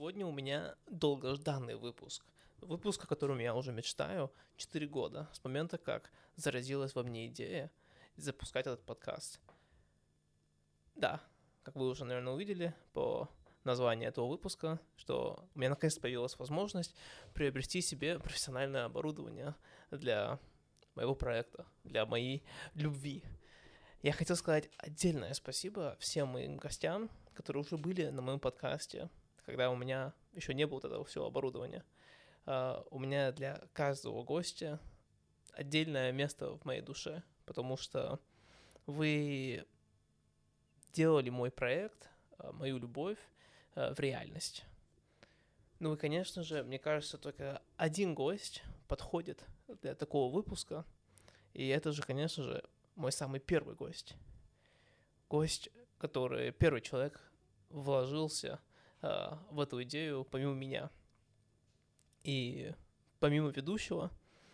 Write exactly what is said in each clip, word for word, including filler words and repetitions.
Сегодня у меня долгожданный выпуск. Выпуск, о котором я уже мечтаю четыре года, с момента, как заразилась во мне идея запускать этот подкаст. Да, как вы уже, наверное, увидели по названию этого выпуска, что у меня наконец-то появилась возможность приобрести себе профессиональное оборудование для моего проекта, для моей любви. Я хотел сказать отдельное спасибо всем моим гостям, которые уже были на моем подкасте, когда у меня еще не было вот этого всего оборудования. Uh, у меня для каждого гостя отдельное место в моей душе, потому что вы делали мой проект, uh, мою любовь uh, в реальность. Ну и, конечно же, мне кажется, только один гость подходит для такого выпуска, и это же, конечно же, мой самый первый гость. Гость, который, первый человек, вложился uh, в эту идею помимо меня. И помимо ведущего,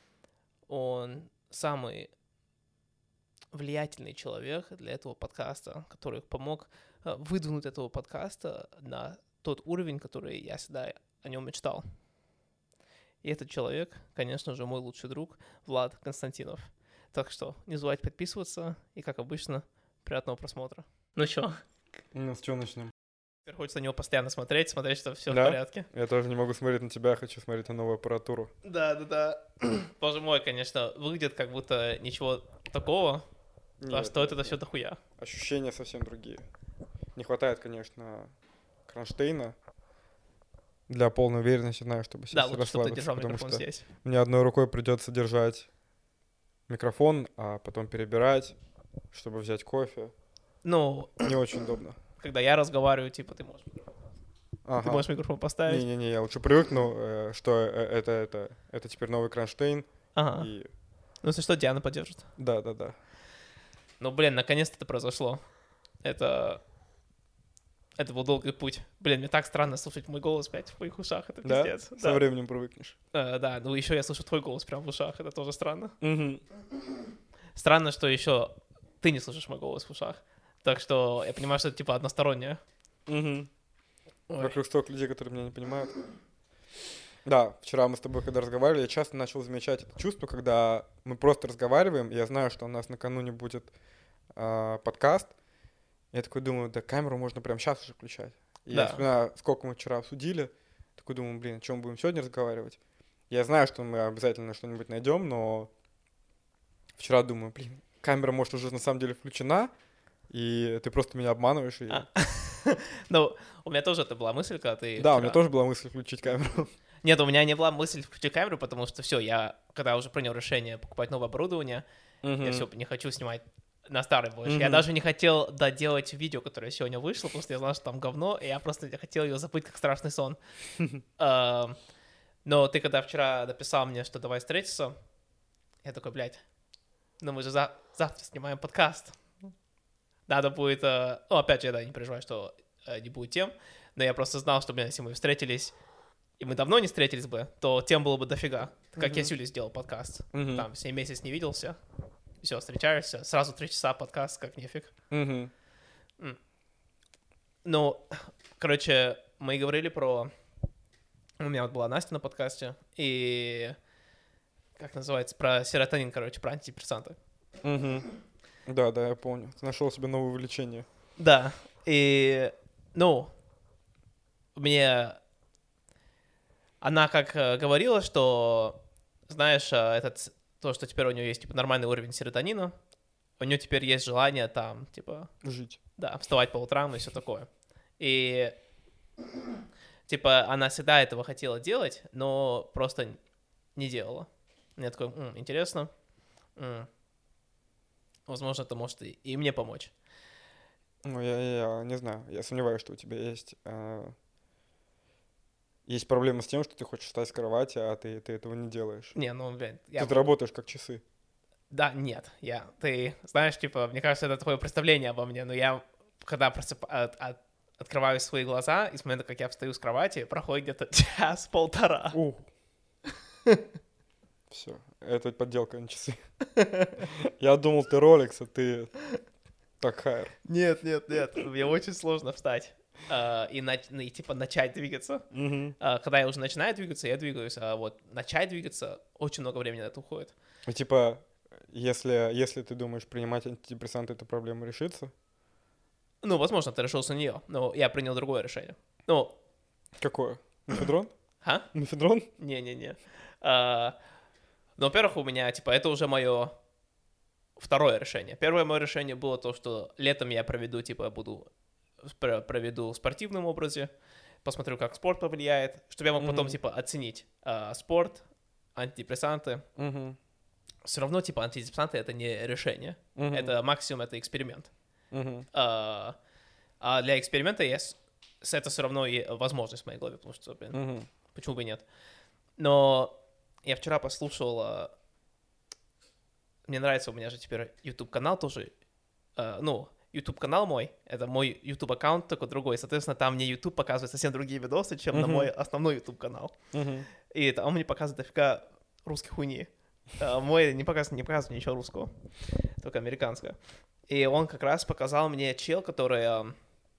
он самый влиятельный человек для этого подкаста, который помог uh, выдвинуть этого подкаста на тот уровень, который я всегда о нем мечтал. И этот человек, конечно же, мой лучший друг Влад Константинов. Так что не забывайте подписываться, и, как обычно, приятного просмотра. Ну чё? Ну, с чего начнем? Теперь хочется на него постоянно смотреть, смотреть, что все да? в порядке. Я тоже не могу смотреть на тебя, хочу смотреть на новую аппаратуру. Да-да-да. Боже мой, конечно, выглядит как будто ничего такого, Нет, а стоит нет, это нет. все дохуя. Ощущения совсем другие. Не хватает, конечно, кронштейна. Для полной уверенности знаю, чтобы сейчас Да, лучше, чтобы ты расслабиться, держал потому микрофон что здесь. мне одной рукой придется держать микрофон, а потом перебирать, чтобы взять кофе. Ну, Не очень удобно. когда я разговариваю, типа, ты можешь, Ага. ты можешь микрофон поставить. Не-не-не, я лучше привыкну, э, что э, это, это, это теперь новый кронштейн. Ага. И... Ну, если что, Диана поддержит. Да-да-да. Ну, блин, наконец-то это произошло. Это... Это был долгий путь. Блин, мне так странно слушать мой голос опять в моих ушах, это Да? пиздец. Со временем привыкнешь. Э, да, ну еще я слышу твой голос прямо в ушах, это тоже странно. Угу. Странно, что еще ты не слышишь мой голос в ушах. Так что я понимаю, что это типа одностороннее. Угу. Ой. Вокруг столько людей, которые меня не понимают. Да, вчера мы с тобой, когда разговаривали, я часто начал замечать это чувство, когда мы просто разговариваем, и я знаю, что у нас накануне будет э, подкаст. Я такой думаю, да, камеру можно прямо сейчас уже включать. И Да. я вспоминаю, сколько мы вчера обсудили. Такой думаю, блин, о чем мы будем сегодня разговаривать? Я знаю, что мы обязательно что-нибудь найдем, но вчера думаю, блин, камера может уже на самом деле включена, и ты просто меня обманываешь. И... А. Ну, у меня тоже это была мысль, когда ты Да, вчера... у меня тоже была мысль включить камеру. Нет, у меня не была мысль включить камеру, потому что все, я, когда уже принял решение покупать новое оборудование, Mm-hmm. я все, не хочу снимать на старый больше. Mm-hmm. Я даже не хотел доделать видео, которое сегодня вышло, потому что я знал, что там говно, и я просто хотел ее забыть, как страшный сон. uh, но ты когда вчера написал мне, что давай встретиться, я такой, блядь, ну мы же за- завтра снимаем подкаст. Надо будет... Uh... Ну, опять же, я да, не переживаю, что uh, не будет тем, но я просто знал, что, блин, если мы встретились, и мы давно не встретились бы, то тем было бы дофига. Как mm-hmm. я с Юлей сделал подкаст. Mm-hmm. Там с ней месяц не виделся. Все, встречаешься, сразу три часа подкаст, как нефиг. Mm-hmm. Mm. Ну, короче, мы говорили про... У меня вот была Настя на подкасте, и... Как называется? Про серотонин, короче, про антидепрессанты. Mm-hmm. Да, да, я помню. Ты нашел себе новое увлечение. Да, и... Ну, мне... Она как говорила, что, знаешь, этот... То, что теперь у нее есть, типа, нормальный уровень серотонина, у нее теперь есть желание там, типа... Жить. Да, вставать по утрам и все такое. И, типа, она всегда этого хотела делать, но просто не делала. Я такой, М, интересно. М, возможно, это может и, и мне помочь. Ну, я, я, я не знаю. Я сомневаюсь, что у тебя есть... Э... Есть проблема с тем, что ты хочешь встать с кровати, а ты, ты этого не делаешь. Не, ну, блин, я... Ты работаешь как часы. Да, нет, я... Ты знаешь, типа, мне кажется, это твое представление обо мне, но я, когда просып... от, от, открываю свои глаза, и с момента, как я встаю с кровати, проходит где-то час-полтора. Ух. Все, это подделка, а не часы. Я думал, ты Rolex, а ты так хайр. Нет, нет, нет, мне очень сложно встать. э, и, на, и, типа, начать двигаться. Мгм. Э, когда я уже начинаю двигаться, я двигаюсь, а вот начать двигаться, очень много времени на это уходит. И типа, если, если ты думаешь, принимать антидепрессанты, эта проблема решится? Ну, возможно, ты решился на нее, но я принял другое решение. Ну, Какое? Мефедрон? а? Мефедрон? Не-не-не. А, ну, во-первых, у меня, типа, это уже мое второе решение. Первое мое решение было то, что летом я проведу, типа, я буду пр- проведу в спортивном образе, посмотрю, как спорт повлияет, чтобы я мог потом, Мгм. типа, оценить а, спорт, антидепрессанты. Мгм. Все равно, типа, антидепрессанты — это не решение. Мгм. Это максимум, это эксперимент. Мгм. А, а для эксперимента я с, с- это все равно и возможность в моей голове, потому что, блин, Мгм. почему бы и нет. Но я вчера послушал, а, мне нравится, у меня же теперь YouTube-канал тоже, а, ну, YouTube-канал мой, это мой YouTube-аккаунт, только другой, соответственно, там мне YouTube показывает совсем другие видосы, чем на Мгм. мой основной YouTube-канал. Мгм. И там он мне показывает дофига русской хуйни. А мой не показывает, не показывает ничего русского, только американское. И он как раз показал мне чел, который... а,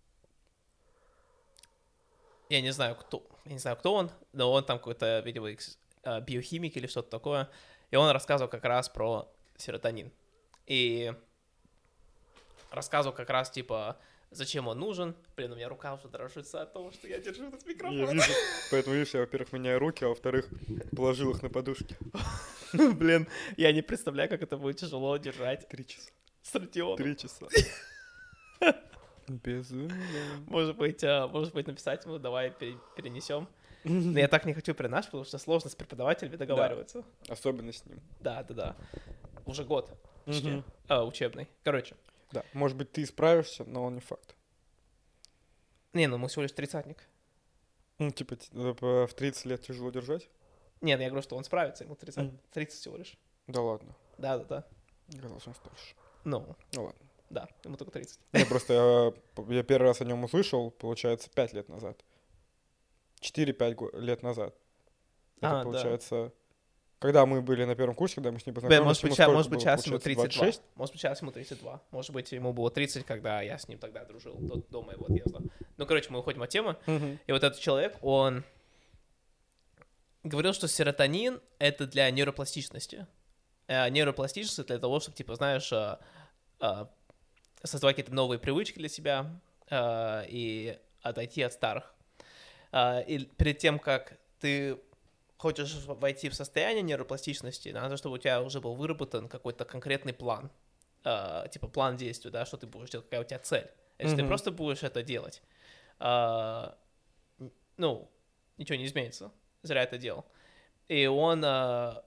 я не знаю, кто, я не знаю, кто он, но он там какой-то, видимо, экс- а, биохимик или что-то такое. И он рассказывал как раз про серотонин. И рассказывал как раз, типа, зачем он нужен. Блин, у меня рука уже дрожится от того, что я держу этот Я микрофон. вижу. Поэтому, видишь, я, во-первых, меняю руки, а во-вторых, положил их на подушки. Блин, я не представляю, как это будет тяжело держать Три часа. с Родионом. Три часа. Безумно. Может быть, а, может быть, написать ему, давай пере- перенесем. Но я так не хочу перенаш, потому что сложно с преподавателями договариваться. Особенно с ним. Да, да, да. Уже год почти, Мгм. а, учебный. Короче. Да, может быть, ты справишься, но он не факт. Не, ну мы всего лишь тридцатник. Ну, типа, т- э, п- в тридцать лет тяжело держать? Нет, я говорю, что он справится, ему тридцать, Мгм. тридцать всего лишь. Да ладно. Да, да, да. Я казалось, он старше. Ну, Ну ладно. да, ему только тридцать. Не, просто я, п- я первый раз о нем услышал, получается, пять лет назад. четыре-пять го- лет назад. Это А, да. получается... Когда мы были на первом курсе, когда мы с ним Блин, познакомились, может быть, ему ща- сколько может быть, было, сейчас ему получается, тридцать два. двадцать шесть? Может быть, сейчас ему тридцать два. Может быть, ему было тридцать, когда я с ним тогда дружил, до, до моего отъезда. Ну, короче, мы уходим от темы. Мгм. И вот этот человек, он говорил, что серотонин — это для нейропластичности. Э, нейропластичность — для того, чтобы, типа, знаешь, э, э, создавать какие-то новые привычки для себя э, и отойти от старых. Э, и перед тем, как ты хочешь войти в состояние нейропластичности, надо, чтобы у тебя уже был выработан какой-то конкретный план. Э, типа план действий, да, что ты будешь делать, какая у тебя цель. Если ты Мгм. просто будешь это делать, э, н- ну, ничего не изменится. Зря это делал. И он... э,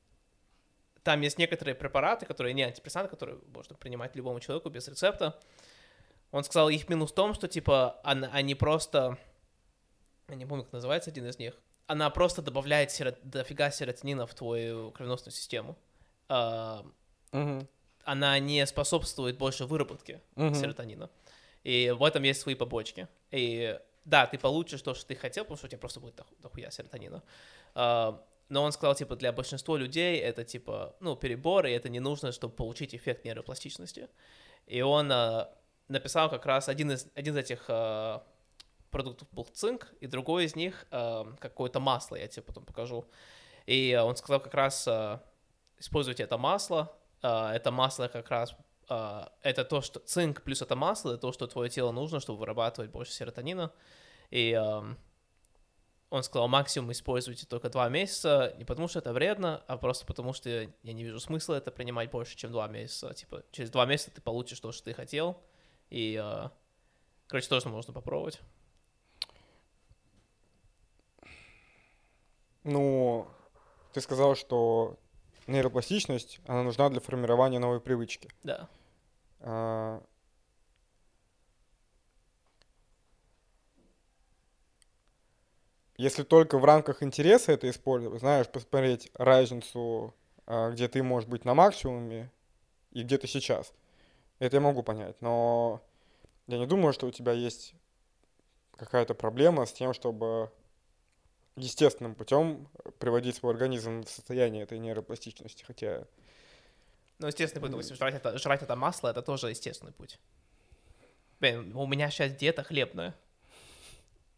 там есть некоторые препараты, которые не антидепрессанты, которые можно принимать любому человеку без рецепта. Он сказал, их минус в том, что, типа, он- они просто... Я не помню, как называется один из них. Она просто добавляет серо... дофига серотонина в твою кровеносную систему. А, Мгм. она не способствует больше выработке Мгм. серотонина. И в этом есть свои побочки. И да, ты получишь то, что ты хотел, потому что у тебя просто будет доху- дохуя серотонина. А, но он сказал, типа, для большинства людей это, типа, ну, перебор, и это не нужно, чтобы получить эффект нейропластичности. И он а, написал как раз один из, один из этих а, продуктов был цинк, и другой из них а, какое-то масло, я тебе потом покажу. И а, он сказал как раз, а, используйте это масло. А, это масло как раз, а, это то, что цинк плюс это масло, это то, что твое тело нужно, чтобы вырабатывать больше серотонина. И ам, он сказал, максимум используйте только два месяца, не потому что это вредно, а просто потому что я не вижу смысла это принимать больше, чем два месяца. Типа, через два месяца ты получишь то, что ты хотел. И, а, короче, тоже можно попробовать. Ну, ты сказал, что нейропластичность, она нужна для формирования новой привычки. Да. А, Если только в рамках интереса это использовать, знаешь, посмотреть разницу, а, где ты можешь быть на максимуме и где ты сейчас. Это я могу понять, но я не думаю, что у тебя есть какая-то проблема с тем, чтобы естественным путем приводить свой организм в состояние этой нейропластичности, хотя... Ну, естественный путь, допустим, жрать это, жрать это масло, это тоже естественный путь. Блин, у меня сейчас диета хлебная.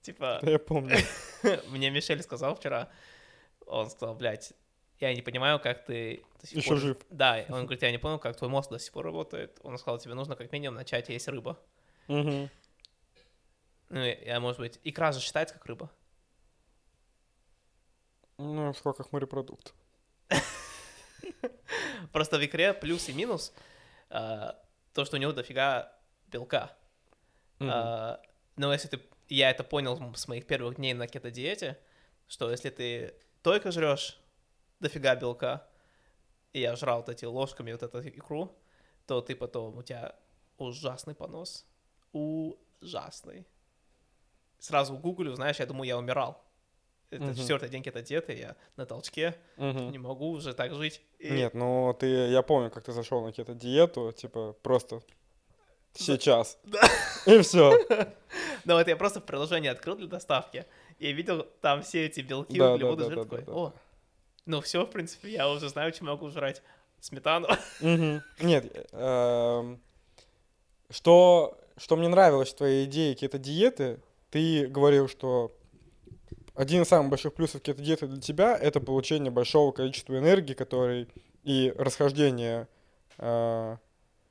Типа, Я помню. мне Мишель сказал вчера, он сказал, блядь, я не понимаю, как ты до сих Еще пор... жив. Да, он говорит, я не понял, как твой мозг до сих пор работает. Он сказал, тебе нужно как минимум начать есть рыбу. Угу. Ну, я, может быть, икра же считается как рыба? Ну, в скольких морепродуктов. Просто в икре плюс и минус а, то, что у него дофига белка. Мгм. А, но если ты... Я это понял с моих первых дней на кето-диете, что если ты только жрешь дофига белка, и я жрал вот эти ложками вот эту икру, то ты потом... У тебя ужасный понос. Ужасный. Сразу гуглю, знаешь, я думаю, я умирал. Это Мгм. четвертый день кето-диеты, я на толчке, Мгм. не могу уже так жить. И- Нет, ну ты, я помню, как ты зашел на кето-диету, типа просто сейчас. И все. Ну вот я просто в приложении открыл для доставки и видел там все эти белки, Да, да, углеводы, да, жир да, такой. да, О, ну все, в принципе, я уже знаю, чем могу жрать сметану. Мгм. Нет, эм, что, что мне нравилось в твоей идее кето-диеты, ты говорил, что один из самых больших плюсов кето-диеты для тебя — это получение большого количества энергии, который и расхождение, э,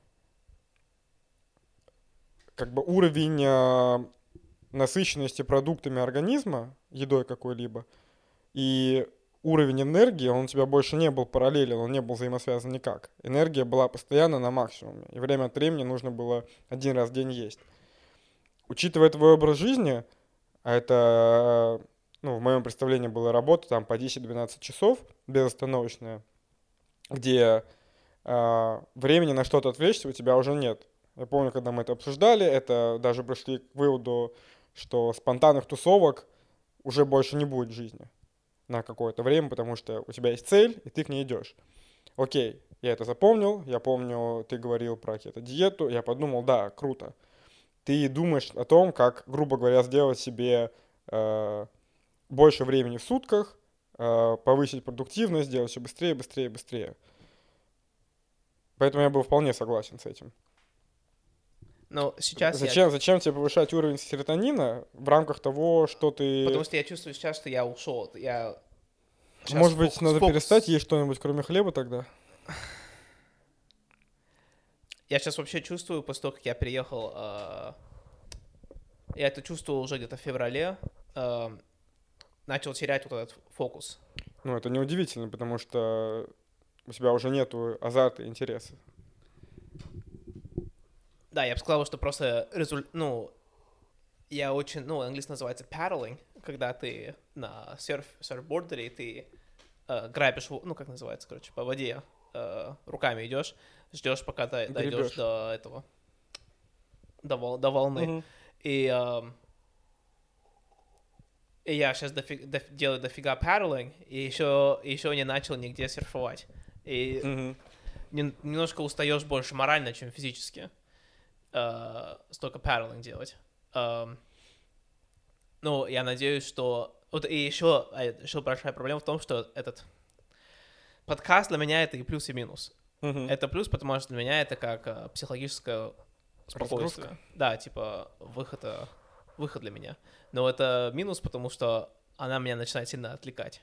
как бы уровень э, насыщенности продуктами организма, едой какой-либо, и уровень энергии, он у тебя больше не был параллелен, он не был взаимосвязан никак. Энергия была постоянно на максимуме, и время от времени нужно было один раз в день есть. Учитывая твой образ жизни, а это, ну, в моем представлении была работа там по десять-двенадцать часов безостановочная, где э, времени на что-то отвлечься у тебя уже нет. Я помню, когда мы это обсуждали, это даже пришли к выводу, что спонтанных тусовок уже больше не будет в жизни на какое-то время, потому что у тебя есть цель, и ты к ней идешь. Окей, я это запомнил, я помню, ты говорил про кето-диету, я подумал, да, круто. Ты думаешь о том, как, грубо говоря, сделать себе э, больше времени в сутках, э, повысить продуктивность, сделать все быстрее, быстрее, быстрее. Поэтому я был вполне согласен с этим. Но сейчас я... Зачем, зачем тебе повышать уровень серотонина в рамках того, что ты... Потому что я чувствую сейчас, что я ушел. Я... Щас Может быть, фокус- надо фокус. перестать есть что-нибудь, кроме хлеба тогда? Я сейчас вообще чувствую, после того, как я приехал... э, Я это чувствовал уже где-то в феврале. э, Начал терять вот этот фокус. Ну, это неудивительно, потому что у тебя уже нету азарта и интереса. Да, я бы сказал, что просто результ... Ну, я очень... Ну, английский называется paddling, когда ты на серф... серфбордере, и ты э, грабишь... во- Ну, как называется, короче, по воде э, руками идешь, ждешь, пока ты дойдешь Гребёшь. до этого... До, вол- до волны. Мгм. И, эм, и я сейчас делаю дофига paddling, и еще, еще не начал нигде серфовать. И Мгм. нем- немножко устаешь больше морально, чем физически. э, столько paddling делать. Эм, ну, я надеюсь, что... Вот и еще, а, еще большая проблема в том, что этот подкаст для меня это и плюс, и минус. Мгм. Это плюс, потому что для меня это как э, психологическое спокойствие. Разгрузка. Да, типа выход, э, выход для меня. Но это минус, потому что она меня начинает сильно отвлекать.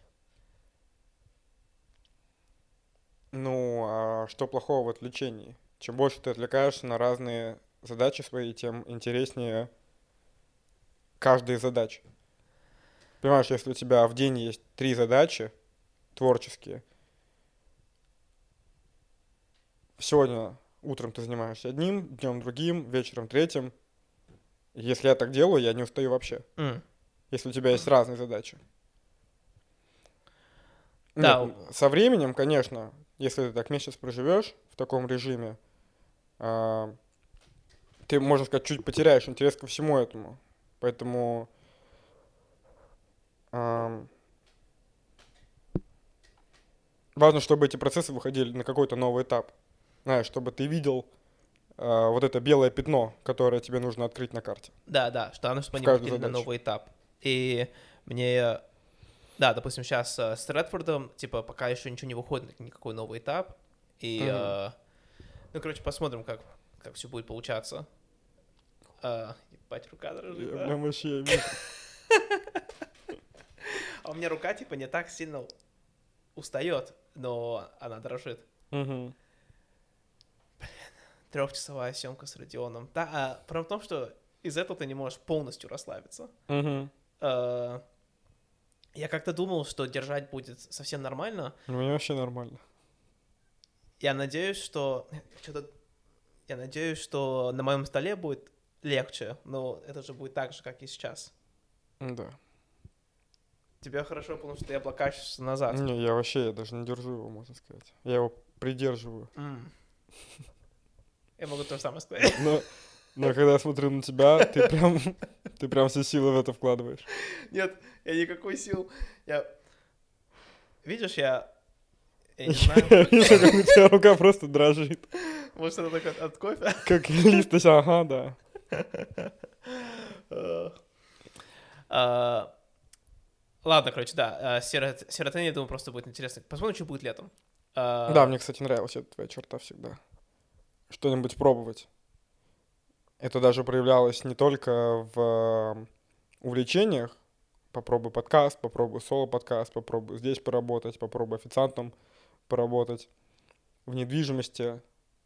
Ну, а что плохого в отвлечении? Чем больше ты отвлекаешься на разные задачи свои, тем интереснее каждая задача. Понимаешь, если у тебя в день есть три задачи творческие, сегодня утром ты занимаешься одним, днем другим, вечером третьим. Если я так делаю, я не устаю вообще. М. Если у тебя есть разные задачи. Да, Нет, со временем, конечно, если ты так месяц проживешь в таком режиме, а, ты, можно сказать, чуть потеряешь интерес ко всему этому. Поэтому ам, важно, чтобы эти процессы выходили на какой-то новый этап. Знаешь, чтобы ты видел а, вот это белое пятно, которое тебе нужно открыть на карте. Да, да, что оно, чтобы В они каждой выходили на задаче. новый этап. И мне, да, допустим, сейчас э, с Редфордом, типа, пока еще ничего не выходит, никакой новый этап. И, Мгм. э, ну, короче, посмотрим, как, как все будет получаться. Э, ебать, рука дрожит, Я да? прям вообще вижу. А у меня рука, типа, не так сильно устает, но она дрожит. Угу. Трехчасовая съемка с Родионом. Да, а проблема в том, что из этого ты не можешь полностью расслабиться. Угу. Э, Я как-то думал, что держать будет совсем нормально. Ну, мне вообще нормально. Я надеюсь, что... Что-то... Я надеюсь, что на моем столе будет легче, но это же будет так же, как и сейчас. Да. Тебе хорошо, потому что ты облокачиваешься назад. Не, я вообще я даже не держу его, можно сказать. Я его придерживаю. Mm. Я могу то же самое сказать. Но, но когда я смотрю на тебя, ты прям, ты прям все силы в это вкладываешь. Нет, я никакой сил. Я... Видишь, я... Я не знаю. Я вижу, как у тебя рука просто дрожит. Может, это только от, от кофе? Как лист, ага, да. А, Ладно, короче, да. Серотонин, я думаю, просто будет интересно. Посмотрим, что будет летом. А, Да, мне, кстати, нравилась эта твоя черта всегда. Что-нибудь пробовать. Это даже проявлялось не только в увлечениях. Попробуй подкаст, попробуй соло-подкаст, попробуй здесь поработать, попробуй официантом поработать. В недвижимости.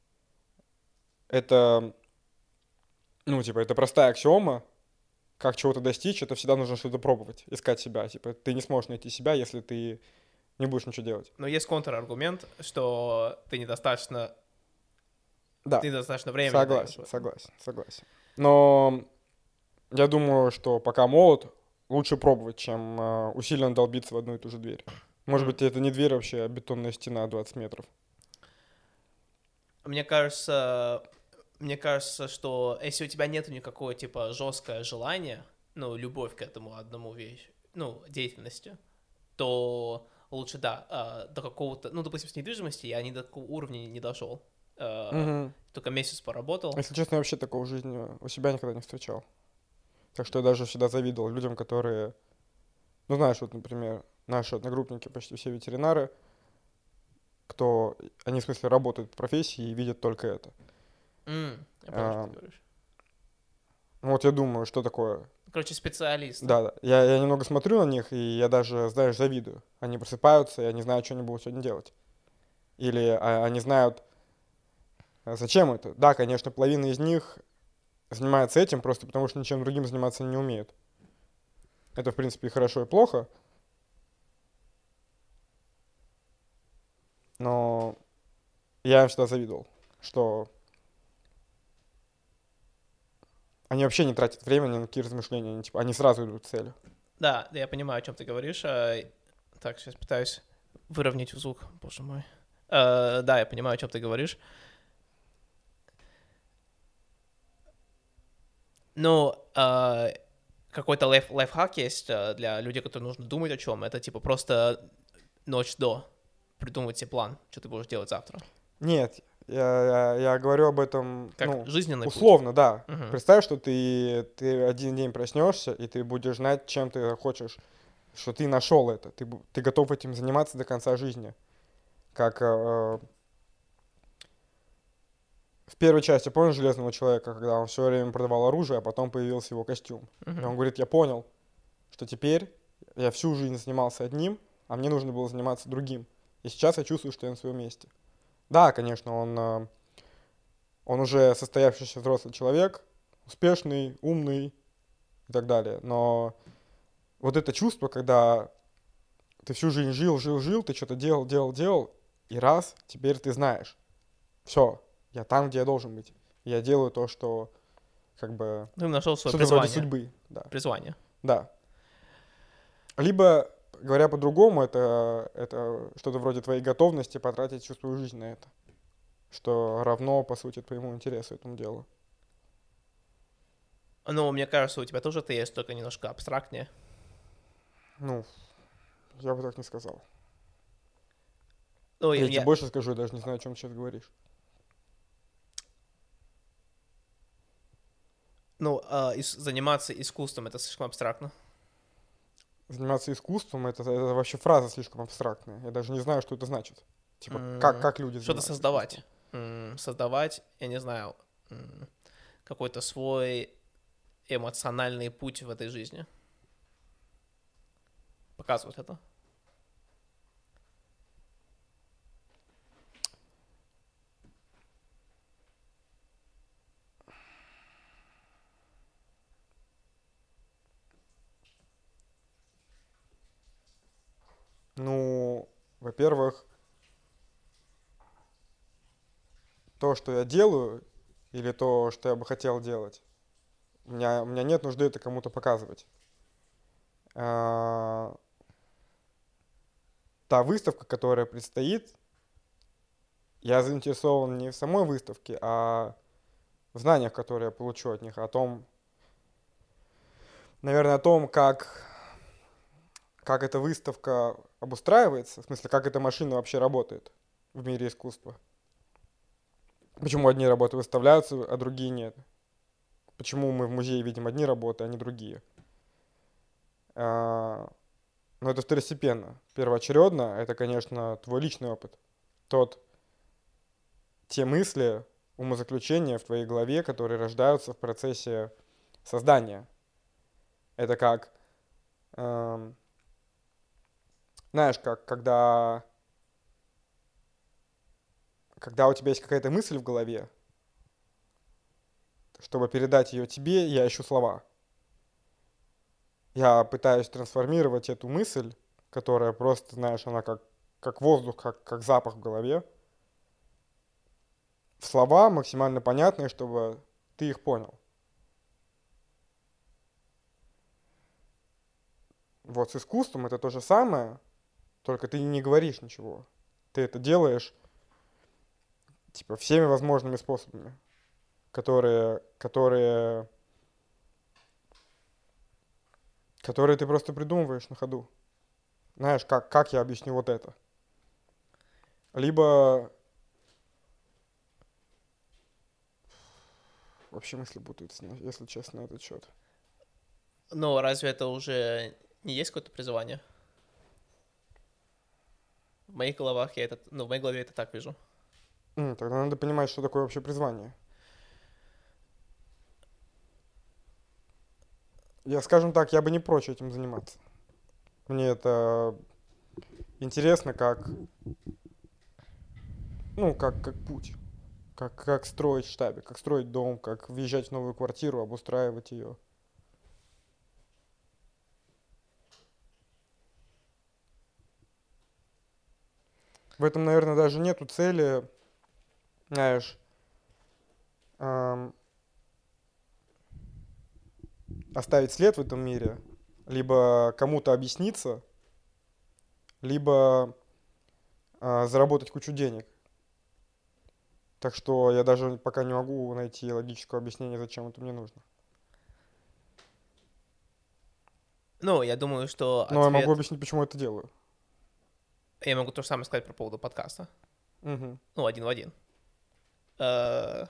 Это, ну, типа, это простая аксиома. Как чего-то достичь, это всегда нужно что-то пробовать, искать себя. Типа, ты не сможешь найти себя, если ты не будешь ничего делать. Но есть контраргумент, что ты недостаточно... Да, Ты недостаточно времени согласен, даёшь. согласен, согласен. Но я думаю, что пока молод, лучше пробовать, чем э, усиленно долбиться в одну и ту же дверь. Может Мгм. быть, это не дверь вообще, а бетонная стена двадцать метров. Мне кажется, мне кажется, что если у тебя нет никакого, типа, жесткое желания, ну, любовь к этому одному вещи, ну, деятельности, то лучше, да, а, до какого-то, ну, допустим, с недвижимости я ни до какого уровня не дошел. А, Мгм. Только месяц поработал. Если честно, я вообще такого в жизни у себя никогда не встречал. Так что я даже всегда завидовал людям, которые... Ну, знаешь, вот, например, наши одногруппники почти все ветеринары, кто... Они, в смысле, работают в профессии и видят только это. М, я понял, что А, ты говоришь. Ну, вот я думаю, что такое. Короче, специалист. Да, да. Я, я немного смотрю на них, и я даже, знаешь, завидую. Они просыпаются, и они знают, что они будут сегодня делать. Или а, они знают, а, зачем это. Да, конечно, половина из них занимается этим просто потому, что ничем другим заниматься не умеют. Это, в принципе, и хорошо, и плохо. Но я им всегда завидовал, что они вообще не тратят время ни на какие размышления. Они, типа, они сразу идут к цели. Да, да, я понимаю, о чем ты говоришь. а, Так, сейчас пытаюсь выровнять звук, боже мой. А, Да, я понимаю, о чем ты говоришь. Ну, а, какой-то лайф, лайфхак есть а, для людей, которым нужно думать о чем. Это типа просто ночь до придумать себе план, что ты будешь делать завтра. Нет, я, я, я говорю об этом, Как ну, жизненный путь. условно, да. Мгм. Представь, что ты, ты один день проснешься, и ты будешь знать, чем ты хочешь, что ты нашел это, ты, бу- ты готов этим заниматься до конца жизни. Как э, в первой части, помнишь Железного человека, когда он все время продавал оружие, а потом появился его костюм. И Мгм. он говорит, я понял, что теперь я всю жизнь занимался одним, а мне нужно было заниматься другим. И сейчас я чувствую, что я на своем месте. Да, конечно, он, э, он уже состоявшийся взрослый человек, успешный, умный и так далее. Но вот это чувство, когда ты всю жизнь жил, жил, жил, ты что-то делал, делал, делал, и раз, теперь ты знаешь, все, я там, где я должен быть. Я делаю то, что как бы Ну, нашел свое что-то вроде призвание. судьбы, да, Призвание. да. Либо, говоря по-другому, это, это что-то вроде твоей готовности потратить всю свою жизнь на это, что равно, по сути, твоему интересу этому делу. Ну, мне кажется, у тебя тоже это есть, только немножко абстрактнее. Ну, я бы так не сказал. Ну, Я я, тебе больше скажу, я даже не знаю, о чем ты сейчас говоришь. ну а, ис- заниматься искусством это слишком абстрактно. Заниматься искусством это, это вообще фраза слишком абстрактная. Я даже не знаю, что это значит. Типа, М, как, как люди Что-то занимаются создавать. искусством. М, Создавать, я не знаю, м, какой-то свой эмоциональный путь в этой жизни. показывают это. Ну, во-первых, то, что я делаю, или то, что я бы хотел делать, у меня, у меня нет нужды это кому-то показывать. А, та выставка, которая предстоит, я заинтересован не в самой выставке, а в знаниях, которые я получу от них, о том, наверное, о том, как, как эта выставка обустраивается, в смысле, как эта машина вообще работает в мире искусства. Почему одни работы выставляются, а другие нет? Почему мы в музее видим одни работы, а не другие? А, но это второстепенно. Первоочередно это, конечно, твой личный опыт. Тот, те мысли, умозаключения в твоей голове, которые рождаются в процессе создания. Это как, эм, знаешь, как когда, когда у тебя есть какая-то мысль в голове, чтобы передать ее тебе, я ищу слова. Я пытаюсь трансформировать эту мысль, которая просто, знаешь, она как, как воздух, как, как запах в голове, в слова максимально понятные, чтобы ты их понял. Вот с искусством это то же самое, только ты не говоришь ничего. Ты это делаешь, типа, всеми возможными способами, которые, которые, которые ты просто придумываешь на ходу. Знаешь, как, как я объясню вот это? Либо вообще мысли путаются, если честно, на этот счет. Но разве это уже не есть какое-то призвание? В моих головах я это, ну, в моей голове это так вижу. М, тогда надо понимать, что такое вообще призвание. Я, скажем так, я бы не прочь этим заниматься. Мне это интересно как, ну, как, как путь. Как, как строить штабик, как строить дом, как въезжать в новую квартиру, обустраивать ее. В этом, наверное, даже нету цели, знаешь, эм, оставить след в этом мире, либо кому-то объясниться, либо э, заработать кучу денег. Так что я даже пока не могу найти логическое объяснение, зачем это мне нужно. Ну, я думаю, что Но я могу ответ... объяснить, почему я это делаю. Я могу то же самое сказать по поводу подкаста. Угу. Ну, один в один. Э,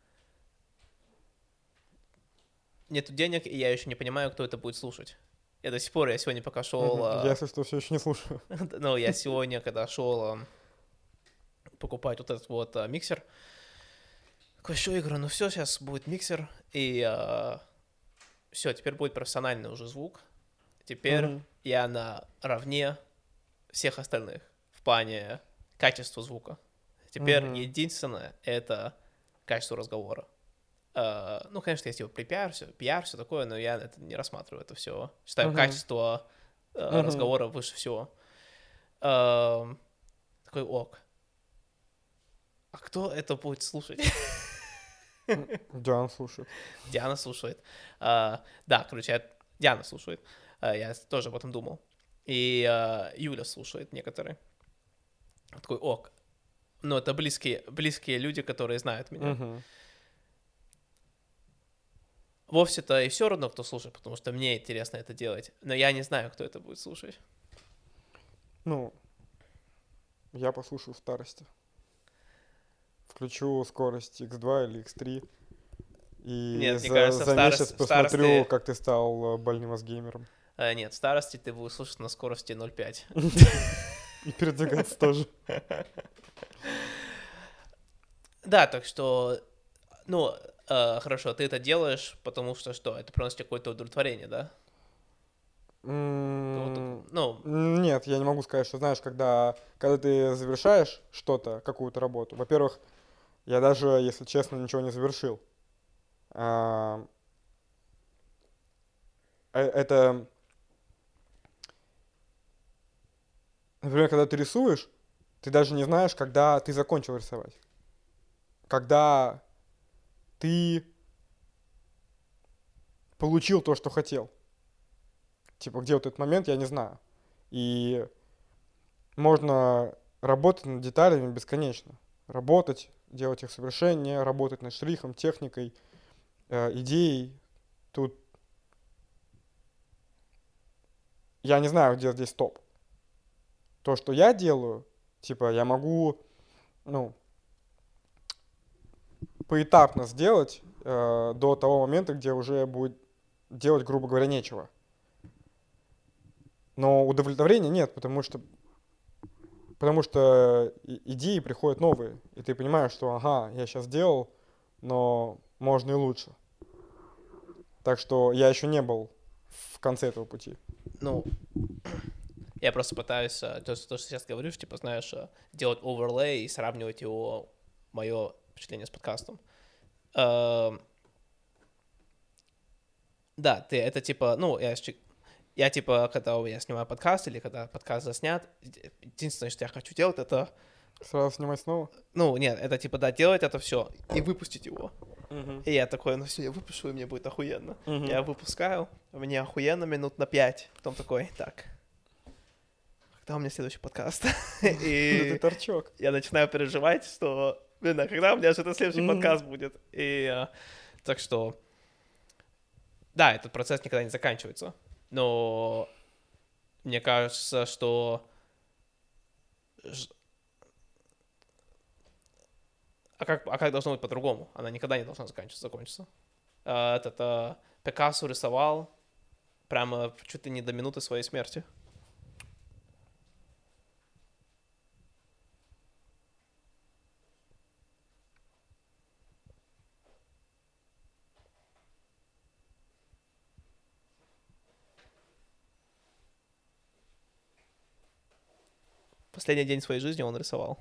Нету денег, и я еще не понимаю, кто это будет слушать. Я до сих пор, я сегодня пока шел... Угу. э, Я, если что, все еще не слушаю. Ну, я сегодня, когда шел э, покупать вот этот вот э, миксер, такой, что, Игорь, ну все, сейчас будет миксер, и э, все, теперь будет профессиональный уже звук. Теперь Мгм. я наравне всех остальных в плане качества звука. Теперь Мгм. единственное — это качество разговора. Э, ну, конечно, есть его пиар, все, пиар, все такое, но я это не рассматриваю это все. Считаю Мгм. качество э, Мгм. разговора выше всего. Эм, такой, ок. А кто это будет слушать? М, Диана слушает. Диана слушает. А, да, короче, я- Диана слушает. А, я тоже об этом думал. И а, Юля слушает некоторые. Такой, ок. Ну, это близкие, близкие люди, которые знают меня. Мгм. Вовсе-то и все равно, кто слушает, потому что мне интересно это делать. Но я не знаю, кто это будет слушать. Ну, я послушаю в старости. Включу скорость икс два или икс три. И Нет, мне за, кажется, в за старость- месяц в посмотрю, старости- как ты стал э, больным геймером. А, нет, в старости ты будешь слушать на скорости ноль пять. И передвигаться тоже. Да, так что, ну, э, хорошо, ты это делаешь, потому что что? Это приносит тебе какое-то удовлетворение, да? М, Ну, Нет, я не могу сказать, что, знаешь, когда, когда ты завершаешь что-то, какую-то работу, во-первых, я даже, если честно, ничего не завершил. А, э- Это, например, когда ты рисуешь, ты даже не знаешь, когда ты закончил рисовать. Когда ты получил то, что хотел. Типа, где вот этот момент, я не знаю. И можно работать над деталями бесконечно. Работать, делать их совершеннее, работать над штрихом, техникой, э, идеей. Тут я не знаю, где здесь стоп. То, что я делаю, типа, я могу, ну, поэтапно сделать э, до того момента, где уже будет делать, грубо говоря, нечего. Но удовлетворения нет, потому что, потому что идеи приходят новые, и ты понимаешь, что, ага, я сейчас сделал, но можно и лучше. Так что я еще не был в конце этого пути. ну, я просто пытаюсь, э, то, что то, что сейчас говоришь, типа, знаешь, э, делать оверлей и сравнивать его, мое впечатление с подкастом. Эм, Да, ты это типа, ну, я, щи- я типа, когда я снимаю подкаст или когда подкаст заснят, еди- единственное, что я хочу делать, это, Сразу снимать снова? ну, нет, это типа, да, делать это все и выпустить его. Угу. И я такой, ну все, я выпущу, и мне будет охуенно. Угу. Я выпускаю, мне охуенно минут на пять. Потом такой, так, когда у меня следующий подкаст? Да ты И торчок. я начинаю переживать, что, блин, а когда у меня же этот следующий Мгм. подкаст будет? И э, так что, да, этот процесс никогда не заканчивается. Но мне кажется, что... ж- А как, а как должно быть по-другому? Она никогда не должна заканчиваться, закончиться. А, Этот а, Пикассо рисовал прямо чуть ли не до минуты своей смерти. Последний день своей жизни он рисовал.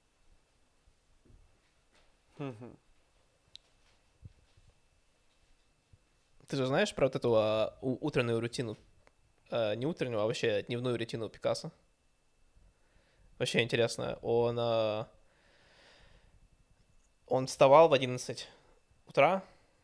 Мгм. Ты же знаешь про вот эту а, у- утреннюю рутину? А, не утреннюю, а вообще дневную рутину Пикассо. Вообще интересно. Он, а, он вставал в одиннадцать утра,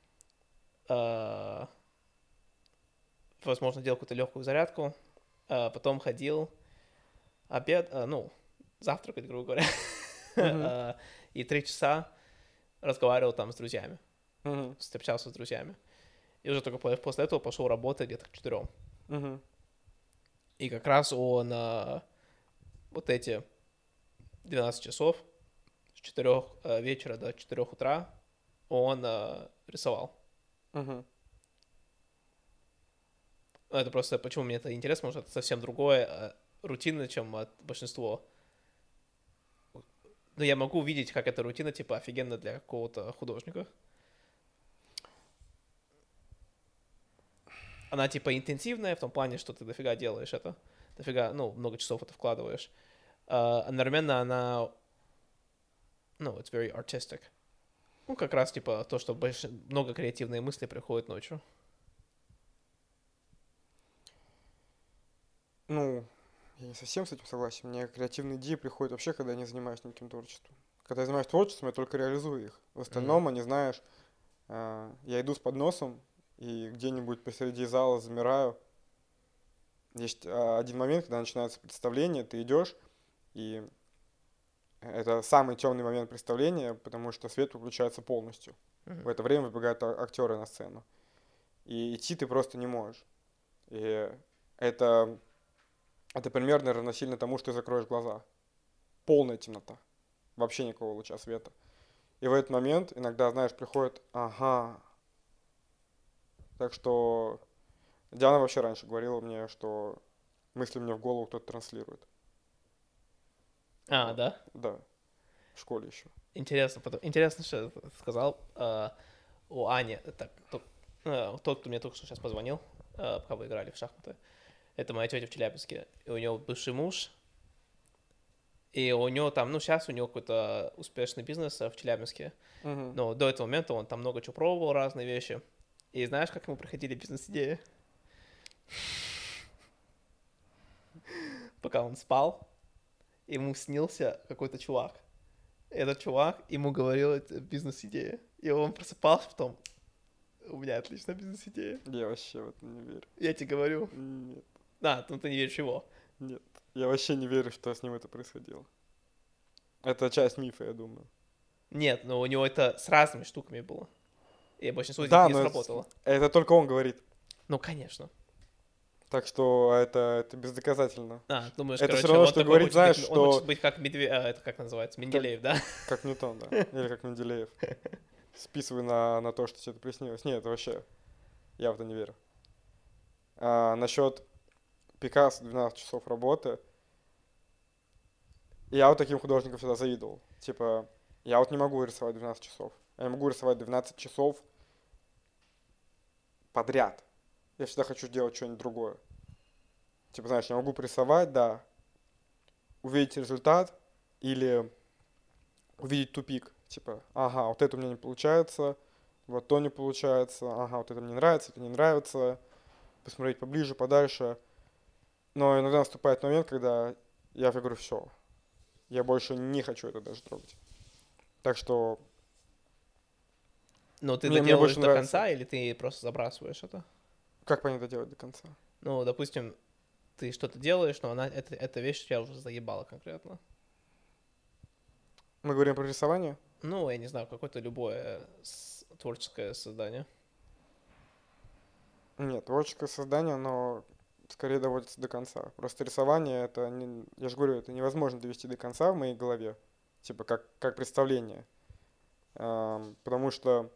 а, возможно, делал какую-то легкую зарядку, а потом ходил, обед, а, ну, завтракать, грубо говоря, Мгм. А, и три часа разговаривал там с друзьями, Мгм. встречался с друзьями. И уже только по- после этого пошел работать где-то к четырем. Мгм. И как раз он а, вот эти двенадцать часов с четырёх а, вечера до четырёх утра он а, рисовал. Мгм. Ну, это просто, почему мне это интересно, потому что это совсем другое а, рутина, чем а, большинство. Но я могу увидеть, как эта рутина, типа, офигенно для какого-то художника. Она, типа, интенсивная в том плане, что ты дофига делаешь это. Дофига, ну, много часов это вкладываешь. А, одновременно она, ну, it's very artistic. Ну, как раз, типа, то, что больше, много креативные мысли приходят ночью. Ну, я не совсем с этим согласен. Мне креативные идеи приходят вообще, когда я не занимаюсь никаким творчеством. Когда я занимаюсь творчеством, я только реализую их. В Мгм. остальном, они, знаешь, а, я иду с подносом и где-нибудь посреди зала замираю. Есть а, один момент, когда начинается представление, ты идешь, и это самый темный момент представления, потому что свет выключается полностью. В Мгм. это время выбегают а- актеры на сцену. И идти ты просто не можешь. И это, это примерно равносильно тому, что ты закроешь глаза. Полная темнота. Вообще никакого луча света. И в этот момент иногда, знаешь, приходит, ага. Так что Диана вообще раньше говорила мне, что мысли мне в голову кто-то транслирует. А, Вот. да? Да, в школе еще. Интересно, потом- интересно, что ты сказал. А, у Ани, так, тот, а, тот, кто мне только что сейчас позвонил, а, пока вы играли в шахматы. Это моя тетя в Челябинске. И у него бывший муж. И у него там, ну, сейчас у него какой-то успешный бизнес в Челябинске. Мгм. Но до этого момента он там много чего пробовал, разные вещи. И знаешь, как ему приходили бизнес-идеи? Пока он спал, ему снился какой-то чувак. Этот чувак ему говорил это бизнес-идея. И он просыпался потом. У меня отличная бизнес-идея. Я вообще в это не верю. Я тебе говорю. Нет, А, ну ты не веришь его. нет. Я вообще не верю, что с ним это происходило. Это часть мифа, я думаю. Нет, но у него это с разными штуками было. И большинство из Да, них не но это, сработало. это только он говорит. Ну, конечно. Так что это, это бездоказательно. А, думаешь, Это короче, всё равно, он что такой говорить, хочет знаешь, быть- что- Он хочет быть как Медведь... А, это как называется? Менделеев, да? Как Ньютон, да. Или как Менделеев. Списываю на, на то, что тебе это приснилось. Нет, это вообще... Я в это не верю. А, насчет Пикассо двенадцать часов работы. Я вот таким художникам всегда завидовал. Типа, я вот не могу рисовать двенадцать часов. Я не могу рисовать двенадцать часов подряд. Я всегда хочу делать что-нибудь другое. Типа, знаешь, я могу порисовать, да, увидеть результат или увидеть тупик. Типа, ага, вот это у меня не получается, вот то не получается, ага, вот это мне нравится, это не нравится. Посмотреть поближе, подальше. Но иногда наступает момент, когда я говорю, все, я больше не хочу это даже трогать. Так что, Но ты Мне- мне доделаешь больше до нравится. конца или ты просто забрасываешь это? как понять это делать до конца? Ну, допустим, ты что-то делаешь, но она, это, эта вещь тебя уже заебала конкретно. Мы говорим про рисование? Ну, я не знаю, какое-то любое с- творческое создание. Нет, творческое создание, оно скорее доводится до конца. Просто рисование, это, не- я же говорю, это невозможно довести до конца в моей голове. Типа, как, как представление. Ам, потому что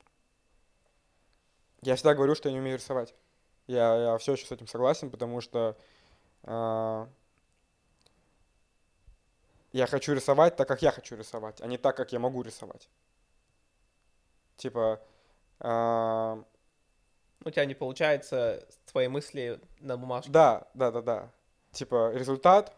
я всегда говорю, что я не умею рисовать. Я, я все еще с этим согласен, потому что а, я хочу рисовать так, как я хочу рисовать, а не так, как я могу рисовать. Типа, а, У тебя не получается твои мысли на бумажке. да, да, да, да. Типа, результат,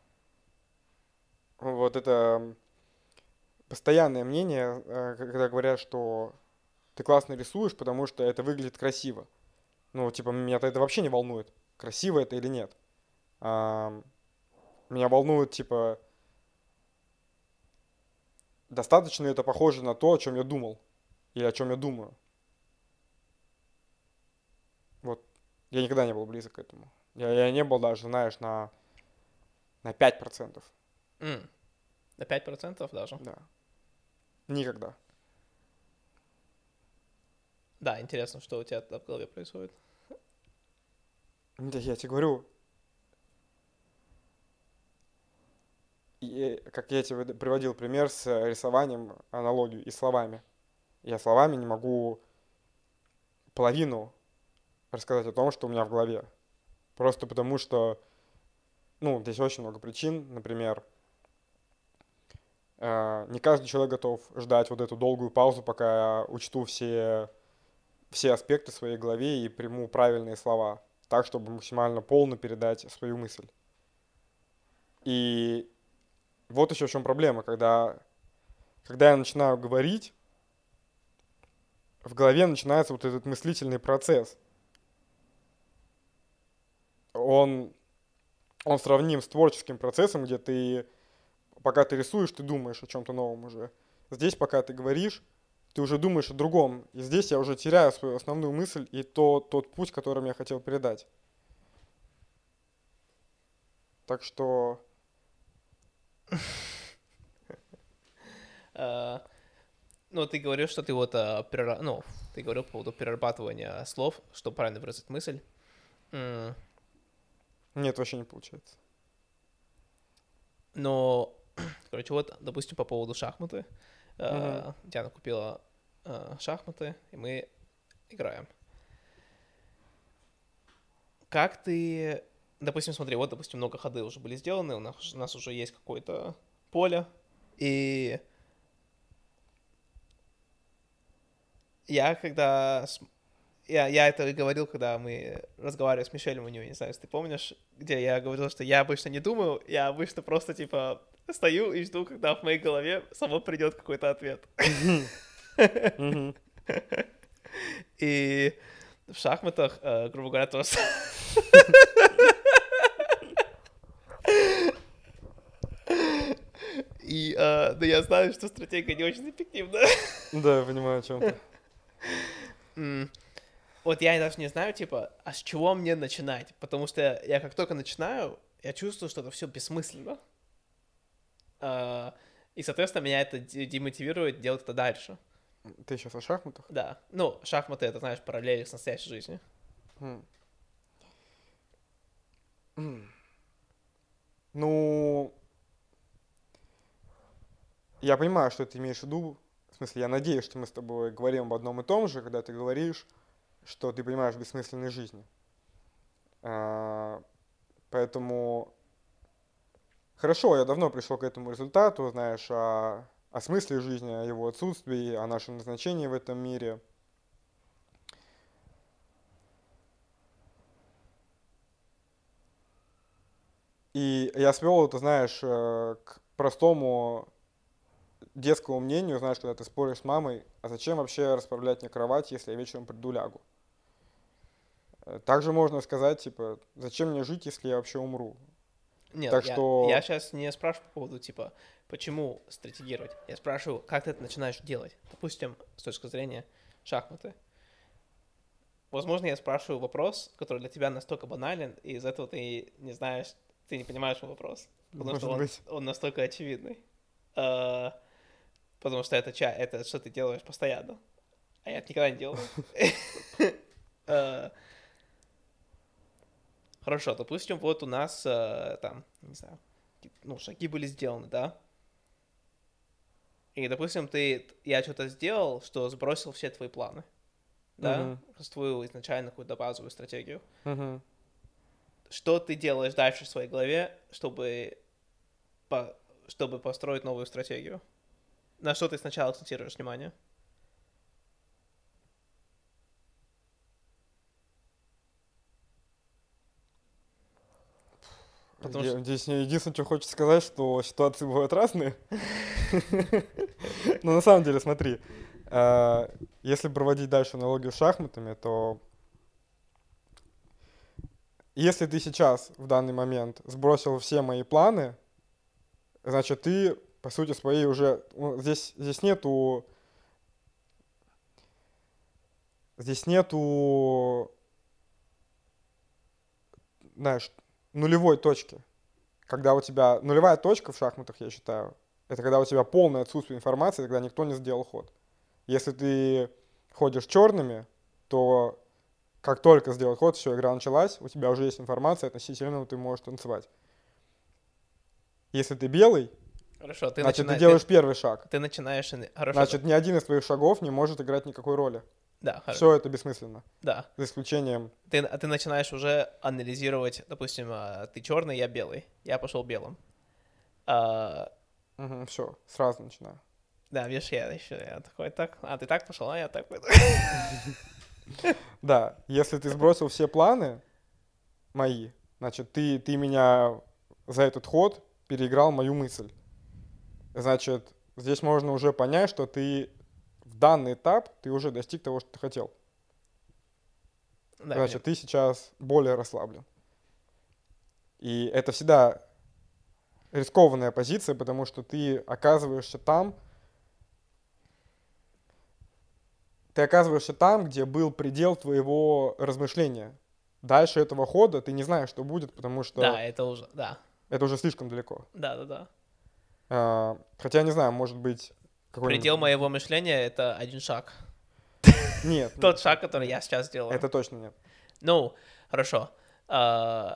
вот это постоянное мнение, э, когда говорят, что ты классно рисуешь, потому что это выглядит красиво. Ну, типа, меня-то это вообще не волнует, красиво это или нет. Ам, Меня волнует, типа, достаточно ли это похоже на то, о чем я думал, или о чем я думаю. Вот, я никогда не был близок к этому. Я, я не был даже, знаешь, на, на пять процентов. М. На пять процентов даже. Да. Никогда. Да, интересно, что у тебя в голове происходит. Да я тебе говорю, и, как я тебе приводил пример с рисованием, аналогию и словами. Я словами не могу половину рассказать о том, что у меня в голове. Просто потому что, ну, здесь очень много причин. Например, э, не каждый человек готов ждать вот эту долгую паузу, пока я учту все, все аспекты в своей голове и приму правильные слова, так, чтобы максимально полно передать свою мысль. И вот еще в чем проблема, когда, когда я начинаю говорить, в голове начинается вот этот мыслительный процесс. Он, он сравним с творческим процессом, где ты, пока ты рисуешь, ты думаешь о чем-то новом уже. Здесь, пока ты говоришь, ты уже думаешь о другом. И здесь я уже теряю свою основную мысль и то, тот путь, которым я хотел передать. Так что, А, Ну, ты говорил, что ты вот, а, перера- ну, ты говорил по поводу перерабатывания слов, чтобы правильно выразить мысль. М, нет, вообще не получается. Но, короче, вот, допустим, по поводу шахматы. Мгм. А, Диана купила а, шахматы, и мы играем. Как ты... Допустим, смотри, вот, допустим, много ходы уже были сделаны, у нас, у нас уже есть какое-то поле, и я когда... см- я, я это и говорил, когда мы разговаривали с Мишелем у него, не знаю, если ты помнишь, где я говорил, что я обычно не думаю, я обычно просто, типа, стою и жду, когда в моей голове само придет какой-то ответ. И в шахматах, э, грубо говоря, тоже... И, э, да, я знаю, что стратегия не очень эффективна. Да, я понимаю, о чем ты. Mm. Вот я даже не знаю, типа, а с чего мне начинать? Потому что я как только начинаю, я чувствую, что это все бессмысленно. Uh, и, соответственно, меня это демотивирует делать это дальше. Ты сейчас о шахматах? Да. Ну, шахматы — это, знаешь, параллели с настоящей жизнью. Mm. Mm. Ну... Я понимаю, что ты имеешь в виду. В смысле, я надеюсь, что мы с тобой говорим об одном и том же, когда ты говоришь, что ты понимаешь бессмысленность жизни. А, поэтому хорошо, я давно пришел к этому результату, знаешь, о, о смысле жизни, о его отсутствии, о нашем назначении в этом мире. И я свел это, знаешь, к простому детскому мнению, знаешь, когда ты споришь с мамой, а зачем вообще расправлять мне кровать, если я вечером приду лягу? Также можно сказать, типа, зачем мне жить, если я вообще умру? Нет, так я, что... я сейчас не спрашиваю по поводу, типа, почему стратегировать. Я спрашиваю, как ты это начинаешь делать. Допустим, с точки зрения шахматы. Возможно, я спрашиваю вопрос, который для тебя настолько банален, и из этого ты не знаешь, ты не понимаешь мой вопрос. Потому Может что он, быть. он настолько очевидный. Uh, потому что это, ча- это что ты делаешь постоянно. А я это никогда не делаю. uh, Хорошо, допустим, вот у нас uh, там, не знаю, ну, шаги были сделаны, да? И, допустим, ты, я что-то сделал, что сбросил все твои планы, да? Uh-huh. Твою изначально какую-то базовую стратегию. Uh-huh. Что ты делаешь дальше в своей голове, чтобы, по, чтобы построить новую стратегию? На что ты сначала акцентируешь внимание? Потому Я, что... Здесь единственное, что хочется сказать, что ситуации бывают разные. Но на самом деле, смотри, если проводить дальше аналогию с шахматами, то если ты сейчас, в данный момент, сбросил все мои планы, значит, ты, по сути своей, уже... Здесь, здесь нету... Здесь нету... Знаешь, нулевой точки. Когда у тебя... Нулевая точка в шахматах, я считаю, это когда у тебя полное отсутствие информации, когда никто не сделал ход. Если ты ходишь черными, то как только сделал ход, все, игра началась, у тебя уже есть информация, относительно ты можешь танцевать. Если ты белый, Хорошо, ты значит, начина... ты делаешь ты... первый шаг. Ты начинаешь... Хорошо, значит, да. ни один из твоих шагов не может играть никакой роли. Да, хорошо. Все это бессмысленно. Да. За исключением... Ты, а ты начинаешь уже анализировать, допустим, ты черный, я белый. Я пошел белым. А... Угу, все, сразу начинаю. Да, видишь, я еще я такой так. А, ты так пошел, а я так пойду. Да, если ты сбросил все планы мои, значит, ты, ты меня за этот ход переиграл мою мысль. Значит, здесь можно уже понять, что ты в данный этап ты уже достиг того, что ты хотел. Да, значит, ты сейчас более расслаблен. И это всегда рискованная позиция, потому что ты оказываешься там, ты оказываешься там, где был предел твоего размышления. Дальше этого хода ты не знаешь, что будет, потому что... Да, это уже, да. Это уже слишком далеко. Да, да, да. А, хотя, не знаю, может быть... Предел моего мышления — это один шаг. Нет. Тот шаг, который я сейчас делаю. Это точно нет. Ну, хорошо. Uh,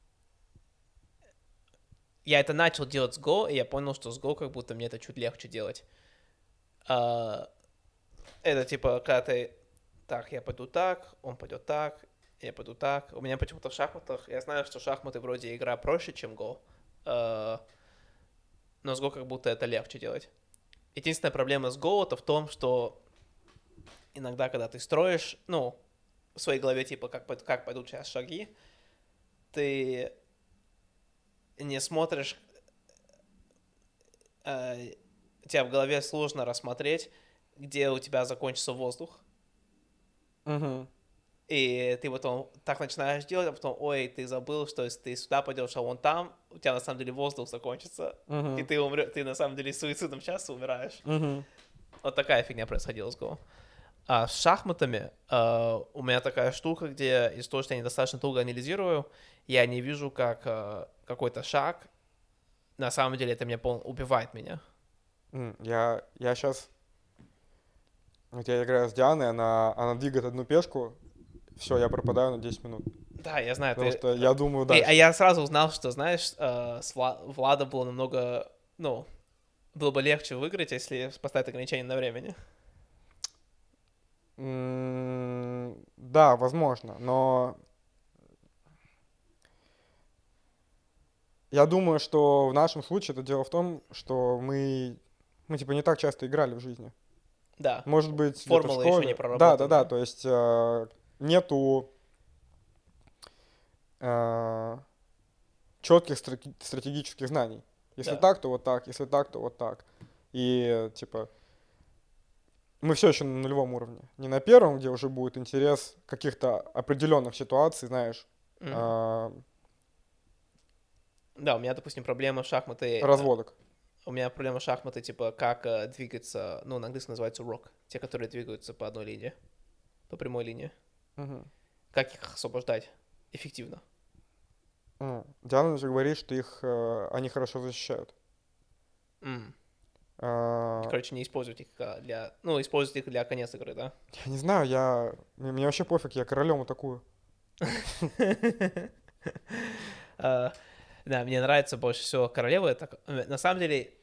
я это начал делать с Go, и я понял, что с Go как будто мне это чуть легче делать. Uh, это типа, когда ты... Так, я пойду так, он пойдет так, я пойду так. У меня почему-то в шахматах... Я знаю, что шахматы вроде игра проще, чем Go. Uh, но с Go как будто это легче делать. Единственная проблема с Go — это в том, что иногда, когда ты строишь... Ну, в своей голове, типа, как, пой- как пойдут сейчас шаги, ты не смотришь, э, тебе в голове сложно рассмотреть, где у тебя закончится воздух. Мгм. И ты потом так начинаешь делать, а потом, ой, ты забыл, что если ты сюда пойдешь, а вон там, у тебя на самом деле воздух закончится, и Мгм. ты умрешь, ты на самом деле суицидом сейчас умираешь. Мгм. Вот такая фигня происходила с Go. А с шахматами э, у меня такая штука, где из-за того, что я недостаточно долго анализирую, я не вижу, как э, какой-то шаг, на самом деле это меня пол... убивает меня. М, Я, я сейчас... Вот я играю с Дианой, она, она двигает одну пешку, все, я пропадаю на десять минут. Да, я знаю, Потому ты... что я думаю Ты- А дальше. я сразу узнал, что, знаешь, э, с Вла- Влада было намного, ну, было бы легче выиграть, если поставить ограничение на времени. М, Да, возможно, но я думаю, что в нашем случае это дело в том, что мы, мы типа не так часто играли в жизни. Да, Может быть, где-то в формула еще не школе. Да, да, да, проработана. то есть э, нету э, четких стратегических знаний. Если Да. так, то вот так, если так, то вот так. И типа мы все еще на нулевом уровне. Не на первом, где уже будет интерес каких-то определенных ситуаций, знаешь, Мгм. а, Да, у меня, допустим, проблема в шахматы. э, разводок. У меня проблема в шахматы, типа, как э, двигаться, ну, на английском называется rock, те, которые двигаются по одной линии, по прямой линии. Мгм. Как их освобождать эффективно? М. Диана же говорит, что их, э, они хорошо защищают. М. А, Короче, не использовать их э, для... Ну, использовать их для конец игры, да? Я не знаю, я... Мне, мне вообще пофиг, я королем атакую. Э, Да, мне нравится больше всего королева. Это, э, на самом деле,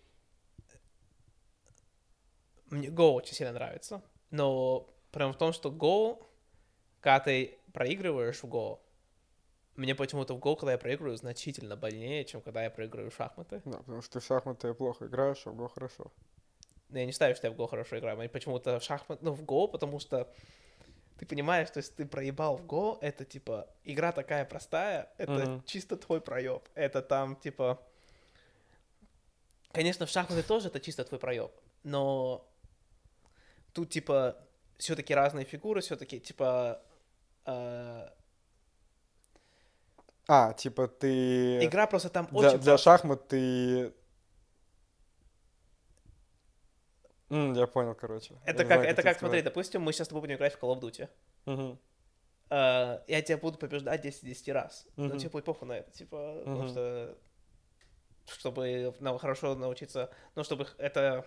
мне Go очень сильно нравится. Но прям в том, что Go, когда ты проигрываешь в Go, мне почему-то в Go, когда я проигрываю, значительно больнее, чем когда я проигрываю в шахматы. Да, потому что ты в шахматы плохо играешь, а в го хорошо. Но я не считаю, что я в Go хорошо играю. Мне почему-то в шахмат, ну, в Go, потому что ты понимаешь, то есть ты проебал в Go, это, типа, игра такая простая, это Мгм. чисто твой проеб. Это там, типа... Конечно, в шахматы тоже это чисто твой проеб, но тут, типа, все-таки разные фигуры, все-таки, типа, э, А, типа ты... игра просто там Для, очень для прост... шахмат ты... М, я понял, короче. Я Это не как, знаю, как это тебе как, смотри, сказать. допустим, мы сейчас с тобой будем играть в Call of Duty. Мгм. Э, я тебя буду побеждать десять десять раз, но Мгм. тебе будет похуй на это, типа, потому Мгм. что чтобы нам хорошо научиться, ну, чтобы это...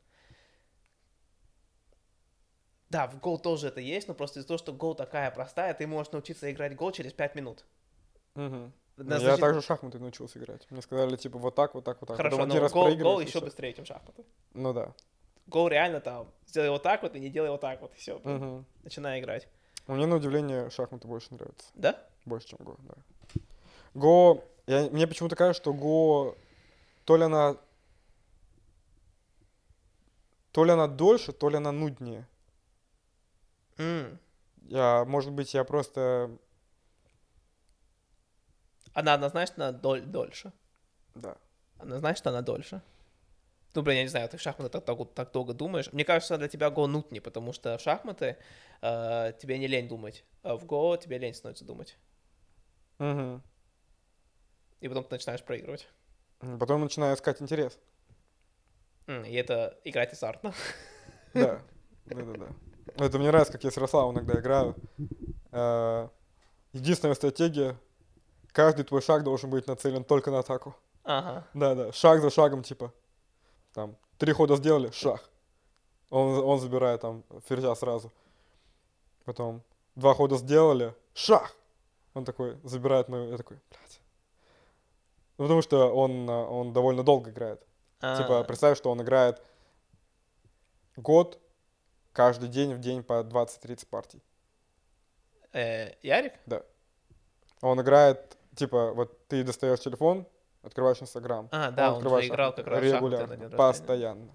Да, в Go тоже это есть, но просто из-за того, что Go такая простая, ты можешь научиться играть Go через пять минут. Мгм. Ну, На я значит- также в шахматы научился играть. Мне сказали, типа, вот так, вот так, вот так. Потом Хорошо, один но раз Go, Go проигрываешь, и еще все. быстрее, чем шахматы. Ну да. Go реально там, сделай вот так вот и не делай вот так вот, и все, Мгм. начинай играть. Но мне, на удивление, шахматы больше нравятся. Да? Больше, чем го, да. Го... Я, мне почему-то кажется, что го... То ли она... То ли она дольше, то ли она нуднее. М. Я, может быть, я просто... Она однозначно доль- дольше. Да. Однозначно она дольше. Ну, блин, я не знаю, ты в шахматы так, так, так долго думаешь. Мне кажется, для тебя Go нуднее, потому что в шахматы э, тебе не лень думать, а в Go тебе лень становится думать. Мгм. И потом ты начинаешь проигрывать. М, Потом начинаю искать интерес. М, И это играть азартно. Да. Да-да-да. Это мне нравится, как я с Ярославом иногда играю. Э, Единственная стратегия, каждый твой шаг должен быть нацелен только на атаку. Ага. Да-да, шаг за шагом, типа, там, три хода сделали, шах. Он, он забирает там ферзя сразу. Потом два хода сделали, шах. Он такой забирает мою, я такой, блядь. Ну, потому что он, а, он довольно долго играет. Типа, А, представь, что он играет год, каждый день в день по двадцать-тридцать партий. э, Ярик? Да. Он играет, типа, вот ты достаешь телефон, открываешь Инстаграм. А, Он да, он же открывает играл шахматы как раз в шахматы на регулярно, день рождения. постоянно.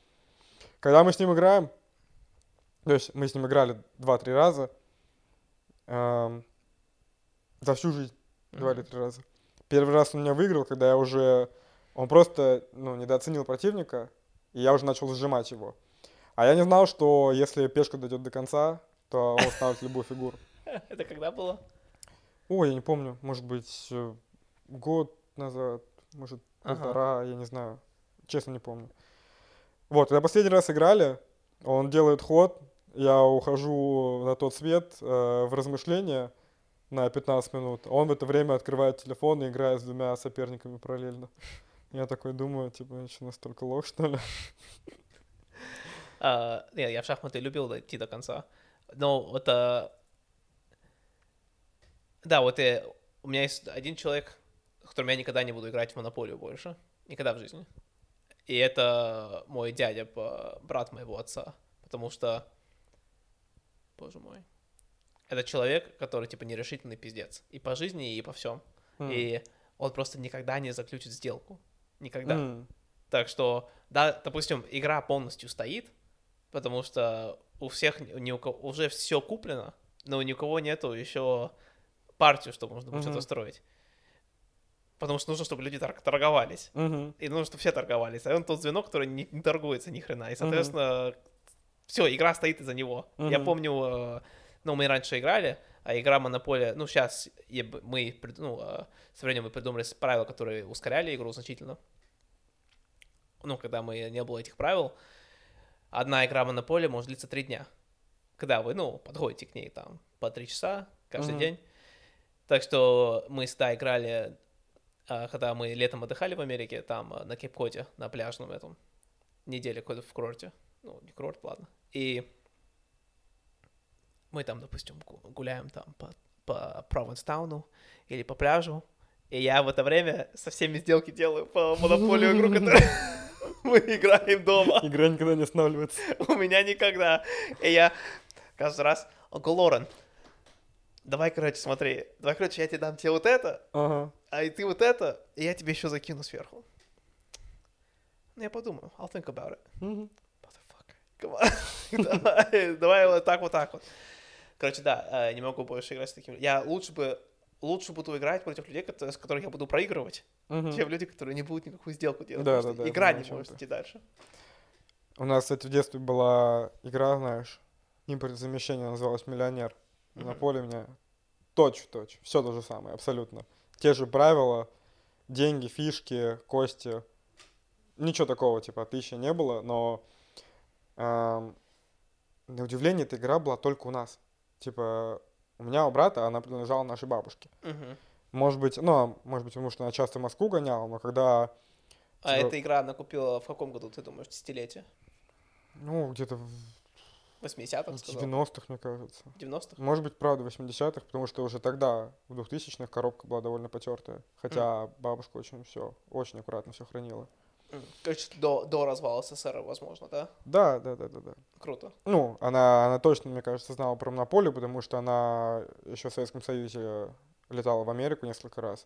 Когда мы с ним играем, то есть мы с ним играли два-три раза, эм, за всю жизнь. Два или Мгм. три раза. Первый раз он меня выиграл, когда я уже... Он просто, ну, недооценил противника, и я уже начал сжимать его. А я не знал, что если пешка дойдет до конца, то он ставит любую фигуру. Это когда было? Ой, я не помню, может быть, э, год назад, может, Ага. полтора, я не знаю. Честно, не помню. Вот, когда последний раз играли, он делает ход, я ухожу на тот свет э, в размышления на пятнадцать минут. Он в это время открывает телефон и играет с двумя соперниками параллельно. Я такой думаю, типа, я что, настолько лох, что ли? А, не, я в шахматы любил дойти до конца. Но вот, а, да, вот э, у меня есть один человек, с которым я никогда не буду играть в монополию больше. Никогда в жизни. И это мой дядя, по- брат моего отца. Потому что, боже мой, это человек, который, типа, нерешительный пиздец. И по жизни, и по всем. М, И он просто никогда не заключит сделку. Никогда. м, Так что, да, допустим, игра полностью стоит, потому что у всех, ни у кого, уже все куплено, но ни у кого нету еще партию, чтобы можно было что-то мгм, строить. Потому что нужно, чтобы люди тор- торговались. мгм, И нужно, чтобы все торговались. А он тот звено, который не, не торгуется ни хрена. И, мгм, соответственно, все, игра стоит из-за него. Я мгм, помню, э, ну, мы раньше играли, а игра Монополия, ну, сейчас мы, прид- ну, э, со временем мы придумали правила, которые ускоряли игру значительно. Ну, когда мы не было этих правил, одна игра Монополия может длиться три дня. Когда вы, ну, подходите к ней там по три часа каждый мгм, день. Так что мы всегда играли, а, когда мы летом отдыхали в Америке, там а, на Кейп-Коде, на пляжном этом, неделе какой-то в курорте. Ну, не курорт, ладно. И мы там, допустим, гу- гуляем там по, по Провинстауну или по пляжу. И я в это время со всеми сделки делаю по монополию игру, которую мы играем дома. Игра никогда не останавливается. У меня никогда. И я каждый раз, Uncle Лорен, давай, короче, смотри, давай, короче, я тебе дам тебе вот это, Ага. а и ты вот это, и я тебе еще закину сверху. Ну, я подумаю, I'll think about it. Мгм. Motherfucker. Come on. давай, давай вот так, вот так вот. Короче, да, э, не могу больше играть с такими. Я лучше бы, лучше буду играть против людей, которые- с которых я буду проигрывать, Мгм. чем люди, которые не будут никакую сделку делать. Да, потому да, что да, я игра понимаю, не о чем может ты. идти дальше. У нас, кстати, в детстве была игра, знаешь, импортозамещение, называлась «Миллионер». На Мгм. поле меня точь-в-точь, все то же самое, абсолютно. Те же правила, деньги, фишки, кости. Ничего такого, типа, отличия не было, но ам, на удивление эта игра была только у нас. Типа, у меня у брата она принадлежала нашей бабушке. Мгм. Может быть, ну, а может быть, потому что она часто в Москву гоняла, но когда, А типа, эта игра она купила в каком году, ты думаешь, десятилетие? ну, где-то в В восьмидесятых, в сказал бы? девяностых, мне кажется. В девяностых? Может быть, правда, в восьмидесятых, потому что уже тогда, в двухтысячных, коробка была довольно потертая. М, Хотя бабушка очень все, очень аккуратно все хранила. м. Короче, до, до развала СССР, возможно, да? Да, да, да, да, да. Круто. Ну, она, она точно, мне кажется, знала про монополию, потому что она еще в Советском Союзе летала в Америку несколько раз.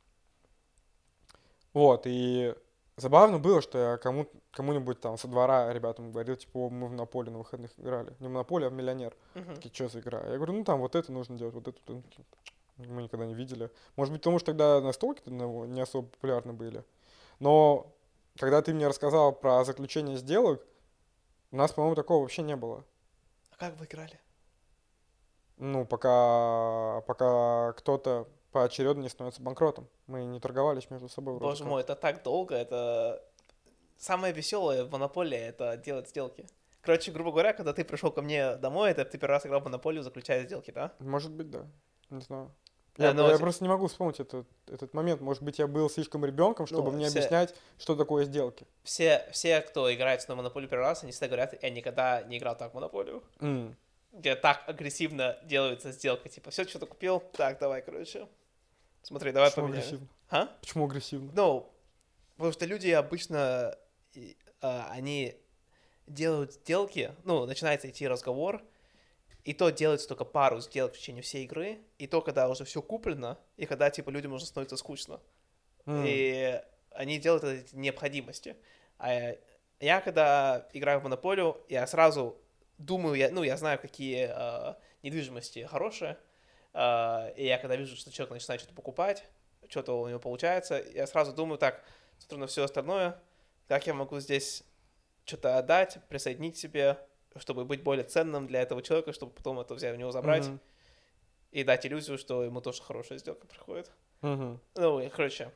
Вот, и забавно было, что я кому, кому-нибудь там со двора ребятам говорил, типа, «О, мы в монополию на выходных играли». Не в монополию, а в миллионер. Мгм. Такие, что за игра? Я говорю, ну там вот это нужно делать, вот это. вот это». Мы никогда не видели. Может быть, потому что тогда настолки ну, не особо популярны были. Но когда ты мне рассказал про заключение сделок, у нас, по-моему, такого вообще не было. А как вы играли? Ну, пока, пока кто-то поочередно не становится банкротом. Мы не торговались между собой вроде Боже как. мой, это так долго, это... Самое веселое в Монополии — это делать сделки. Короче, грубо говоря, когда ты пришел ко мне домой, это ты первый раз играл в Монополию, заключая сделки, да? Может быть, да. Не знаю. Э, Я, Но, я те- просто не могу вспомнить этот, этот момент. Может быть, я был слишком ребенком, чтобы ну, мне все, объяснять, что такое сделки. все, все, кто играет на Монополию первый раз, они всегда говорят, я никогда не играл так в Монополию. М, Где так агрессивно делается сделка, типа, все, что-то купил, так, давай, короче. Смотри, давай Почему поменяем. агрессивно? А? Почему агрессивно? Ну, потому что люди обычно, и, а, они делают сделки, ну, начинается идти разговор, и то делается только пару сделок в течение всей игры, и то, когда уже все куплено, и когда, типа, людям уже становится скучно. М, И они делают это из необходимости. А я, когда играю в Монополию, я сразу думаю, я, ну, я знаю, какие э, недвижимости хорошие, А, и я когда вижу, что человек начинает что-то покупать, что-то у него получается, я сразу думаю, так, смотрю на все остальное, как я могу здесь что-то отдать, присоединить себе, чтобы быть более ценным для этого человека, чтобы потом это взять у него забрать Мгм. и дать иллюзию, что ему тоже хорошая сделка приходит. Мгм. Ну, и, короче.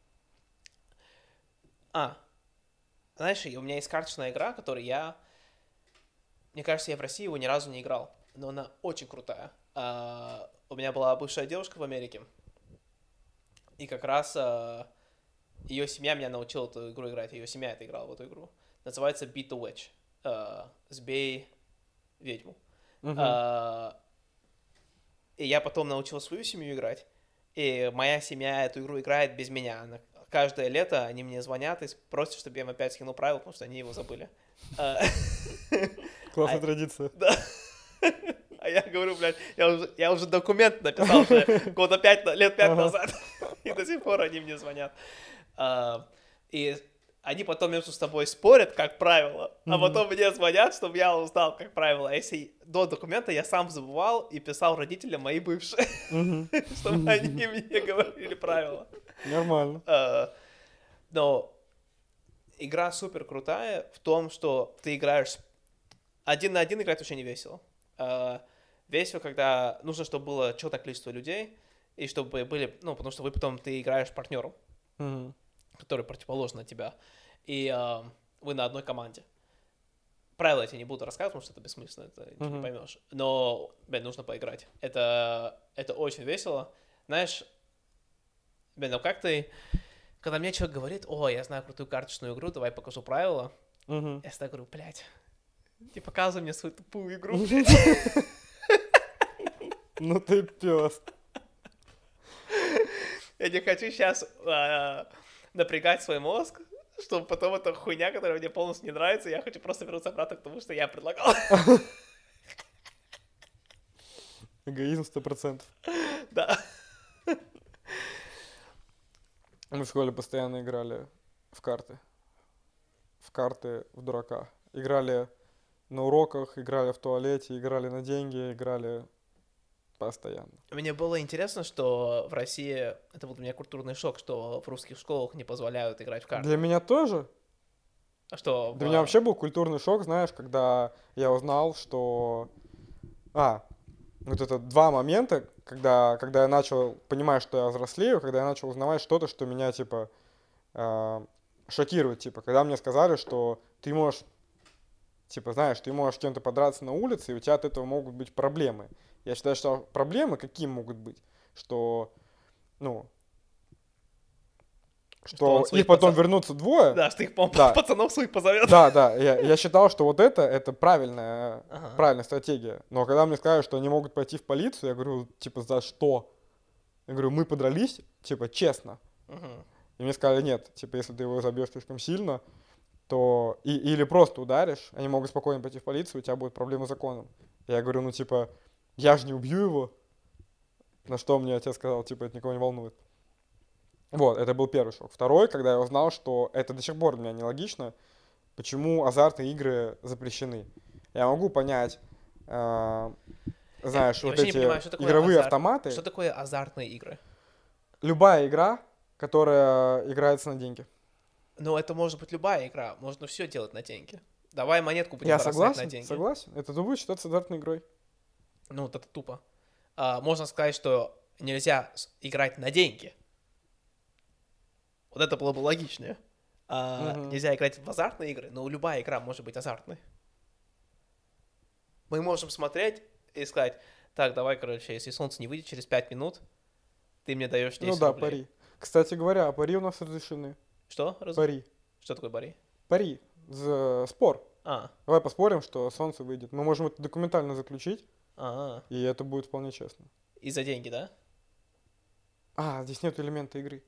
А, знаешь, и у меня есть карточная игра, которую я... Мне кажется, я в России его ни разу не играл, но она очень крутая. А, у меня была бывшая девушка в Америке, и как раз а, ее семья меня научила эту игру играть, ее семья это играла в эту игру. Называется Beat the Witch. А, Сбей ведьму. Мгм. А, и я потом научил свою семью играть, и моя семья эту игру играет без меня. Она- Каждое лето они мне звонят и просят, чтобы я им опять скинул правила, потому что они его забыли. А, Классная а- традиция. Да. А я говорю, блядь, я уже, я уже документ написал уже года пять, на- лет пять Ага. назад, и до сих пор они мне звонят. А, и они потом между собой спорят, как правило, а Мгм. потом мне звонят, чтобы я узнал, как правило. А если до документа я сам забывал и писал родителям мои бывшие, Мгм. чтобы они мне говорили правила. Нормально. А, Но игра супер крутая в том, что ты играешь один на один, играть очень не весело. А, Весело, когда нужно, чтобы было четное количество людей, и чтобы были, ну, потому что вы потом, ты играешь партнером, Мгм. который противоположен от тебя, и а, вы на одной команде. Правила я тебе не буду рассказывать, потому что это бессмысленно, это ничего не Мгм. поймешь. Но, блин, нужно поиграть. Это, это очень весело. Знаешь, блин, ну как ты... Когда мне человек говорит, о, я знаю крутую карточную игру, давай покажу правила, Мгм. я всегда говорю, блядь, не показывай мне свою тупую игру. Ну ты пес. Я не хочу сейчас напрягать свой мозг, чтобы потом эта хуйня, которая мне полностью не нравится, я хочу просто вернуться обратно к тому, что я предлагал. Эгоизм сто процентов. Да. Мы в школе постоянно играли в карты. В карты в дурака. Играли на уроках, играли в туалете, играли на деньги, играли постоянно. Мне было интересно, что в России, это был для меня культурный шок, что в русских школах не позволяют играть в карты. Для меня тоже. А что? Для в- меня вообще был культурный шок, знаешь, когда я узнал, что... А, вот это два момента, когда, когда я начал понимать, что я взрослею, когда я начал узнавать что-то, что меня, типа, а, шокирует. Типа, когда мне сказали, что ты можешь, типа, знаешь, ты можешь с кем-то подраться на улице, и у тебя от этого могут быть проблемы. Я считаю, что проблемы какие могут быть? Что, ну, Что он что своих их потом пацан- вернутся двое. Да, что их по- Да. пацанов своих позовет. Да, да, я, я считал, что вот это, это правильная, Ага. правильная стратегия. Но когда мне сказали, что они могут пойти в полицию, я говорю, типа, за что? Я говорю, мы подрались, типа, честно. Мгм. И мне сказали, нет, типа, если ты его забьешь слишком сильно, то и, или просто ударишь, они могут спокойно пойти в полицию, у тебя будет проблема с законом. Я говорю, ну, типа, я же не убью его. На что мне отец сказал, типа, это никого не волнует. Вот, это был первый шок. Второй, когда я узнал, что это до сих пор для меня нелогично, почему азартные игры запрещены. Я могу понять, э, знаешь, Я вот вообще не эти понимаю, что такое игровые азарт- автоматы, Что такое азартные игры? любая игра, которая играется на деньги. Ну, это может быть любая игра, можно все делать на деньги. Давай монетку будем Я бросать согласен, на деньги. согласен. Это будет считаться азартной игрой. Ну, вот это тупо. А, можно сказать, что нельзя с- играть на деньги. Вот это было бы логичнее. А, Мгм. Нельзя играть в азартные игры, но любая игра может быть азартной. Мы можем смотреть и сказать, так, давай, короче, если солнце не выйдет через пять минут, ты мне даешь десять Ну да, рублей. пари. Кстати говоря, пари у нас разрешены. Что? Раз- Пари. Что такое бари? Пари. За спор. А, Давай поспорим, что солнце выйдет. Мы можем это документально заключить, а, и это будет вполне честно. и за деньги, да? А, здесь нет элемента игры.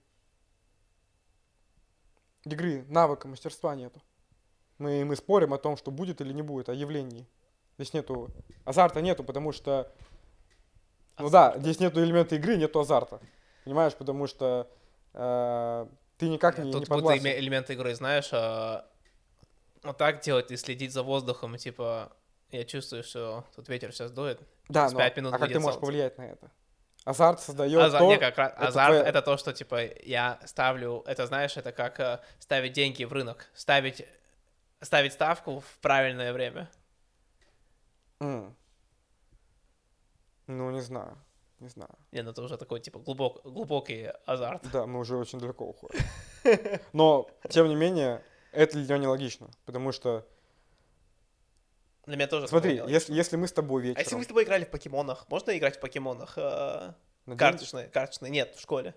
Игры, навыка, мастерства нету. Мы, мы спорим о том, что будет или не будет, о явлении. Здесь нету... Азарта нету, потому что... Ну да, Азарта. здесь нету элемента игры, нету азарта. Понимаешь, потому что э, ты никак не, не Тут будут подвластен. име- элементы игры, знаешь, а, вот так делать и следить за воздухом, и типа, я чувствую, что тут ветер сейчас дует, Да, через но пять минут а как ты выйдет можешь солнце. повлиять на это? Азарт создает Аза- то... не, как раз- это азарт твоя- это то, что типа я ставлю, это знаешь, это как э, ставить деньги в рынок, ставить, ставить ставку в правильное время. М. Ну, не знаю, не знаю. Не, ну это уже такой типа глубок, глубокий азарт. Да, мы уже очень далеко уходим. Но, тем не менее, это для него нелогично, потому что, Для меня тоже смотри, такое если, нелогично. если мы с тобой А если вечером... мы с тобой играли в покемонах, можно играть в покемонах? э, на деньги- Карточные, карточные, нет, в школе.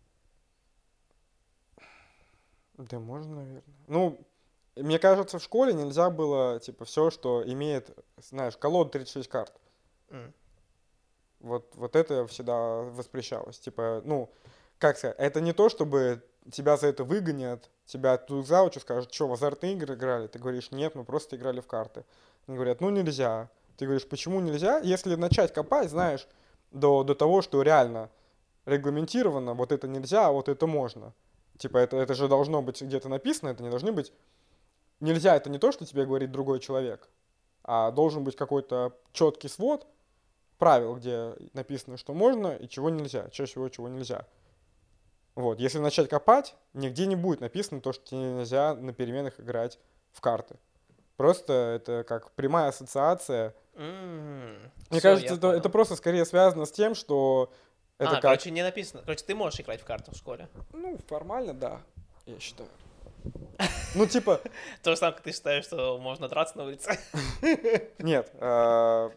Да, можно, наверное. Ну, мне кажется, в школе нельзя было, типа, все, что имеет, знаешь, колода тридцать шесть карт. М. Вот, вот это всегда воспрещалось. Типа, ну, как сказать, это не то, чтобы тебя за это выгонят, тебя тут заучу скажут, что, в азартные игры играли? Ты говоришь, нет, мы просто играли в карты. Они говорят, ну, нельзя. Ты говоришь, почему нельзя? Если начать копать, знаешь, до, до того, что реально регламентировано, вот это нельзя, а вот это можно. Типа, это, это же должно быть где-то написано, это не должны быть... Нельзя, это не то, что тебе говорит другой человек, а должен быть какой-то четкий свод правил, где написано, что можно и чего нельзя, чаще всего чего нельзя. Вот, если начать копать, нигде не будет написано то, что тебе нельзя на переменах играть в карты. Просто это как прямая ассоциация. М, Мне всё, кажется, я это, это понял. просто скорее связано с тем, что это А, как... короче, не написано. Короче, ты можешь играть в карты в школе. Ну, формально, да, я считаю. Ну, типа, То же самое, как ты считаешь, что можно драться на улице. нет, э,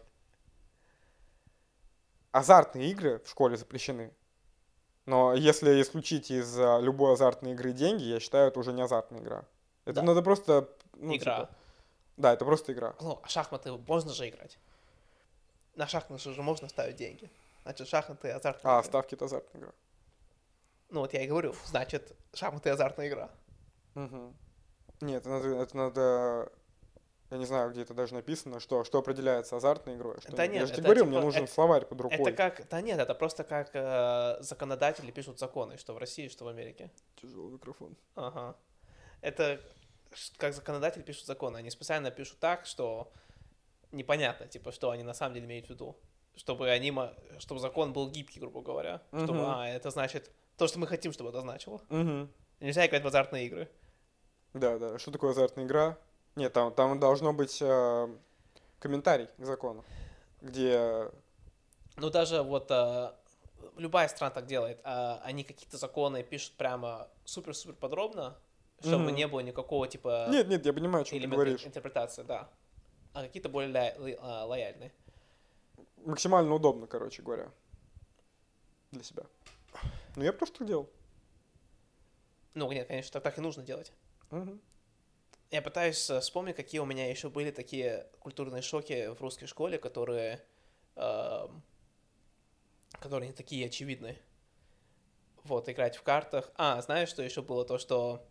азартные игры в школе запрещены. Но если исключить из а, любой азартной игры деньги, я считаю, это уже не азартная игра. Это Да. надо просто, ну, Игра. типа, да, это просто игра. Ну, а шахматы можно же играть. На шахматы же можно ставить деньги. Значит, шахматы азартная А, игра. ставки — это азартная игра. Ну, вот я и говорю, значит, шахматы азартная игра. Мгм. Нет, это надо, это надо, я не знаю, где это даже написано, что, что определяется азартной игрой, а что Да нет. нет, Я же тебе это говорю, типа- мне нужен это- словарь под Это рукой. как... Да нет, это просто как э, законодатели пишут законы, что в России, что в Америке. Тяжелый микрофон. Ага. Это ш- как законодатели пишут законы. Они специально пишут так, что непонятно, типа, что они на самом деле имеют в виду. Чтобы они, мо- чтобы закон был гибкий, грубо говоря. Чтобы, Мгм. а, это значит то, что мы хотим, чтобы это значило. Мгм. Нельзя играть в азартные игры. Да, да. Что такое азартная игра? Нет, там, там должно быть э, комментарий к закону, где... Ну, даже вот э, любая страна так делает. а они какие-то законы пишут прямо супер-супер подробно, чтобы Мгм. не было никакого, типа, Нет, нет, я понимаю, о чем ты элемента говоришь. интерпретации, да. А какие-то более ля- ло- а, лояльные. Максимально удобно, короче говоря, для себя. Ну, я бы тоже так делал. Ну, нет, конечно, так, так и нужно делать. Мгм. Я пытаюсь э, вспомнить, какие у меня еще были такие культурные шоки в русской школе, которые, эм, которые не такие очевидные. Вот, играть в картах. А, знаешь, что еще было? То, что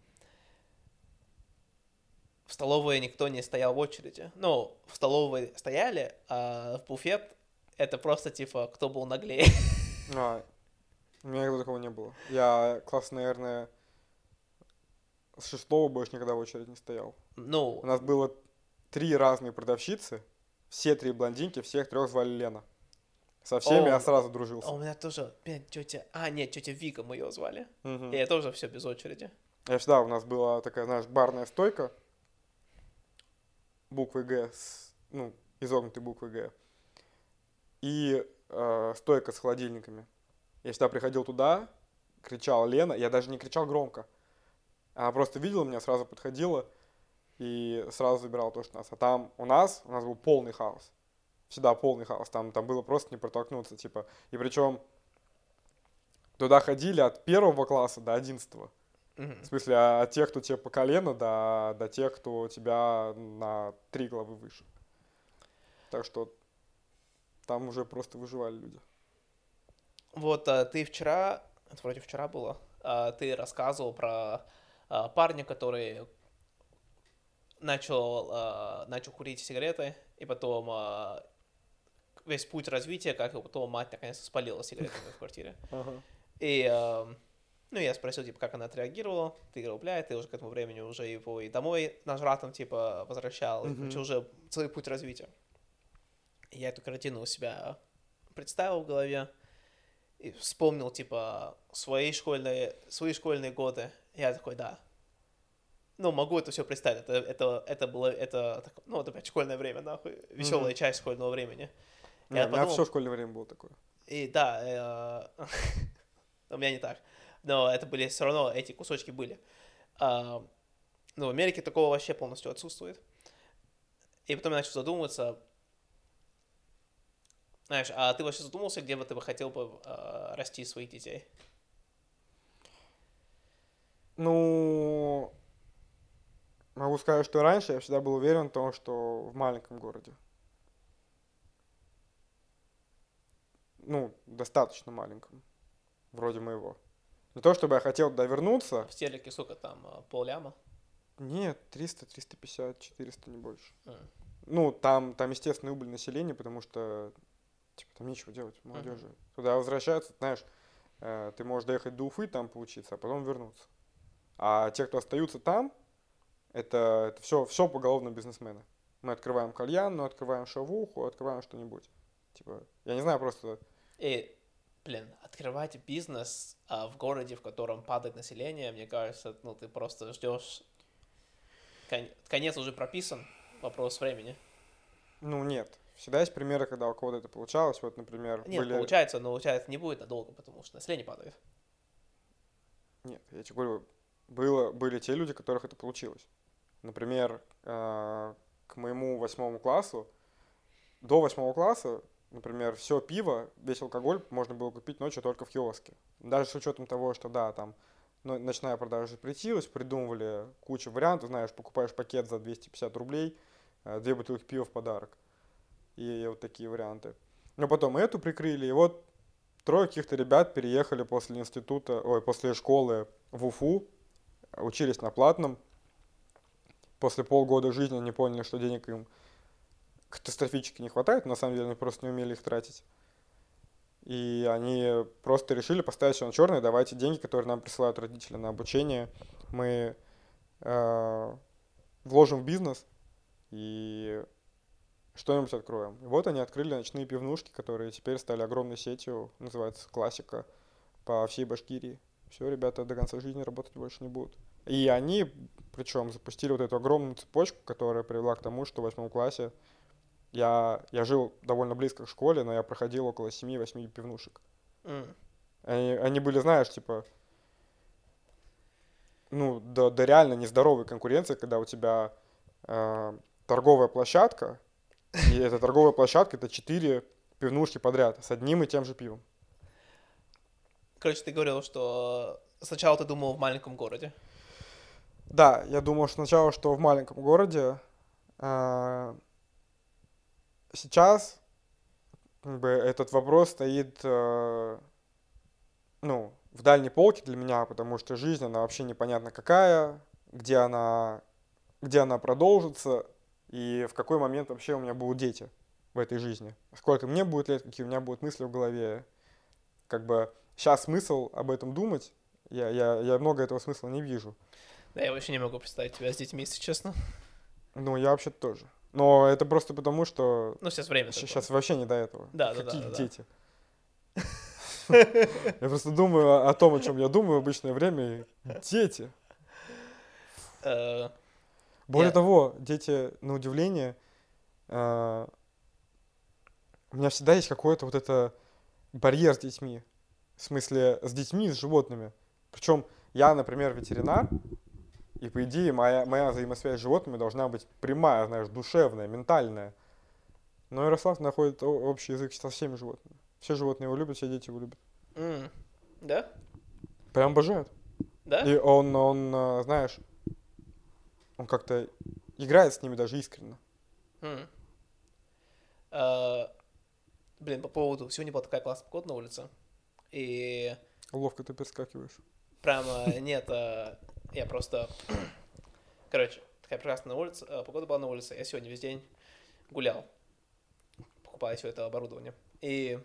в столовой никто не стоял в очереди. Ну, в столовой стояли, а в буфет это просто, типа, кто был наглее. А, у меня никогда такого не было. Я класс, наверное, с шестого больше никогда в очередь не стоял. У Ну, нас было три разные продавщицы, все три блондинки, всех трех звали Лена. Со всеми О, я сразу а у дружился. меня тоже, блин, тетя... А, нет, тетя Вика мы ее звали. Мгм. И я тоже все без очереди. Я всегда, у нас была такая, знаешь, барная стойка, буквой Г, с, ну, изогнутой буквой Г, и э, стойка с холодильниками. Я всегда приходил туда, кричал Лена, я даже не кричал громко. Она просто видела меня, сразу подходила и сразу забирала то, что у нас. А там у нас, у нас был полный хаос. Всегда полный хаос. Там, там было просто не протолкнуться, типа. И причем туда ходили от первого класса до одиннадцатого. Мгм. В смысле, а- от тех, кто тебе по колено, до, до тех, кто тебя на три главы выше. Так что там уже просто выживали люди. Вот а, ты вчера, это вроде вчера было, а, ты рассказывал про а, парня, который начал, а, начал курить сигареты, и потом а, весь путь развития, как его потом мать наконец-то спалила сигаретами в квартире. Ага. И, а, ну, я спросил, типа, как она отреагировала. Ты говорил, бля, ты уже к этому времени уже его и домой нажратым, типа, возвращал. И, Мгм. короче, уже целый путь развития. И я эту картину у себя представил в голове. и вспомнил, типа, свои школьные, свои школьные годы. Я такой, да. Ну, могу это все представить. Это, это, это было, это, ну, это опять школьное время, нахуй. Веселая Мгм. часть школьного времени. Не, Я у меня все подумал, школьное время было такое. и да, э, у меня не так. Но это были все равно, эти кусочки были. А, но в Америке такого вообще полностью отсутствует. И потом я начал задумываться, знаешь, а ты вообще задумался, где бы ты бы хотел бы э, расти своих детей? Ну, могу сказать, что раньше я всегда был уверен в том, что в маленьком городе. Ну, достаточно маленьком, вроде моего. Не то, чтобы я хотел туда вернуться. В Стерлике сколько там, э, полляма? Нет, триста, триста пятьдесят, четыреста, не больше. М, Ну, там, там естественный убыль населения, потому что, типа, там нечего делать мгм. молодежи. Туда возвращаются, знаешь, э, ты можешь доехать до Уфы, там поучиться, а потом вернуться. А те, кто остаются там, это, это все, все поголовно бизнесмены. Мы открываем кальян, мы открываем шавуху, открываем что-нибудь. Типа, я не знаю, просто... И, блин, открывать бизнес а, в городе, в котором падает население, мне кажется, ну, ты просто ждешь... Кон- Конец уже прописан, вопрос времени. Ну, нет. Всегда есть примеры, когда у кого-то это получалось. Вот, например, Нет, были... получается, но получается не будет надолго, потому что население падает. Нет, я тебе говорю, было, были те люди, у которых это получилось. Например, э, к моему восьмому классу, до восьмого класса, например, все пиво, весь алкоголь можно было купить ночью только в киоске. Даже с учетом того, что, да, там ну, ночная продажа запретилась, придумывали кучу вариантов, знаешь, покупаешь пакет за двести пятьдесят рублей, э, две бутылки пива в подарок. И вот такие варианты. Но потом эту прикрыли, и вот трое каких-то ребят переехали после института, ой, после школы в Уфу, учились на платном. После полгода жизни они поняли, что денег им катастрофически не хватает, на самом деле они просто не умели их тратить. И они просто решили поставить все на черное, давайте деньги, которые нам присылают родители на обучение, мы э, вложим в бизнес и что-нибудь откроем. И вот они открыли ночные пивнушки, которые теперь стали огромной сетью, называется «Классика», по всей Башкирии. Все, ребята до конца жизни работать больше не будут. И они, причем, запустили вот эту огромную цепочку, которая привела к тому, что в восьмом классе я, я жил довольно близко к школе, но я проходил около семи-восьми пивнушек. М. Они, они были, знаешь, типа, ну, до, до реально нездоровой конкуренции, когда у тебя э, торговая площадка, и эта торговая площадка это четыре пивнушки подряд с одним и тем же пивом. Короче, ты говорил, что сначала ты думал в маленьком городе. Да, я думал сначала, что в маленьком городе. э, Сейчас как бы, этот вопрос стоит э, ну, в дальней полке для меня, потому что жизнь, она вообще непонятно какая, где она, где она продолжится, и в какой момент вообще у меня будут дети в этой жизни. Сколько мне будет лет, какие у меня будут мысли в голове. Как бы сейчас смысл об этом думать, я, я, я много этого смысла не вижу. Да, я вообще не могу представить тебя с детьми, если честно. Ну, я вообще-то тоже. Но это просто потому, что Ну, сейчас время такое. сейчас вообще не до этого. Да, да, да, Какие да, да. дети? Я просто думаю о, о том, о чем я думаю в обычное время. И дети. Э, Более Я... того, дети, на удивление, э, у меня всегда есть какой-то вот это барьер с детьми. В смысле, с детьми и с животными. Причем я, например, ветеринар, и по идее моя, моя взаимосвязь с животными должна быть прямая, знаешь, душевная, ментальная. Но Ярослав находит о- общий язык со всеми животными. Все животные его любят, все дети его любят. М. Да? Прям обожают. Да? И он, он, э, знаешь, он как-то играет с ними даже искренне. М. Э, Блин, по поводу... Сегодня была такая классная погода на улице. И Ловко ты перескакиваешь. прямо нет... э, Я просто... Короче, такая прекрасная улица, э, погода была на улице. Я сегодня весь день гулял, покупая все это оборудование. И...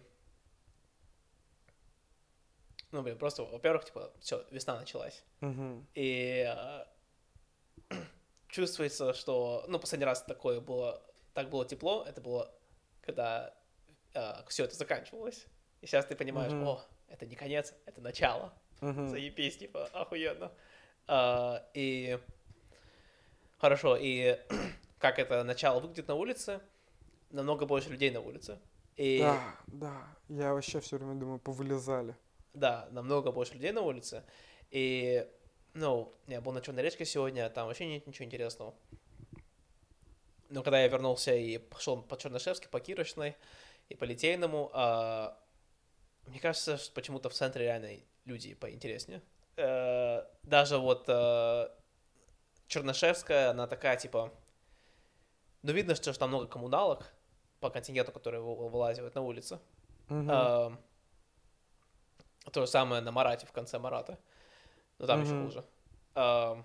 Ну, блин, просто, во-первых, типа, все, весна началась. Угу. И э, чувствуется, что... Ну, последний раз такое было... Так было тепло, это было, когда э, все это заканчивалось. И сейчас ты понимаешь, Мгм. о, это не конец, это начало. Мгм. Заебись, типа, охуенно. А, и хорошо, и как это начало выглядит на улице, намного больше людей на улице. И Да, да. Я вообще все время думаю, повылезали. да, намного больше людей на улице. И, ну, я был на Черной речке сегодня, там вообще нет ничего интересного. Но когда я вернулся и пошел по Чернышевской, по Кирочной и по Литейному, а, мне кажется, что почему-то в центре реально люди поинтереснее. Э, Даже вот э, Чернышевская, она такая, типа... Ну, видно, что там много коммуналок по контингенту, который вы- вылазивает на улице. Мгм. Э, То же самое на Марате, в конце Марата. Но там еще Мгм. хуже. Э,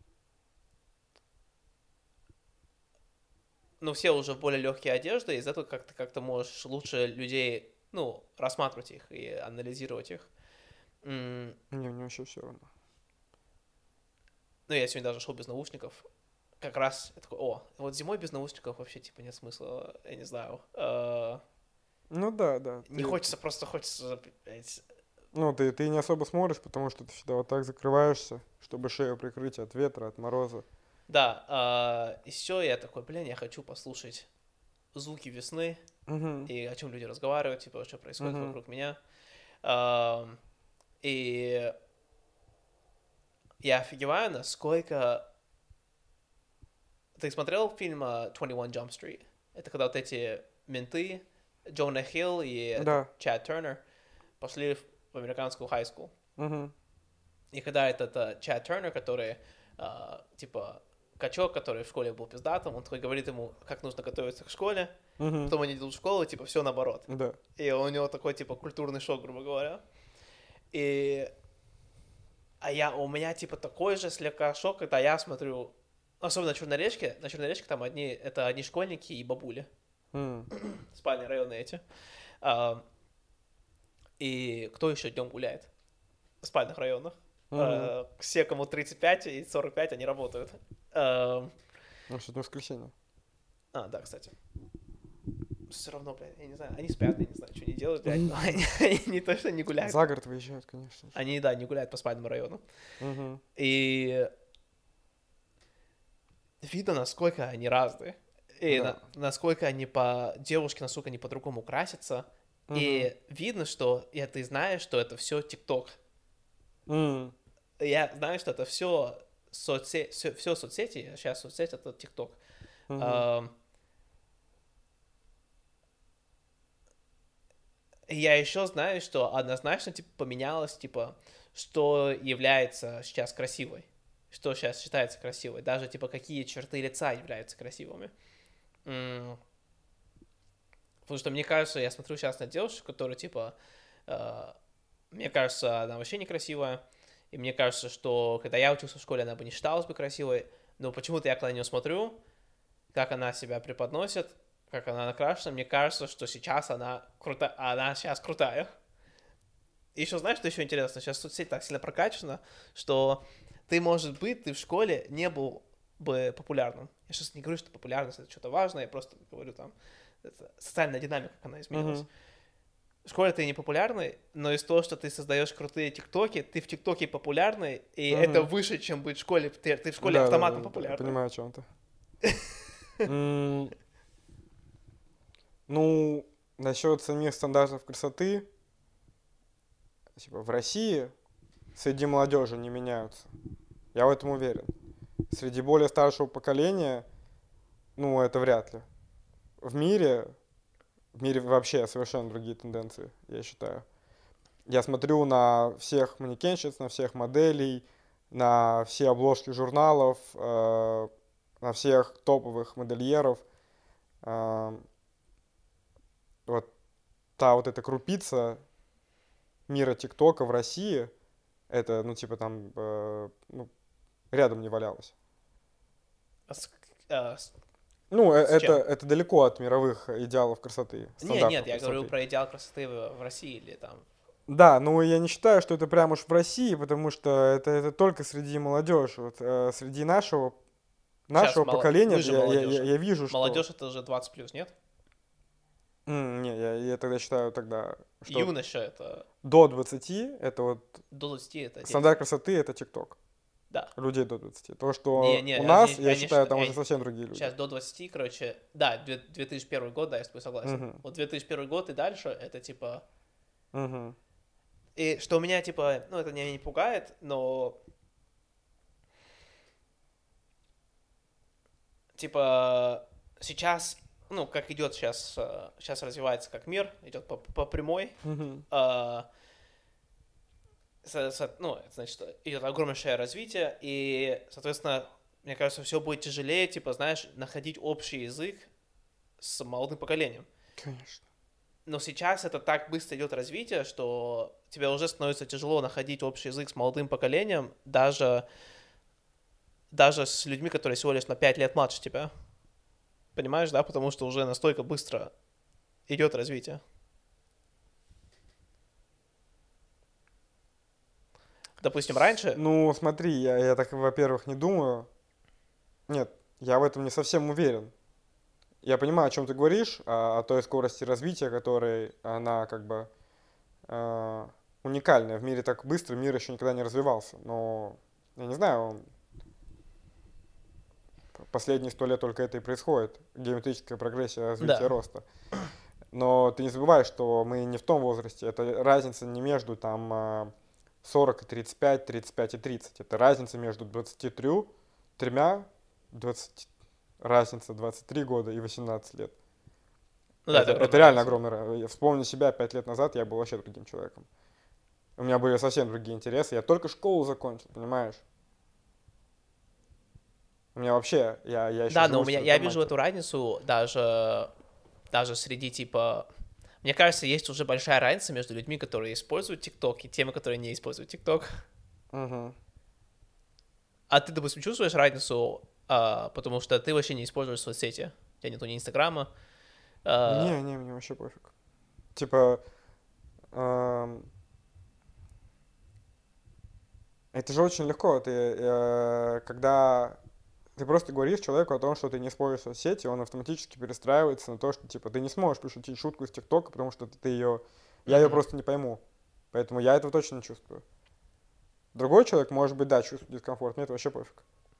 Ну, все уже в более легкие одежды, из-за этого как ты как-то можешь лучше людей, ну, рассматривать их и анализировать их. М, Не, мне вообще все равно. Ну, я сегодня даже шел без наушников. Как раз я такой, о, вот зимой без наушников вообще, типа, нет смысла, я не знаю. Э, Ну да, да. Не Ты, хочется, просто хочется, блядь. ну, ты, ты не особо смотришь, потому что ты всегда вот так закрываешься, чтобы шею прикрыть от ветра, от мороза. Да, а, и все, я такой, блин, я хочу послушать звуки весны Мгм. и о чем люди разговаривают, типа, что происходит Мгм. вокруг меня. А, И я офигеваю, насколько... Ты смотрел фильм а, двадцать один Jump Street? Это когда вот эти менты, Джона Хилл и этот Да. Чад Тернер, пошли в в американскую high school. Мгм. И когда этот а, Чад Тернер, который, а, типа, качок, который в школе был пиздатым, он такой говорит ему, как нужно готовиться к школе, Мгм. потом они идут в школу, типа, все наоборот. Да. И у него такой, типа, культурный шок, грубо говоря. И... А я, у меня, типа, такой же слегка шок, когда я смотрю, особенно на Черной речке, на Черной речке там одни, это одни школьники и бабули, М. спальные районы эти. А, и кто еще днем гуляет в спальных районах? Мгм. А, все, кому тридцать пять и сорок пять, они работают. А, Ну, сегодня воскресенье. а, да, кстати. Все равно, блядь, я не знаю, они спят, я не знаю, что они делают, блядь, но они, они не точно не гуляют. За город выезжают, конечно же. Они, да, не гуляют по спальному району. Мгм. И видно, насколько они разные. И Да. на- насколько они по... Девушки, насколько они по-другому красятся. Мгм. И видно, что... И ты знаешь, что это все ТикТок. М. Я знаю, что это все соцсети, все, все соцсети, сейчас соцсеть это ТикТок. Мгм. Ам, и я еще знаю, что однозначно типа поменялось, типа, что является сейчас красивой, что сейчас считается красивой, даже типа какие черты лица являются красивыми. М, Потому что мне кажется, я смотрю сейчас на девушек, которые типа, э, мне кажется, она вообще некрасивая, и мне кажется, что когда я учился в школе, она бы не считалась бы красивой, но почему-то я когда на нее смотрю, как она себя преподносит, как она накрашена, мне кажется, что сейчас она крутая, она сейчас крутая. И еще знаешь, что еще интересно? Сейчас соцсеть так сильно прокачана, что ты, может быть, ты в школе не был бы популярным. Я сейчас не говорю, что популярность это что-то важное, я просто говорю там, это социальная динамика, как она изменилась. Мгм. В школе ты не популярный, но из того, что ты создаешь крутые тиктоки, ты в тиктоке популярный, и Мгм. это выше, чем быть в школе. Ты, ты в школе Да, да, автоматом да, да, популярный. понимаю, о чем ты. М, Ну, насчет самих стандартов красоты, типа в России среди молодежи не меняются. Я в этом уверен. Среди более старшего поколения, ну, это вряд ли. В мире, в мире вообще совершенно другие тенденции, я считаю. Я смотрю на всех манекенщиц, на всех моделей, на все обложки журналов, э, на всех топовых модельеров. Э, вот та вот эта крупица мира ТикТока в России, это, ну, типа там, э, ну, рядом не валялось. А с- а, с- Ну, э- С это, чем? это далеко от мировых идеалов красоты, Нет, стандартов нет, я говорю красоты. про идеал красоты в, в России или там. Да, но я не считаю, что это прям уж в России, потому что это, это только среди молодежи. Вот, э, среди нашего, Сейчас нашего мало... поколения вы же я, я, я, молодежи. я вижу, что... Молодежь это же двадцать плюс, нет? М, Не, я, я тогда считаю тогда, что Юноша — это до двадцати это вот до двадцати, это стандарт дети. красоты это ТикТок. Да. Людей до двадцати. То, Не, что не, у они, нас, я они, считаю, там они, уже совсем другие люди. сейчас до двадцати, короче, да, две- 2001 год, да, я с тобой согласен. Мгм. Вот две тысячи первый год и дальше, это типа... Мгм. И что меня, типа, ну, это меня не пугает, но... Типа, сейчас, ну, как идет сейчас, э, сейчас развивается как мир, идет по, по прямой, Мгм. э, со- со- ну, это значит, что идет огромнейшее развитие, и, соответственно, мне кажется, все будет тяжелее, типа, знаешь, находить общий язык с молодым поколением. Конечно. Но сейчас это так быстро идет развитие, что тебе уже становится тяжело находить общий язык с молодым поколением, даже, даже с людьми, которые всего лишь на пять лет младше тебя. Понимаешь, да? Потому что уже настолько быстро идет развитие. Допустим, раньше... Ну, смотри, я, я так, во-первых, не думаю. Нет, я в этом не совсем уверен. Я понимаю, о чем ты говоришь, о, о той скорости развития, которой она как бы э, уникальная. В мире так быстро мир еще никогда не развивался. Но я не знаю, он- последние сто лет только это и происходит. Геометрическая прогрессия развития Да. роста. Но ты не забывай, что мы не в том возрасте. Это разница не между там э, сорок и тридцать пять, тридцать пять и тридцать. Это разница между двадцатью тремя, двадцать, разница двадцать три года и восемнадцать лет. Ну да, это, это это огромная реально разница. огромный разница. Я вспомню себя пять лет назад, я был вообще другим человеком. У меня были совсем другие интересы. Я только школу закончил, понимаешь? У меня вообще, я, я еще Да, но живу у с меня, я вижу информатикой. эту разницу даже, даже среди, типа... Мне кажется, есть уже большая разница между людьми, которые используют TikTok, и теми, которые не используют TikTok. Мгм. А ты, допустим, чувствуешь разницу, а, потому что ты вообще не используешь соцсети? У тебя нету ни Инстаграма. а, Не, не, мне вообще пофиг. Типа, эм, это же очень легко. Ты, э, когда ты просто говоришь человеку о том, что ты не используешь соцсети, он автоматически перестраивается на то, что типа ты не сможешь пошутить шутку из ТикТока, потому что ты ее, я ее мгм. просто не пойму. Поэтому я этого точно не чувствую. Другой человек, может быть, да, чувствует дискомфорт, мне это вообще пофиг.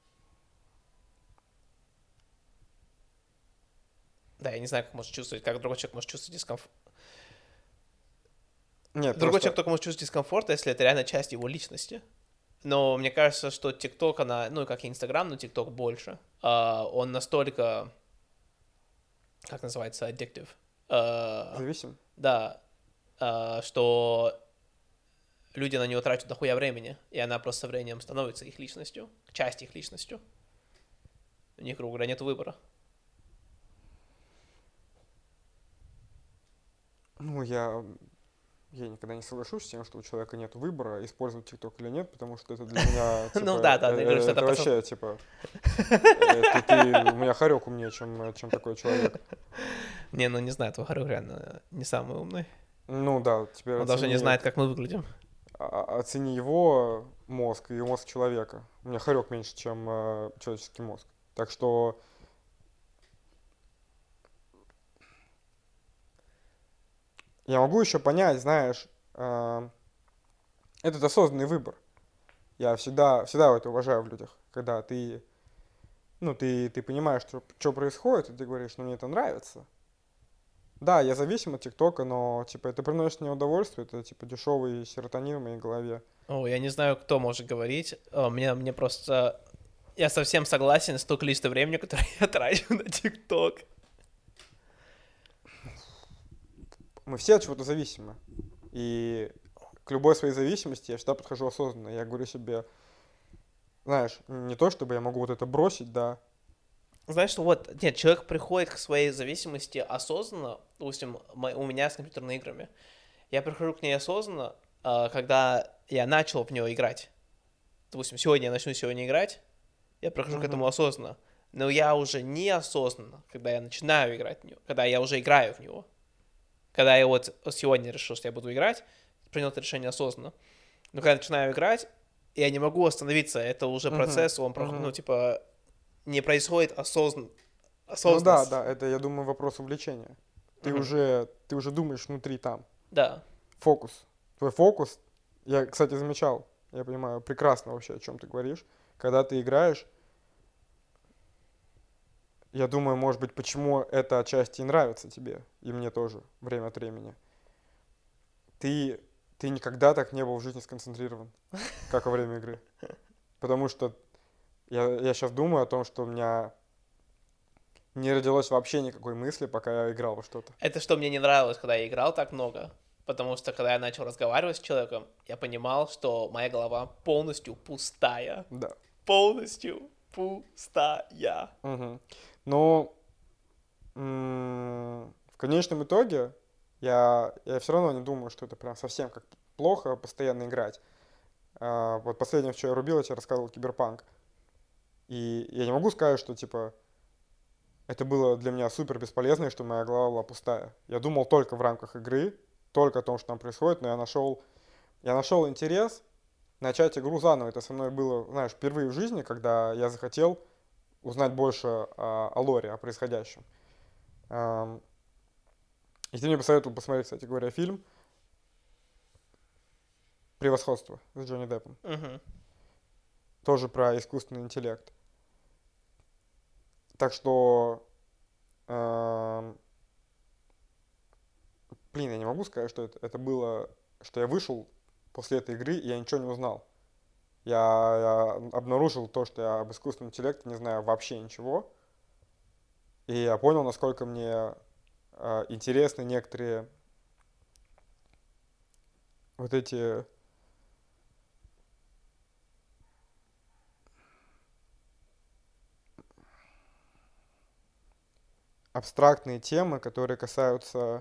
Да, я не знаю, как может чувствовать, как другой человек может чувствовать дискомфорт. Нет, Другой человек просто, только может чувствовать дискомфорт, если это реально часть его личности. Но мне кажется, что TikTok, она, ну, как и Инстаграм, но TikTok больше. А, он настолько, как называется, addictive. А, зависим. да, а, что люди на нее тратят дохуя времени, и она просто со временем становится их личностью, часть их личностью. У них, грубо говоря, нет выбора. Ну, я, я никогда не соглашусь с тем, что у человека нет выбора, использовать ТикТок или нет, потому что это для меня, типа, Ну да, да, э, ты говоришь, э, что это это процесс. вообще, типа, э, ты, ты- у меня хорек умнее, чем, чем такой человек. Не, ну не знаю, твой Харюк реально не самый умный. Ну да, теперь Он даже не оцени, знает, как мы выглядим. а- оцени его мозг и мозг человека. У меня хорек меньше, чем э, человеческий мозг. Так что я могу еще понять, знаешь, э, этот осознанный выбор. Я всегда, всегда это уважаю в людях, когда ты, ну, ты, ты понимаешь, что, что происходит, и ты говоришь, ну, мне это нравится. Да, я зависим от ТикТока, но, типа, это приносит мне удовольствие, это, типа, дешевый серотонин в моей голове. О, я не знаю, кто может говорить. О, мне, мне просто... Я совсем согласен с то количество времени, которое я трачу на ТикТок. Мы все от чего-то зависимы. И к любой своей зависимости я всегда подхожу осознанно. Я говорю себе, знаешь, не то, чтобы я могу вот это бросить, да. Знаешь, что вот, нет, человек приходит к своей зависимости осознанно, допустим, мо- у меня с компьютерными играми. Я прихожу к ней осознанно, а, когда я начал в нее играть. Допустим, сегодня я начну сегодня играть, я прихожу к этому Мгм. осознанно. Но я уже неосознанно, когда я начинаю играть в него, когда я уже играю в него. Когда я вот сегодня решил, что я буду играть, принял это решение осознанно. Но когда я начинаю играть, я не могу остановиться. Это уже Мгм. процесс, он, прох- ну, Мгм. типа, не происходит осознанно. Ну да, Осознанность. да, это, я думаю, вопрос увлечения. Ты, Мгм. уже, ты уже думаешь внутри там. Да. Фокус. Твой фокус, я, кстати, замечал, я понимаю прекрасно вообще, о чем ты говоришь. Когда ты играешь, я думаю, может быть, почему это отчасти и нравится тебе, и мне тоже, время от времени. Ты, ты никогда так не был в жизни сконцентрирован, как во время игры. Потому что я, я сейчас думаю о том, что у меня не родилось вообще никакой мысли, пока я играл во что-то. Это что мне не нравилось, когда я играл так много. Потому что, когда я начал разговаривать с человеком, я понимал, что моя голова полностью пустая. Да. Полностью пустая. Мгм. Но м, в конечном итоге я, я все равно не думаю, что это прям совсем как плохо постоянно играть. А, вот последнее, в что я рубил, я тебе рассказывал, Киберпанк. И я не могу сказать, что типа это было для меня супер бесполезно, и что моя голова была пустая. Я думал только в рамках игры, только о том, что там происходит, но я нашел, я нашел интерес начать игру заново. Это со мной было, знаешь, впервые в жизни, когда я захотел узнать больше о, о лоре, о происходящем. Ам, И ты мне посоветовал посмотреть, кстати говоря, фильм «Превосходство» с Джонни Деппом. Мгм. Тоже про искусственный интеллект. Так что, ам, блин, я не могу сказать, что это, это было, что я вышел после этой игры, и я ничего не узнал. Я, я обнаружил то, что я об искусственном интеллекте не знаю вообще ничего. И я понял, насколько мне а, интересны некоторые вот эти абстрактные темы, которые касаются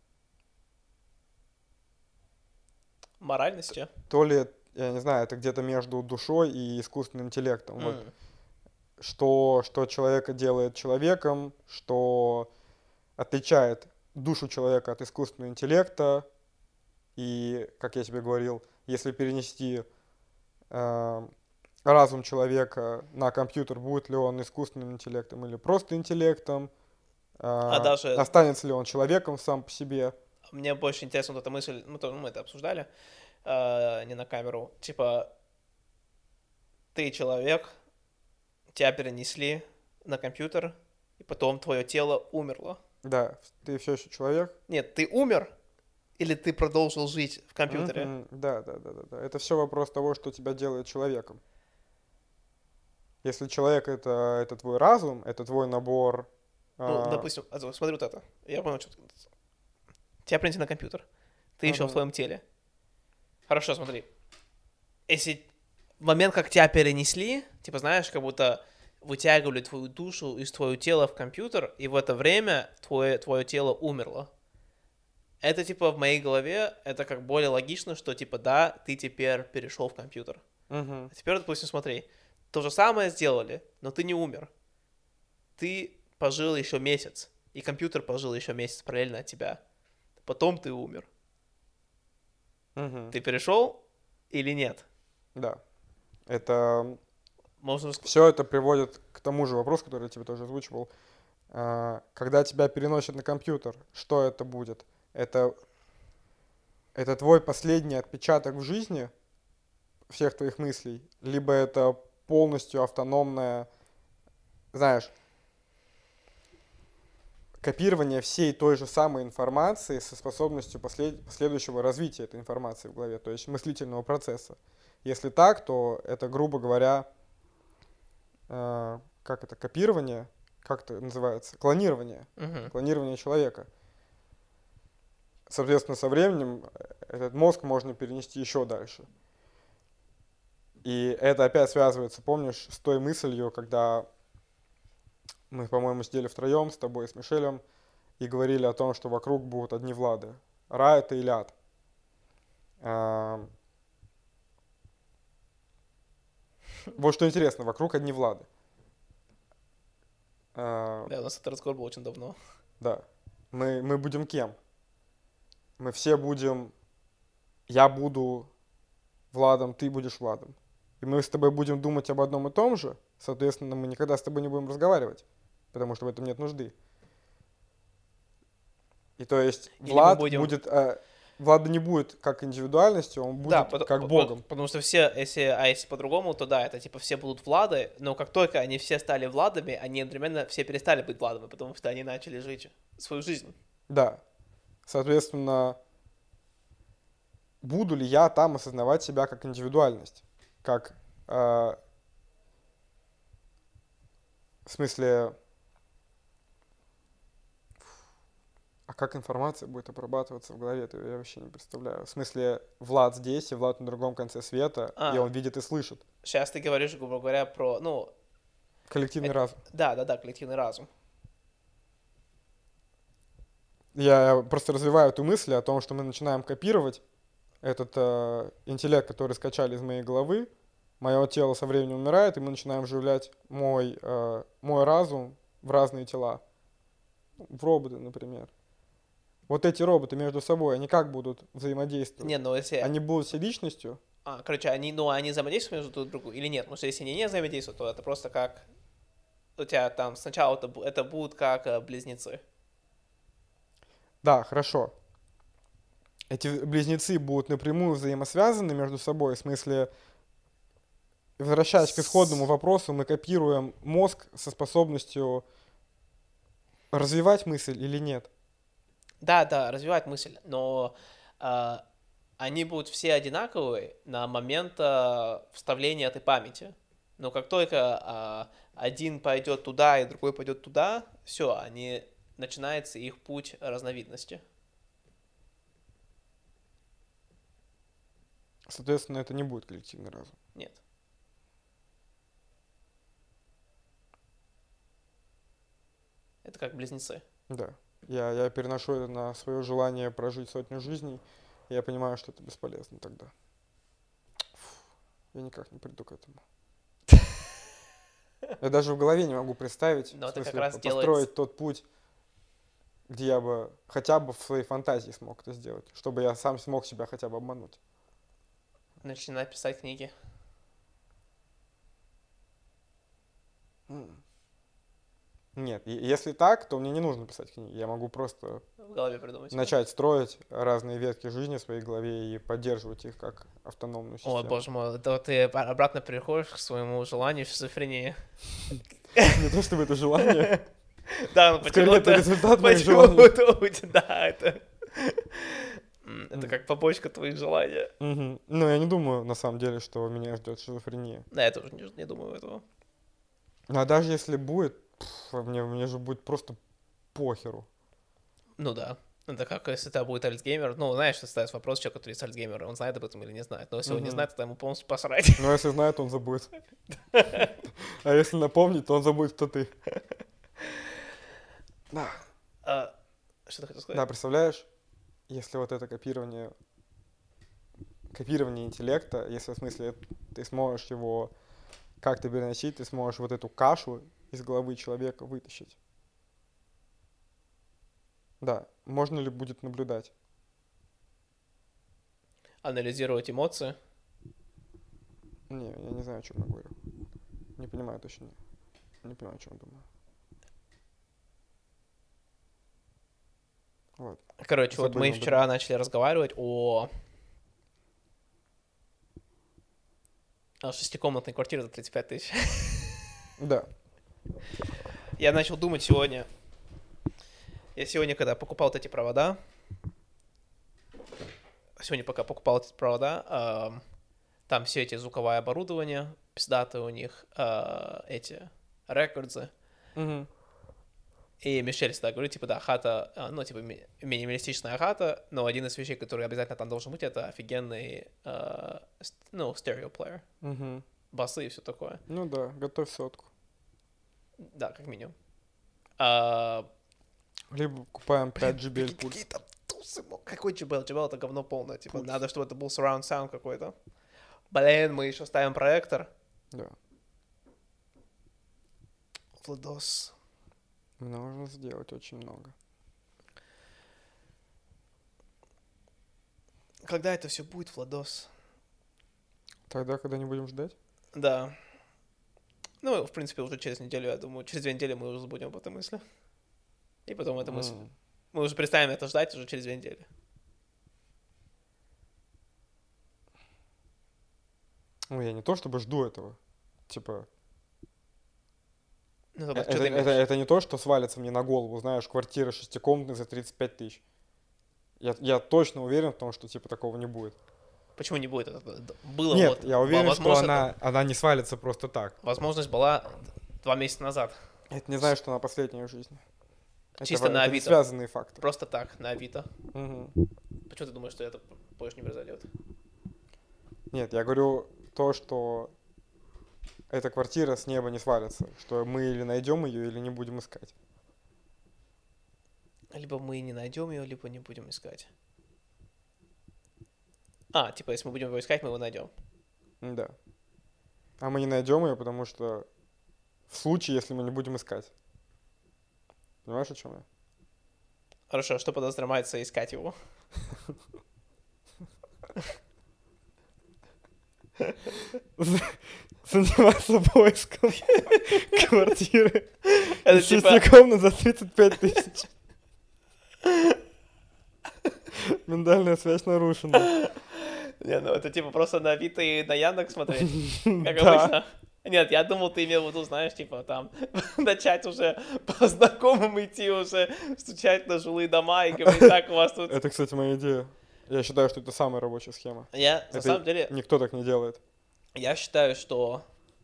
Моральности? то ли, я не знаю, это где-то между душой и искусственным интеллектом. Вот М. что, что человека делает человеком, что отличает душу человека от искусственного интеллекта. И, как я тебе говорил, если перенести э, разум человека на компьютер, будет ли он искусственным интеллектом или просто интеллектом, А э, даже останется ли он человеком сам по себе. мне больше интересна вот эта мысль, мы, то- мы это обсуждали, э, не на камеру. Типа, ты человек, тебя перенесли на компьютер, и потом твое тело умерло. Да, ты все еще человек. Нет, ты умер, или ты продолжил жить в компьютере? Мгм. Да, да, да, да, да. Это все вопрос того, что тебя делает человеком. Если человек это, это твой разум, это твой набор. Ну, а, допустим, а, вот смотри вот это. Я понял, что тебя принесли на компьютер. Ты еще в мгм, твоем теле. Хорошо, смотри. Если в момент, как тебя перенесли, типа, знаешь, как будто вытягивали твою душу из твоего тела в компьютер, и в это время твое, твое тело умерло. Это, типа, в моей голове, это как более логично, что, типа, да, ты теперь перешел в компьютер. мгм, А теперь, допустим, смотри. То же самое сделали, но ты не умер. Ты пожил еще месяц, и компьютер пожил еще месяц параллельно от тебя. Потом ты умер. мгм. Ты перешел или нет? Да. Это Можно... ск- все это приводит к тому же вопросу, который я тебе тоже озвучивал. А, Когда тебя переносят на компьютер, что это будет? Это, это твой последний отпечаток в жизни всех твоих мыслей, либо это полностью автономная, знаешь, копирование всей той же самой информации со способностью послед- последующего развития этой информации в голове, то есть мыслительного процесса. Если так, то это, грубо говоря, э, как это, копирование, как это называется, клонирование, Мгм. клонирование человека. Соответственно, со временем этот мозг можно перенести еще дальше. И это опять связывается, помнишь, с той мыслью, когда мы, по-моему, сидели втроем с тобой, с Мишелем, и говорили о том, что вокруг будут одни Влады. Рай это или ад. А, Вот что интересно, вокруг одни Влады. А, Да, у нас этот разговор был очень давно. Да. Мы, мы будем кем? Мы все будем... Я буду Владом, ты будешь Владом. И мы с тобой будем думать об одном и том же, соответственно, мы никогда с тобой не будем разговаривать, потому что в этом нет нужды. И то есть Или Влад будем... будет... Э, Влада не будет как индивидуальностью, он будет да, как потому, богом. Потому что все, если, а если по-другому, то да, это типа все будут Влады, но как только они все стали Владами, они одновременно все перестали быть Владами, потому что они начали жить свою жизнь. Да. Соответственно, буду ли я там осознавать себя как индивидуальность? Как... Э, в смысле... А как информация будет обрабатываться в голове, это я вообще не представляю. В смысле, Влад здесь, и Влад на другом конце света, А, и он видит и слышит. Сейчас ты говоришь, грубо говоря, про, ну... Коллективный это, разум. Да, да, да, коллективный разум. Я просто развиваю эту мысль о том, что мы начинаем копировать этот э, интеллект, который скачали из моей головы. Мое тело со временем умирает, и мы начинаем вживлять мой, э, мой разум в разные тела. В роботы, например. Вот эти роботы между собой, они как будут взаимодействовать? Не, ну если... Они будут все личностью? А, короче, они, ну, они взаимодействуют между друг другом или нет? Потому что если они не взаимодействуют, то это просто как... У тебя там сначала это, бу- это будут как э, близнецы. Да, хорошо. Эти близнецы будут напрямую взаимосвязаны между собой, в смысле, возвращаясь к исходному вопросу, мы копируем мозг со способностью развивать мысль или нет? Да, да, развивать мысль, но э, они будут все одинаковые на момент э, вставления этой памяти. Но как только э, один пойдет туда и другой пойдет туда, все, они начинается их путь разновидности. Соответственно, это не будет коллективный разум. Нет. Это как близнецы. Да. Я, я переношу это на свое желание прожить сотню жизней, и я понимаю, что это бесполезно тогда. Фу, я никак не приду к этому. Я даже в голове не могу представить, Но в это как смысле, раз построить делается... тот путь, где я бы хотя бы в своей фантазии смог это сделать, чтобы я сам смог себя хотя бы обмануть. Начинать писать книги. Нет, и- если так, то мне не нужно писать книги. Я могу просто В голове придумать. начать строить разные ветки жизни в своей голове и поддерживать их как автономную систему. Ой, боже мой, это вот ты обратно переходишь к своему желанию шизофрении. Не то чтобы это желание, Да, ну скорее это почему-то... результат моих желаний. Почему-то у тебя, да, это... М, Это как побочка твоих желаний. Мгм. Ну, я не думаю, на самом деле, что меня ждет шизофрения. Да, я тоже не, не думаю этого. Ну, а даже если будет, пф, мне, мне же будет просто похеру. Ну да. Это как если у тебя будет Альцгеймер. Ну, знаешь, что ставит вопрос человек, который есть Альцгеймер, он знает об этом или не знает. Но если он не Мгм. знает, то ему полностью посрать. Но если знает, он забудет. А если напомнит, то он забудет, кто ты. Да. А, Что ты хотел сказать? Да, представляешь, если вот это копирование, копирование интеллекта, если в смысле ты сможешь его как-то переносить, ты сможешь вот эту кашу из головы человека вытащить. Да, можно ли будет наблюдать? Анализировать эмоции. Не, я не знаю, о чем я говорю. Не понимаю точно. Не понимаю, о чем думаю. Вот. Короче, вот Забыл мы об этом. вчера начали разговаривать о... о шестикомнатной квартире за тридцать пять тысяч. Да. Я начал думать сегодня. Я сегодня, когда покупал вот эти провода, сегодня пока покупал эти провода, эм, там все эти звуковое оборудование, пиздатые у них, э, эти рекордсы. Мгм. И Мишель всегда говорит, типа, да, хата, э, ну, типа, ми- минималистичная хата, но один из вещей, который обязательно там должен быть, это офигенный, э, ст- ну, стереоплеер, Мгм. басы и все такое. Ну да, готовь сотку. Да, как минимум. А, Либо купаем пять Блин, джи би эл прикинь, пульт. какие там тусы, мо- какой джи би эл? джи би эл это говно полное, типа, Пульс. надо, чтобы это был surround sound какой-то. Блин, мы еще ставим проектор. Да. Владос. Нужно сделать очень много. Когда это все будет, Владос? Тогда, когда не будем ждать? Да. Ну, в принципе, уже через неделю, я думаю, через две недели мы уже забудем об этой мысли. И потом эта мысль. М. Мы уже перестанем это ждать уже через две недели. Ну, я не то чтобы жду этого. Типа, Ну, э- это, это, что ты это, имеешь? это не то, что свалится мне на голову, знаешь, квартира шестикомнатная за тридцать пять тысяч. Я, я точно уверен в том, что типа такого не будет. Почему не будет? Это д- было Нет, вот. я Во- уверен, что возможно, она, она не свалится просто так. Возможность была два месяца назад. Это не значит, что она последняя в жизни. Это, Чисто во- на это не Авито. связанные факты. Просто так, на Авито. Мгм. Почему ты думаешь, что это больше не произойдет? Нет, я говорю то, что эта квартира с неба не свалится. Что мы или найдем ее, или не будем искать. Либо мы не найдем ее, либо не будем искать. А, типа, если мы будем его искать, мы его найдем. Да. А мы не найдем ее, потому что в случае, если мы не будем искать. Понимаешь, о чем я? Хорошо, что подразумевается искать его? Заниматься поиском квартиры. Это типа... Шестикомнат за тридцать пять тысяч. Миндальная связь нарушена. Не, ну это типа просто на Авито и на Яндекс смотреть, как Да. обычно. Нет, я думал, ты имел в виду, знаешь, типа там начать уже по знакомым идти уже, стучать на жилые дома и говорить, так, у вас тут... Это, кстати, моя идея. Я считаю, что это самая рабочая схема. Я, на Это самом деле, никто так не делает. я считаю, что...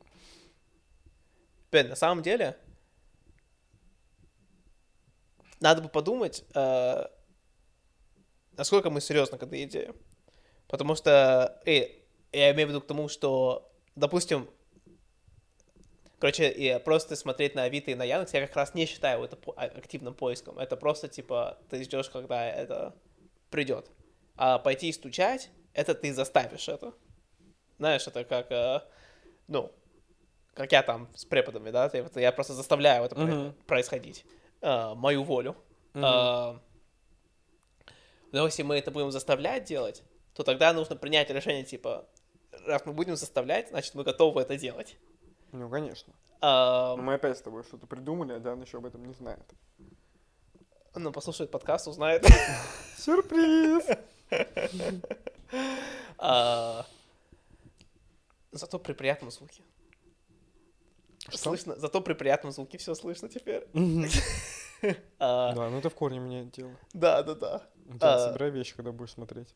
Блин, на самом деле, надо бы подумать, э, насколько мы серьезны к этой идее. Потому что, э, я имею в виду к тому, что, допустим, короче, и просто смотреть на Авито и на Яндекс, я как раз не считаю это по- а- активным поиском. Это просто, типа, ты ждешь, когда это придет. А пойти и стучать, это ты заставишь это. Знаешь, это как, э, ну, как я там с преподами, да, типа, я просто заставляю это про- Мгм. происходить. Э, мою волю. Мгм. Э, Но если мы это будем заставлять делать, то тогда нужно принять решение, типа, раз мы будем заставлять, значит, мы готовы это делать. Ну, конечно. Э, Но мы опять с тобой что-то придумали, а Диана еще об этом не знает. Ну, послушает подкаст, узнает. Сюрприз! А, Зато при приятном звуке. Что? Слышно, зато при приятном звуке все слышно теперь. Мгм. А, Да, ну это в корне меняет дело. Да, да, да. Да, А. собирай вещи, когда будешь смотреть.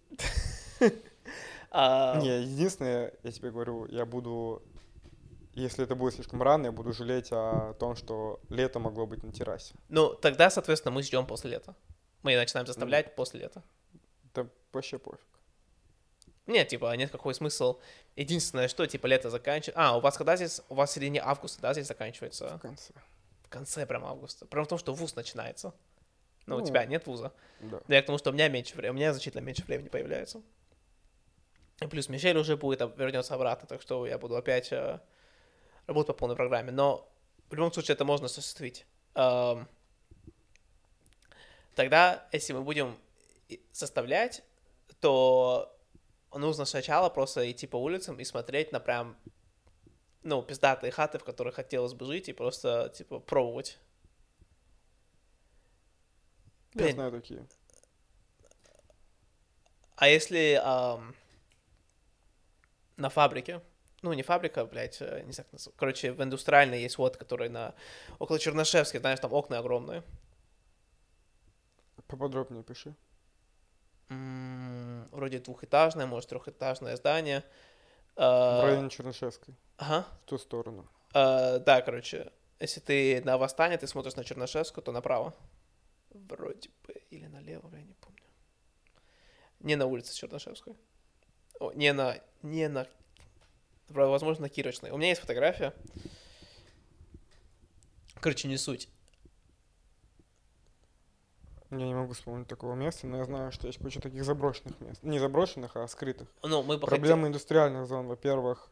А, Не, единственное, я тебе говорю, я буду, если это будет слишком рано, я буду жалеть о том, что лето могло быть на террасе. Ну, тогда, соответственно, мы ждем после лета. Мы начинаем заставлять после лета. Это вообще пофиг. Нет, типа, нет какой смысл. Единственное, что, типа, лето заканчивается... А, у вас когда здесь... У вас в середине августа, да, здесь заканчивается? В конце. В конце прям августа. Прям в том, что вуз начинается. Но у Ну, тебя нет вуза. Да. Но я к тому, что у меня меньше времени, у меня значительно меньше времени появляется. И плюс Мишель уже будет, а, вернется обратно, так что я буду опять э, работать по полной программе. Но в любом случае это можно осуществить. Эм, Тогда, если мы будем и- составлять, то нужно сначала просто идти по улицам и смотреть на прям, ну, пиздатые хаты, в которых хотелось бы жить, и просто, типа, пробовать. Я Блин, знаю такие. а если ам, на фабрике, ну, не фабрика, блядь, э, не знаю, как называется. Короче, в индустриальной есть вот, который на... Около Чернышевской, знаешь, там окна огромные. Поподробнее пиши. М, Вроде двухэтажное, может, трехэтажное здание. В Э, районе Чернышевской. Ага. В ту сторону. Э, Да, короче, если ты на Восстание, ты смотришь на Чернышевскую, то направо. Вроде бы. Или налево, я не помню. Не на улице Чернышевской. О, не на... Не на... Возможно, на Кирочной. У меня есть фотография. Короче, не суть. Я не могу вспомнить такого места, но я знаю, что есть куча таких заброшенных мест. Не заброшенных, а скрытых. Ну, мы бы Проблема хотели... индустриальных зон, во-первых,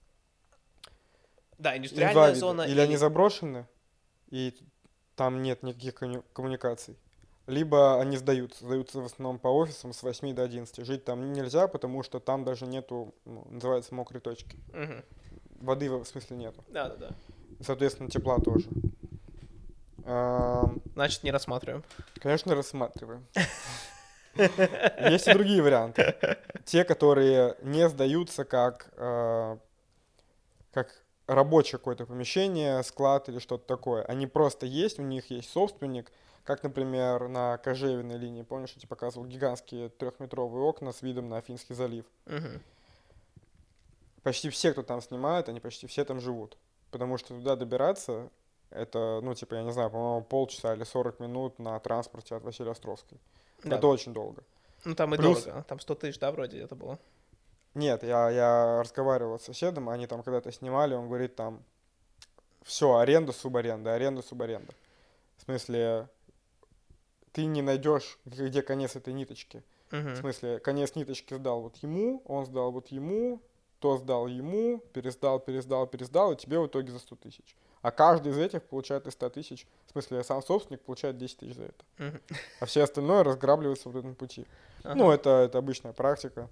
Да, и два индустриальная вида. зона... Или они заброшены, и там нет никаких комму- коммуникаций. Либо они сдаются. Сдаются в основном по офисам с восьми до одиннадцати. Жить там нельзя, потому что там даже нету, ну, называется, мокрой точки. Мгм. Воды в смысле нету. Да, да, да. Соответственно, тепла тоже. Ам, Значит, не рассматриваем. Конечно, рассматриваем. Есть и другие варианты. Те, которые не сдаются как, э, как рабочее какое-то помещение, склад или что-то такое. Они просто есть, у них есть собственник, как, например, на Кожевиной линии. Помнишь, я тебе показывал гигантские трехметровые окна с видом на Афинский залив? Мгм. Почти все, кто там снимает, они почти все там живут. Потому что туда добираться, это, ну, типа, я не знаю, по-моему, полчаса или сорок минут на транспорте от Василия-Островской. Да, Это да. очень долго. Ну, там и Плюс, дорого. Там сто тысяч, да, вроде это было? нет, я, я разговаривал с соседом, они там когда-то снимали, он говорит там, все, аренда, субаренда, аренда, субаренда. В смысле, ты не найдешь, где конец этой ниточки. В Мгм. смысле, конец ниточки сдал вот ему, он сдал вот ему, то сдал ему, пересдал, пересдал, пересдал, и тебе в итоге за сто тысяч. А каждый из этих получает из ста тысяч, в смысле, сам собственник получает десять тысяч за это. Мгм. А все остальное разграбливается вот этом пути. Ну, Ага. это, это обычная практика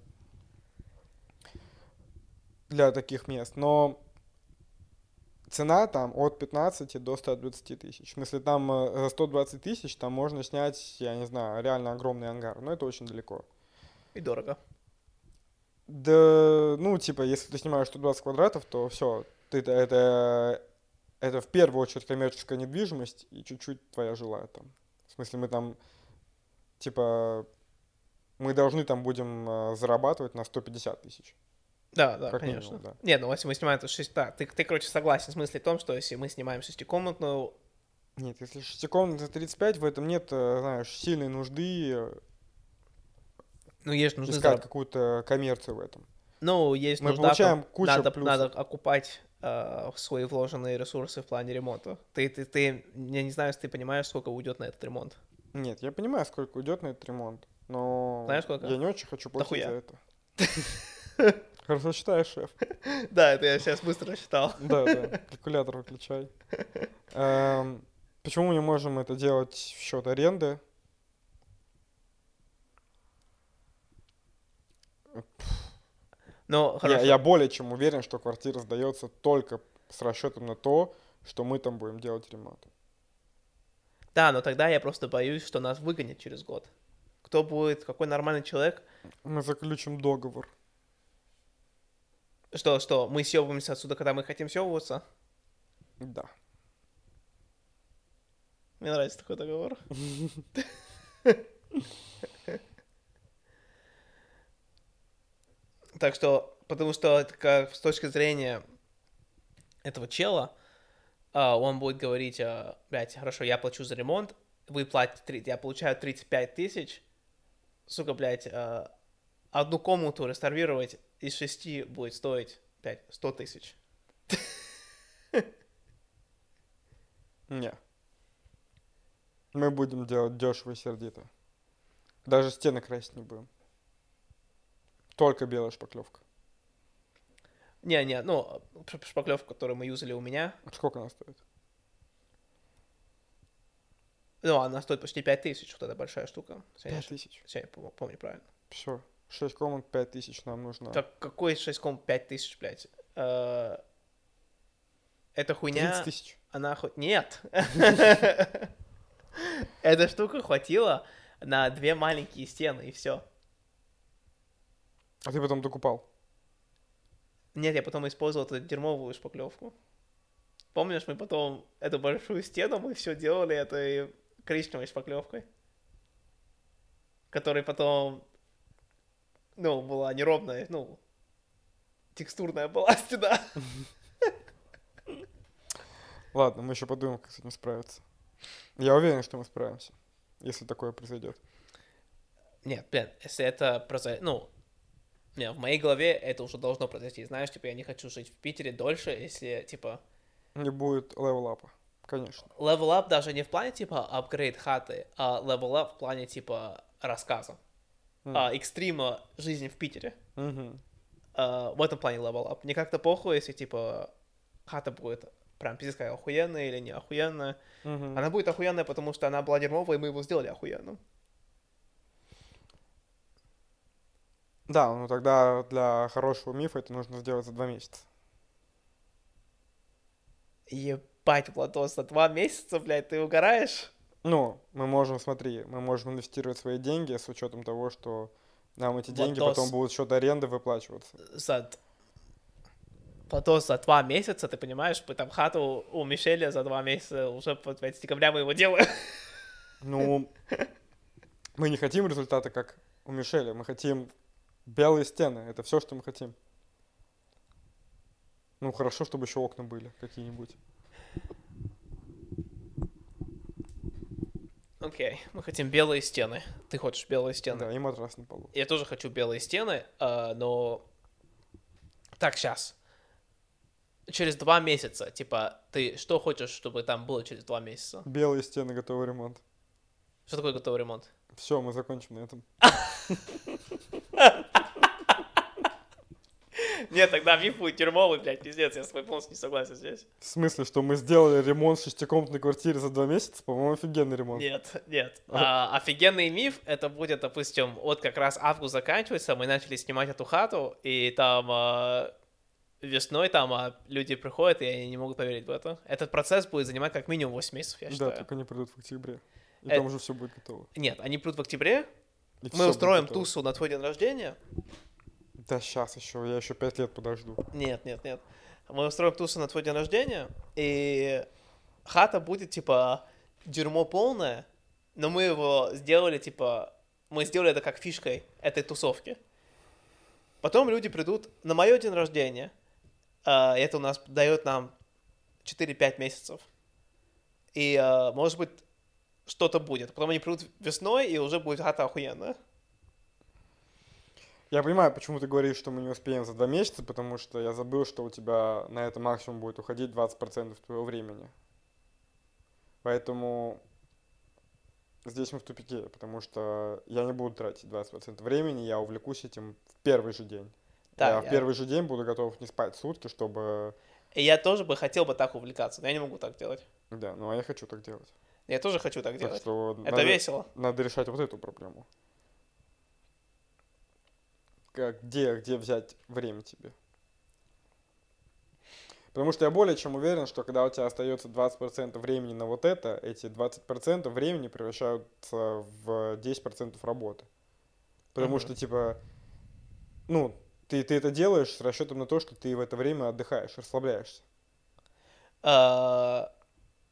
для таких мест. Но цена там от пятнадцати до ста двадцати тысяч. В смысле, там э, за сто двадцать тысяч там можно снять, я не знаю, реально огромный ангар. Но это очень далеко. И дорого. Да, ну, типа, если ты снимаешь сто двадцать квадратов, то все, ты, это, это, это в первую очередь коммерческая недвижимость и чуть-чуть твоя жилая там. В смысле, мы там, типа, мы должны там будем э, зарабатывать на сто пятьдесят тысяч, Да, да, как минимум, конечно. да. Нет, ну если мы снимаем тут шесть... Да, ты, ты, короче, согласен в смысле в том, что если мы снимаем шестикомнатную... Нет, если шестикомнатная за тридцать пять, в этом нет, э, знаешь, сильной нужды э, Ну, есть нужны искать зарабатывать. какую-то коммерцию в этом. Ну, есть Мы нужда, получаем там, кучу надо, надо плюсов. окупать э, свои вложенные ресурсы в плане ремонта. Ты, ты, ты, я не знаю, если ты понимаешь, сколько уйдет на этот ремонт. Нет, я понимаю, сколько уйдет на этот ремонт, но Знаешь, сколько? я не очень хочу платить за Дохуя. это. Хорошо считаешь, шеф. Да, это я сейчас быстро считал. Да, да, калькулятор выключай. Эм, Почему мы не можем это делать в счет аренды? Ну, Я, хорошо. я более чем уверен, что квартира сдается только с расчетом на то, что мы там будем делать ремонт. Да, но тогда я просто боюсь, что нас выгонят через год. Кто будет, какой нормальный человек, Мы заключим договор. что, что мы съебываемся отсюда, когда мы хотим съебываться. Да. Мне нравится такой договор. Так что, потому что это как с точки зрения этого чела, а, он будет говорить, а, блядь, хорошо, я плачу за ремонт, вы платите, три- я получаю тридцать пять тысяч, сука, блядь, а, одну комнату реставрировать из шести будет стоить, блядь, сто тысяч. Не. Мы будем делать дешево и сердито. Даже стены красить не будем. Только белая шпаклевка. Не-не, ну, ш- шпаклевку, которую мы юзали у меня, Сколько она стоит? ну, она стоит почти пять тысяч, вот эта большая штука. Если я не Пять ошиб- тысяч. если я пом- помню правильно. Все. Шесть комнат, пять тысяч нам нужно. Так какой шесть комнат пять тысяч, блядь? Э, Эта Тридцать хуйня, тысяч. она хоть... Нет! Эта штука хватила на две маленькие стены, и все. А ты потом докупал. Нет, я потом использовал эту дерьмовую шпаклевку. Помнишь, мы потом эту большую стену, мы все делали этой коричневой шпаклевкой, которая потом, ну, была неровная, ну, текстурная была стена. Ладно, мы еще подумаем, как с этим справиться. Я уверен, что мы справимся, если такое произойдет. Нет, блин, если это произойдет, ну, не, в моей голове это уже должно произойти. Знаешь, типа, я не хочу жить в Питере дольше, если, типа, Не будет левел-апа, конечно. level up даже не в плане, типа, апгрейд хаты, а level up в плане, типа, рассказа. М. А, экстрима жизни в Питере. Мгм. А, в этом плане level up. Мне как-то похуй, если, типа, хата будет прям пиздец какая охуенная или не охуенная. Мгм. Она будет охуенная, потому что она была дерьмовая, и мы его сделали охуенным. Да, ну тогда для хорошего мифа это нужно сделать за два месяца. Ебать, Ебать, Владос, за два месяца, блядь, ты угораешь? Ну, мы можем, смотри, мы можем инвестировать свои деньги с учетом того, что нам эти деньги потом Владос, будут счет аренды выплачиваться. за... Владос, за два месяца, ты понимаешь, мы там хату у Мишеля за два месяца, уже, блядь, с декабря мы его делаем. Ну, мы не хотим результата, как у Мишеля, мы хотим белые стены, это все, что мы хотим. Ну, хорошо, чтобы еще окна были какие-нибудь. Окей, okay. Мы хотим белые стены. Ты хочешь белые стены? Да, и матрас на полу. Я тоже хочу белые стены, э, но... Так, сейчас. Через два месяца, типа, ты что хочешь, чтобы там было через два месяца? Белые стены, готовый ремонт. Что такое готовый ремонт? Все, мы закончим на этом. Нет, тогда миф будет тюрьмовый, блядь, пиздец, я с тобой полностью не согласен здесь. В смысле, что мы сделали ремонт в шестикомнатной квартире за два месяца? По-моему, офигенный ремонт. Нет, нет. А, офигенный миф, это будет, допустим, вот как раз август заканчивается, мы начали снимать эту хату, и там а, весной там а, люди приходят, и они не могут поверить в это. Этот процесс будет занимать как минимум восемь месяцев, я считаю. Да, только они придут в октябре. И это... там уже все будет готово. Нет, они придут в октябре, И мы устроим тусу на твой день рождения. Да сейчас еще, я еще пять лет подожду. Нет, нет, нет. Мы устроим тусу на твой день рождения, и хата будет, типа, дерьмо полное, но мы его сделали, типа, мы сделали это как фишкой этой тусовки. Потом люди придут на мое день рождения, uh, это у нас дает нам четыре-пять месяцев, и, uh, может быть, что-то будет. Потом они придут весной, и уже будет хата охуенная. Я понимаю, почему ты говоришь, что мы не успеем за два месяца, потому что я забыл, что у тебя на это максимум будет уходить двадцать процентов твоего времени. Поэтому здесь мы в тупике, потому что я не буду тратить двадцать процентов времени, я увлекусь этим в первый же день. Да, я, я в первый же день буду готов не спать сутки, чтобы... И я тоже бы хотел бы так увлекаться, но я не могу так делать. Да, ну а я хочу так делать. Я тоже хочу так, так делать. Что это надо, весело. Надо решать вот эту проблему. Где, где взять время тебе? Потому что я более чем уверен, что когда у тебя остается двадцать процентов времени на вот это, эти двадцать процентов времени превращаются в десять процентов работы. Потому mm-hmm. что, типа, ну, ты, ты это делаешь с расчетом на то, что ты в это время отдыхаешь, расслабляешься. Uh...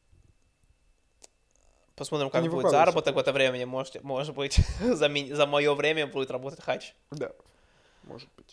Посмотрим, как будет заработок в это время. Может, может быть, за, ми... за мое время будет работать хач. Да, может быть.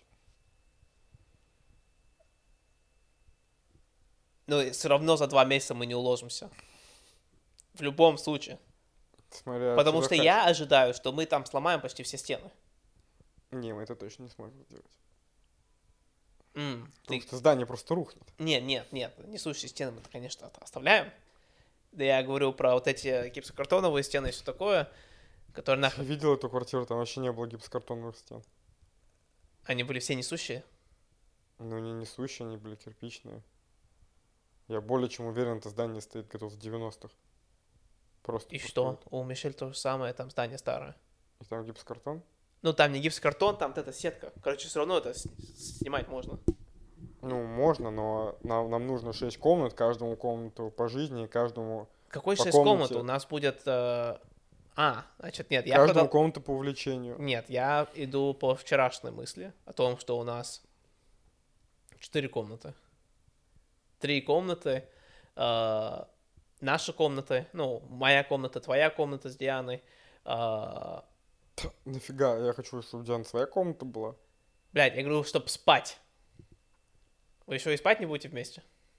Но все равно за два месяца мы не уложимся. В любом случае. Смотря Потому что хач. Я ожидаю, что мы там сломаем почти все стены. Не, мы это точно не сможем сделать. Mm, Потому ты... что здание просто рухнет. Нет, нет, нет. Несущие стены мы, конечно, оставляем. Да я говорю про вот эти гипсокартоновые стены и все такое, которые нахуй... Я видел эту квартиру, там вообще не было гипсокартоновых стен. Они были все несущие? Ну, не несущие, они были кирпичные. Я более чем уверен, это здание стоит где-то в девяностых. Просто. И что? У Мишель то же самое, там здание старое. И там гипсокартон? Ну, там не гипсокартон, там вот эта сетка. Короче, все равно это снимать можно. Ну, можно, но нам, нам нужно шесть комнат, каждому комнату по жизни, каждому... Какой шесть комнат? У нас будет... Э... А, значит, нет, я... Каждому продал... комнату по увлечению. Нет, я иду по вчерашней мысли о том, что у нас четыре комнаты. Три комнаты. Э... Наши комнаты, ну, моя комната, твоя комната с Дианой. Э... Нафига, я хочу, чтобы у Дианы своя комната была. Блядь, я говорю, чтобы спать. Вы еще и спать не будете вместе?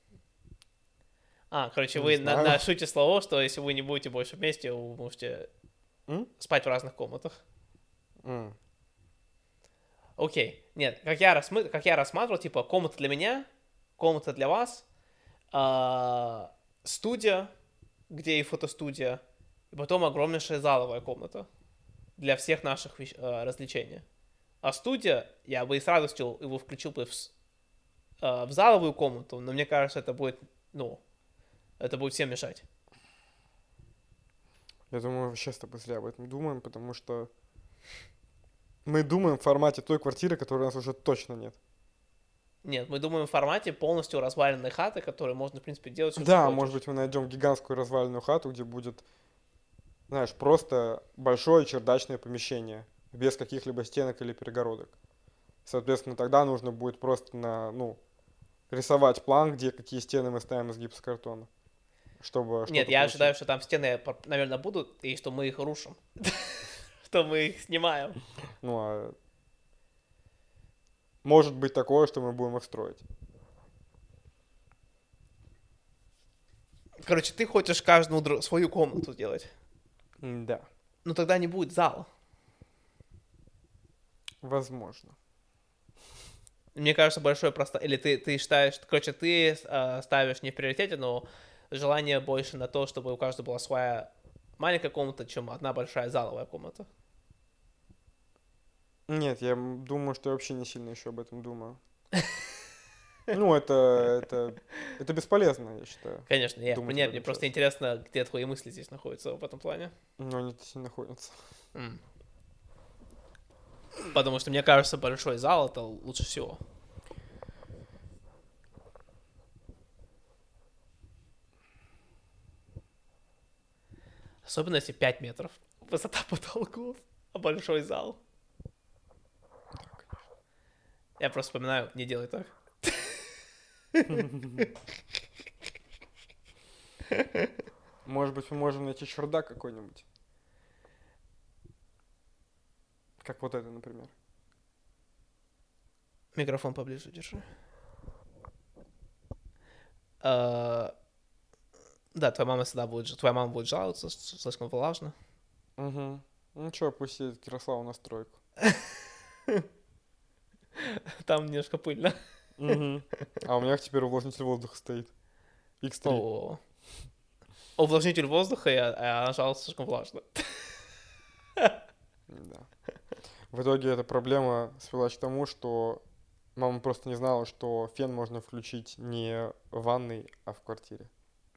А, короче, не вы на, на шуте слова, что если вы не будете больше вместе, вы можете М? спать в разных комнатах. М. Окей. Нет, как я, рассмы... как я рассматривал, типа, комната для меня, комната для вас, э... студия, где и фотостудия, и потом огромнейшая заловая комната для всех наших вещ... э, развлечений. А студия, я бы и с радостью его включил бы в... в заловую комнату, но мне кажется, это будет, ну, это будет всем мешать. Я думаю, вообще с тобой зря об этом думаем, потому что мы думаем в формате той квартиры, которой у нас уже точно нет. Нет, мы думаем в формате полностью разваленной хаты, которую можно, в принципе, делать всё, что Да, хочешь. может быть, мы найдем гигантскую разваленную хату, где будет, знаешь, просто большое чердачное помещение, без каких-либо стенок или перегородок. Соответственно, тогда нужно будет просто на, ну, рисовать план, где какие стены мы ставим из гипсокартона, чтобы Нет, что-то я получилось. ожидаю, что там стены, наверное, будут, и что мы их рушим. Что мы их снимаем. Ну, а может быть такое, что мы будем их строить. Короче, ты хочешь каждую дру- свою комнату сделать. Да, Но тогда не будет зала. возможно. Мне кажется, большое просто... Или ты, ты считаешь... Короче, ты э, ставишь не в приоритете, но желание больше на то, чтобы у каждого была своя маленькая комната, чем одна большая заловая комната. Нет, я м, думаю, что я вообще не сильно еще об этом думаю. Ну, это, это, это бесполезно, я считаю. Конечно, я, думать нет, об мне этом просто сейчас. интересно, где твои мысли здесь находятся в этом плане. Но они здесь не находятся. М. Потому что, мне кажется, большой зал — это лучше всего. Особенно если пять метров высота потолков, а большой зал. Я просто вспоминаю, не делай так. Может быть, мы можем найти чердак какой-нибудь. Как вот это, например. Микрофон поближе держи. А, Да, твоя мама всегда будет, ж- твоя мама будет жаловаться, что слишком влажно. Угу. Ну что, пусть едет Ярославу на стройку. Там немножко пыльно. Угу. А у меня теперь увлажнитель воздуха стоит. икс три. О, увлажнитель воздуха, и а она жалуется, слишком влажно. Да. В итоге эта проблема свелась к тому, что мама просто не знала, что фен можно включить не в ванной, а в квартире.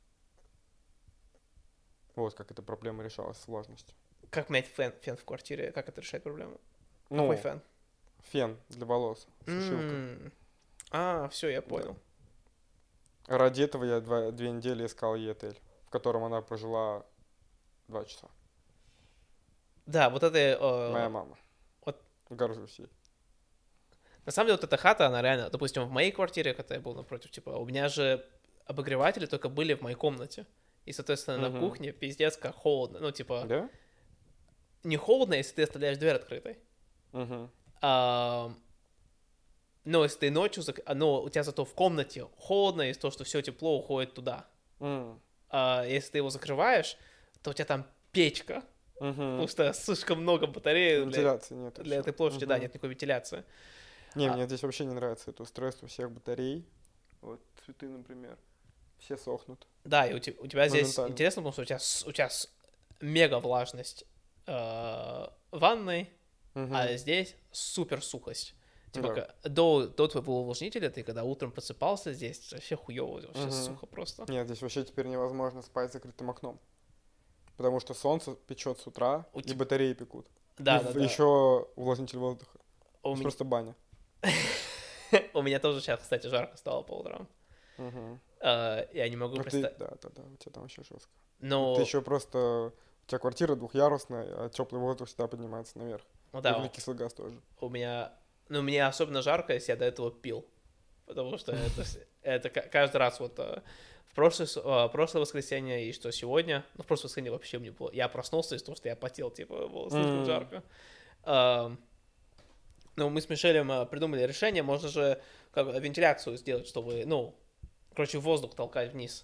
Вот как эта проблема решалась с влажностью. Как менять фен, фен в квартире? Как это решает проблему? Ну, Какой фен? фен для волос, сушилка. М. А, все, я понял. Ради этого я два, две недели искал ей отель, в котором она прожила два часа. Да, вот это... э, Моя мама. вот- Горжусь ей. На самом деле, вот эта хата, она реально... Допустим, в моей квартире, когда я был напротив, типа, у меня же обогреватели только были в моей комнате. И, соответственно, на Мгм. кухне пиздец как холодно. Ну, типа, Да? не холодно, если ты оставляешь дверь открытой. Угу. А, но если ты ночью... зак- а, Но у тебя зато в комнате холодно, из-за того, что все тепло уходит туда. А если ты его закрываешь, то у тебя там печка. Потому Угу. что слишком много батареи для, Вентиляции нет. для ещё. этой площади, да, Мгм. нет никакой вентиляции. Не, А- мне здесь вообще не нравится это устройство всех батарей. Вот цветы, например. Все сохнут. Да, и у, те- у тебя здесь Моментально. интересно, потому что у тебя, с- у тебя с- мега влажность э, в ванной, Мгм. а здесь супер сухость. Типа Да. ка- до, до твоего увлажнителя ты когда утром просыпался, здесь вообще хуёво, вообще Мгм. сухо просто. Нет, здесь вообще теперь невозможно спать с закрытым окном. Потому что солнце печет с утра, У и теб- батареи пекут. Да, и да, да. еще увлажнитель воздуха. У, Это меня, просто баня. у меня тоже сейчас, кстати, жарко стало по утрам. Угу. Э, я не могу Ну ты, представить. да, да, да, у тебя там вообще жестко. Но, Ты еще просто, у тебя квартира двухъярусная, а теплый воздух всегда поднимается наверх. ну И да, углекислый газ тоже. у меня, ну, мне особенно жарко, если я до этого пил. Потому что это, с- это ка- каждый раз вот э, в прошлое, с- э, прошлое воскресенье и что сегодня, ну, в прошлое воскресенье вообще мне было, я проснулся из-за того, что я потел, типа, было слишком М. жарко. Эм, Ну, мы с Мишелем э, придумали решение, можно же как бы вентиляцию сделать, чтобы, ну, короче, воздух толкать вниз.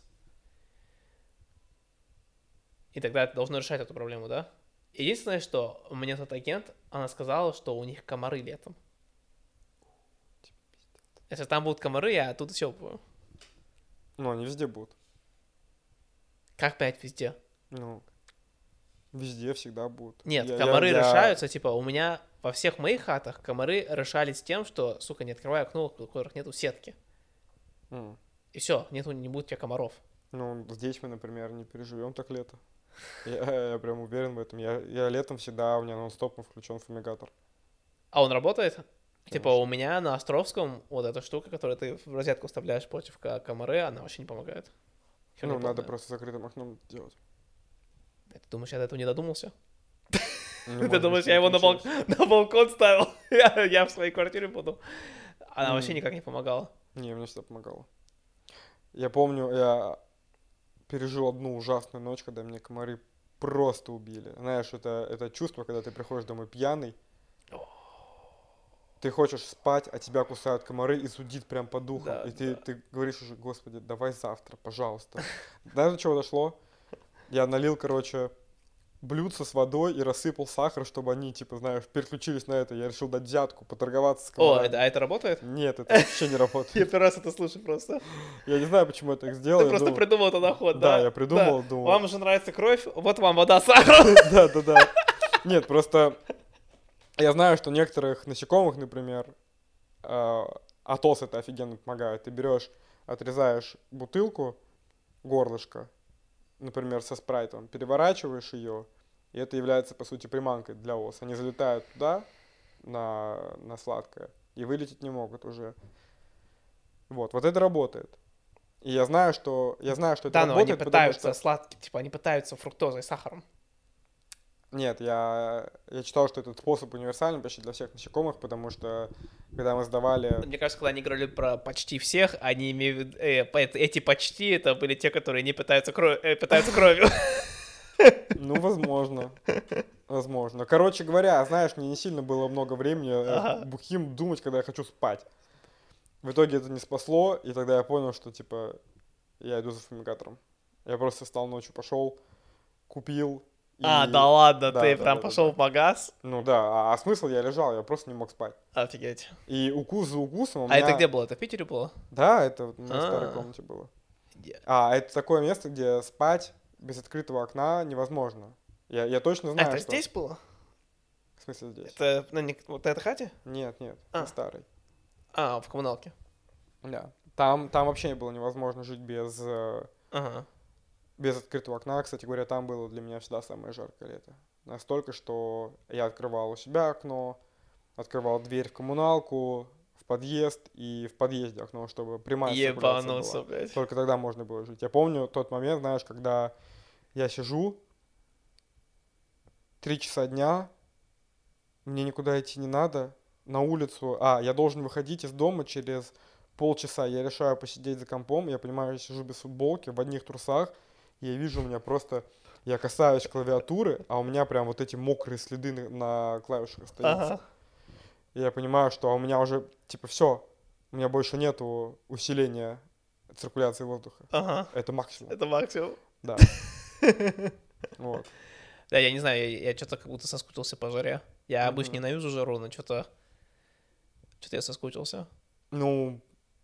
И тогда это должно решать эту проблему, да? Единственное, что мне тот агент, она сказала, что у них комары летом. Если там будут комары, я оттуда все буду. Ну, они везде будут. Как пять везде? Ну, везде всегда будут. Нет, Я- я- комары я- решаются, типа, у меня во всех моих хатах комары решались тем, что, сука, не открывай окно, у которых нету сетки. М. И все, нету, не будет у тебя комаров. Ну, здесь мы, например, не переживем так лето. Я, я прям уверен в этом. Я, я летом всегда, у меня нон-стоп включен фумигатор. А он работает? Типа у меня на Островском вот эта штука, которую ты в розетку вставляешь против ко- комары, она вообще не помогает. Херня Ну, надо полная. просто закрытым окном делать. Ты думаешь, я до этого не додумался? Ну, Ты может быть, думаешь, что я не его на, бал- получилось. на балкон ставил? я, я в своей квартире буду. Она вообще М. никак не помогала. Не, мне всегда помогало. Я помню, я пережил одну ужасную ночь, когда меня комары просто убили. Знаешь, это, это чувство, когда ты приходишь домой пьяный, ты хочешь спать, а тебя кусают комары и зудит прям по духам. Да, И ты, да. ты говоришь уже, господи, давай завтра, пожалуйста. Знаешь, до чего дошло? Я налил, короче, блюдце с водой и рассыпал сахар, чтобы они, типа, знаешь, переключились на это. Я решил дать взятку, поторговаться с О, это, а комарами. это работает? Нет, это вообще не Я работает. первый раз это слышу просто. Я не знаю, почему я так сделал. Ты Я просто думал, придумал этот ход, да, да? я придумал, Да. думал. Вам же нравится кровь, вот вам вода с сахаром. Да, да, да. Нет, просто я знаю, что некоторых насекомых, например, э, атос это офигенно помогает. Ты берешь, отрезаешь бутылку, горлышко, например, со спрайтом, переворачиваешь ее, и это является, по сути, приманкой для ос. Они залетают туда, на, на сладкое, и вылететь не могут уже. Вот, вот это работает. И я знаю, что, я знаю, что это Да, но они работает, потому пытаются что... сладким, типа они пытаются фруктозой, сахаром. Нет, я, я читал, что этот способ универсальный почти для всех насекомых, потому что когда мы сдавали... Мне кажется, когда они говорили про почти всех, они имеют в виду- э, по- эти почти это были те, которые не пытаются, кро- э, пытаются кровью. Ну, возможно. Возможно. Короче говоря, знаешь, мне не сильно было много времени э, Ага. бухим думать, когда я хочу спать. В итоге это не спасло, и тогда я понял, что, типа, я иду за фумигатором. Я просто встал ночью, пошел, купил, А, и... да ладно, Да, ты да, прям да, да, пошел да. по газ? Ну да, а, а смысл я лежал, я просто не мог спать. Офигеть. И укус за укусом у А это меня... где было? Это в Питере было? Да, это вот в моей старой А, комнате было. я- А, это такое место, где спать без открытого окна невозможно. Я, я точно А, знаю, это что... здесь было? В смысле здесь? Это на не- вот этой хате? Нет, нет, А. на старой. А, в коммуналке. Да. Там, там вообще было невозможно жить без, э, Ага. без открытого окна. Кстати говоря, там было для меня всегда самое жаркое лето. Настолько, что я открывал у себя окно, открывал дверь в коммуналку, в подъезд и в подъезде окно, чтобы прямая циркуляция Ебануться, была. блядь. Только тогда можно было жить. Я помню тот момент, знаешь, когда я сижу, три часа дня, мне никуда идти не надо, на улицу, а, я должен выходить из дома через полчаса, я решаю посидеть за компом, я понимаю, я сижу без футболки, в одних трусах, и я вижу у меня просто, я касаюсь клавиатуры, а у меня прям вот эти мокрые следы на, на клавишах остаются. Ага. И я понимаю, что у меня уже, типа, все, у меня больше нету усиления циркуляции воздуха. Ага. Это максимум, Это максимум. да. Вот. Да, я не знаю, я, я что-то как будто соскучился по жаре. Я обычно Мгм. ненавижу жару, но что-то... Что-то я соскучился. Ну,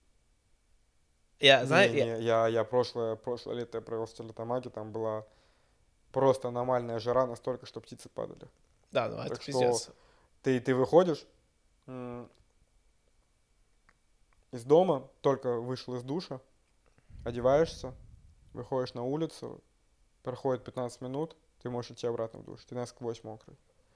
Я, не, знаю, я- не, я, я прошлое, прошлое лето я провел в Стерлитамаке, там была просто аномальная жара настолько, что птицы падали. Да, ну это Так что- пиздец. Ты, ты выходишь м, из дома, только вышел из душа, одеваешься, выходишь на улицу, проходит пятнадцать минут, ты можешь идти обратно в душ, ты насквозь мокрый.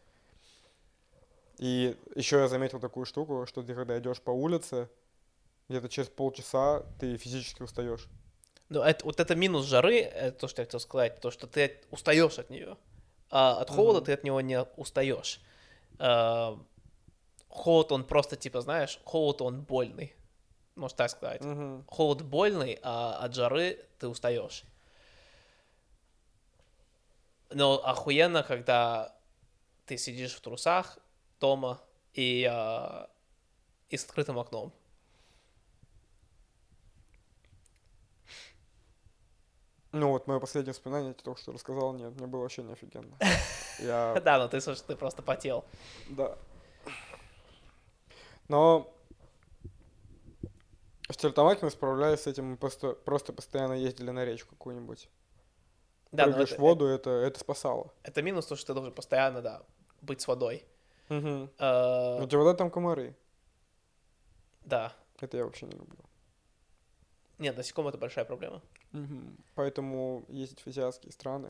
И еще я заметил такую штуку, что ты когда идешь по улице, где-то через полчаса ты физически устаешь. Ну, это, вот это минус жары, это то, что я хотел сказать, то, что ты устаешь от нее. А от холода Мгм. ты от него не устаешь. А, холод, он просто, типа, знаешь, холод, он больный. Можно так сказать. Мгм. Холод больный, а от жары ты устаешь. Но охуенно, когда ты сидишь в трусах дома и, а, и с открытым окном. Ну вот мое последнее воспоминание, я тебе только что рассказал, нет, мне было вообще не офигенно. Я, Да, ну ты, слушай, ты просто потел. да. Но в Стерлитамаке мы справлялись с этим, мы просто, просто постоянно ездили на речку какую-нибудь. Да, но Прыгаешь это, в воду, это, это спасало. это минус, то, что ты должен постоянно, да, быть с водой. Мгм. Э, У тебя вода там комары. да. Это я вообще не люблю. Нет, насекомые — это большая проблема. Поэтому ездить в азиатские страны.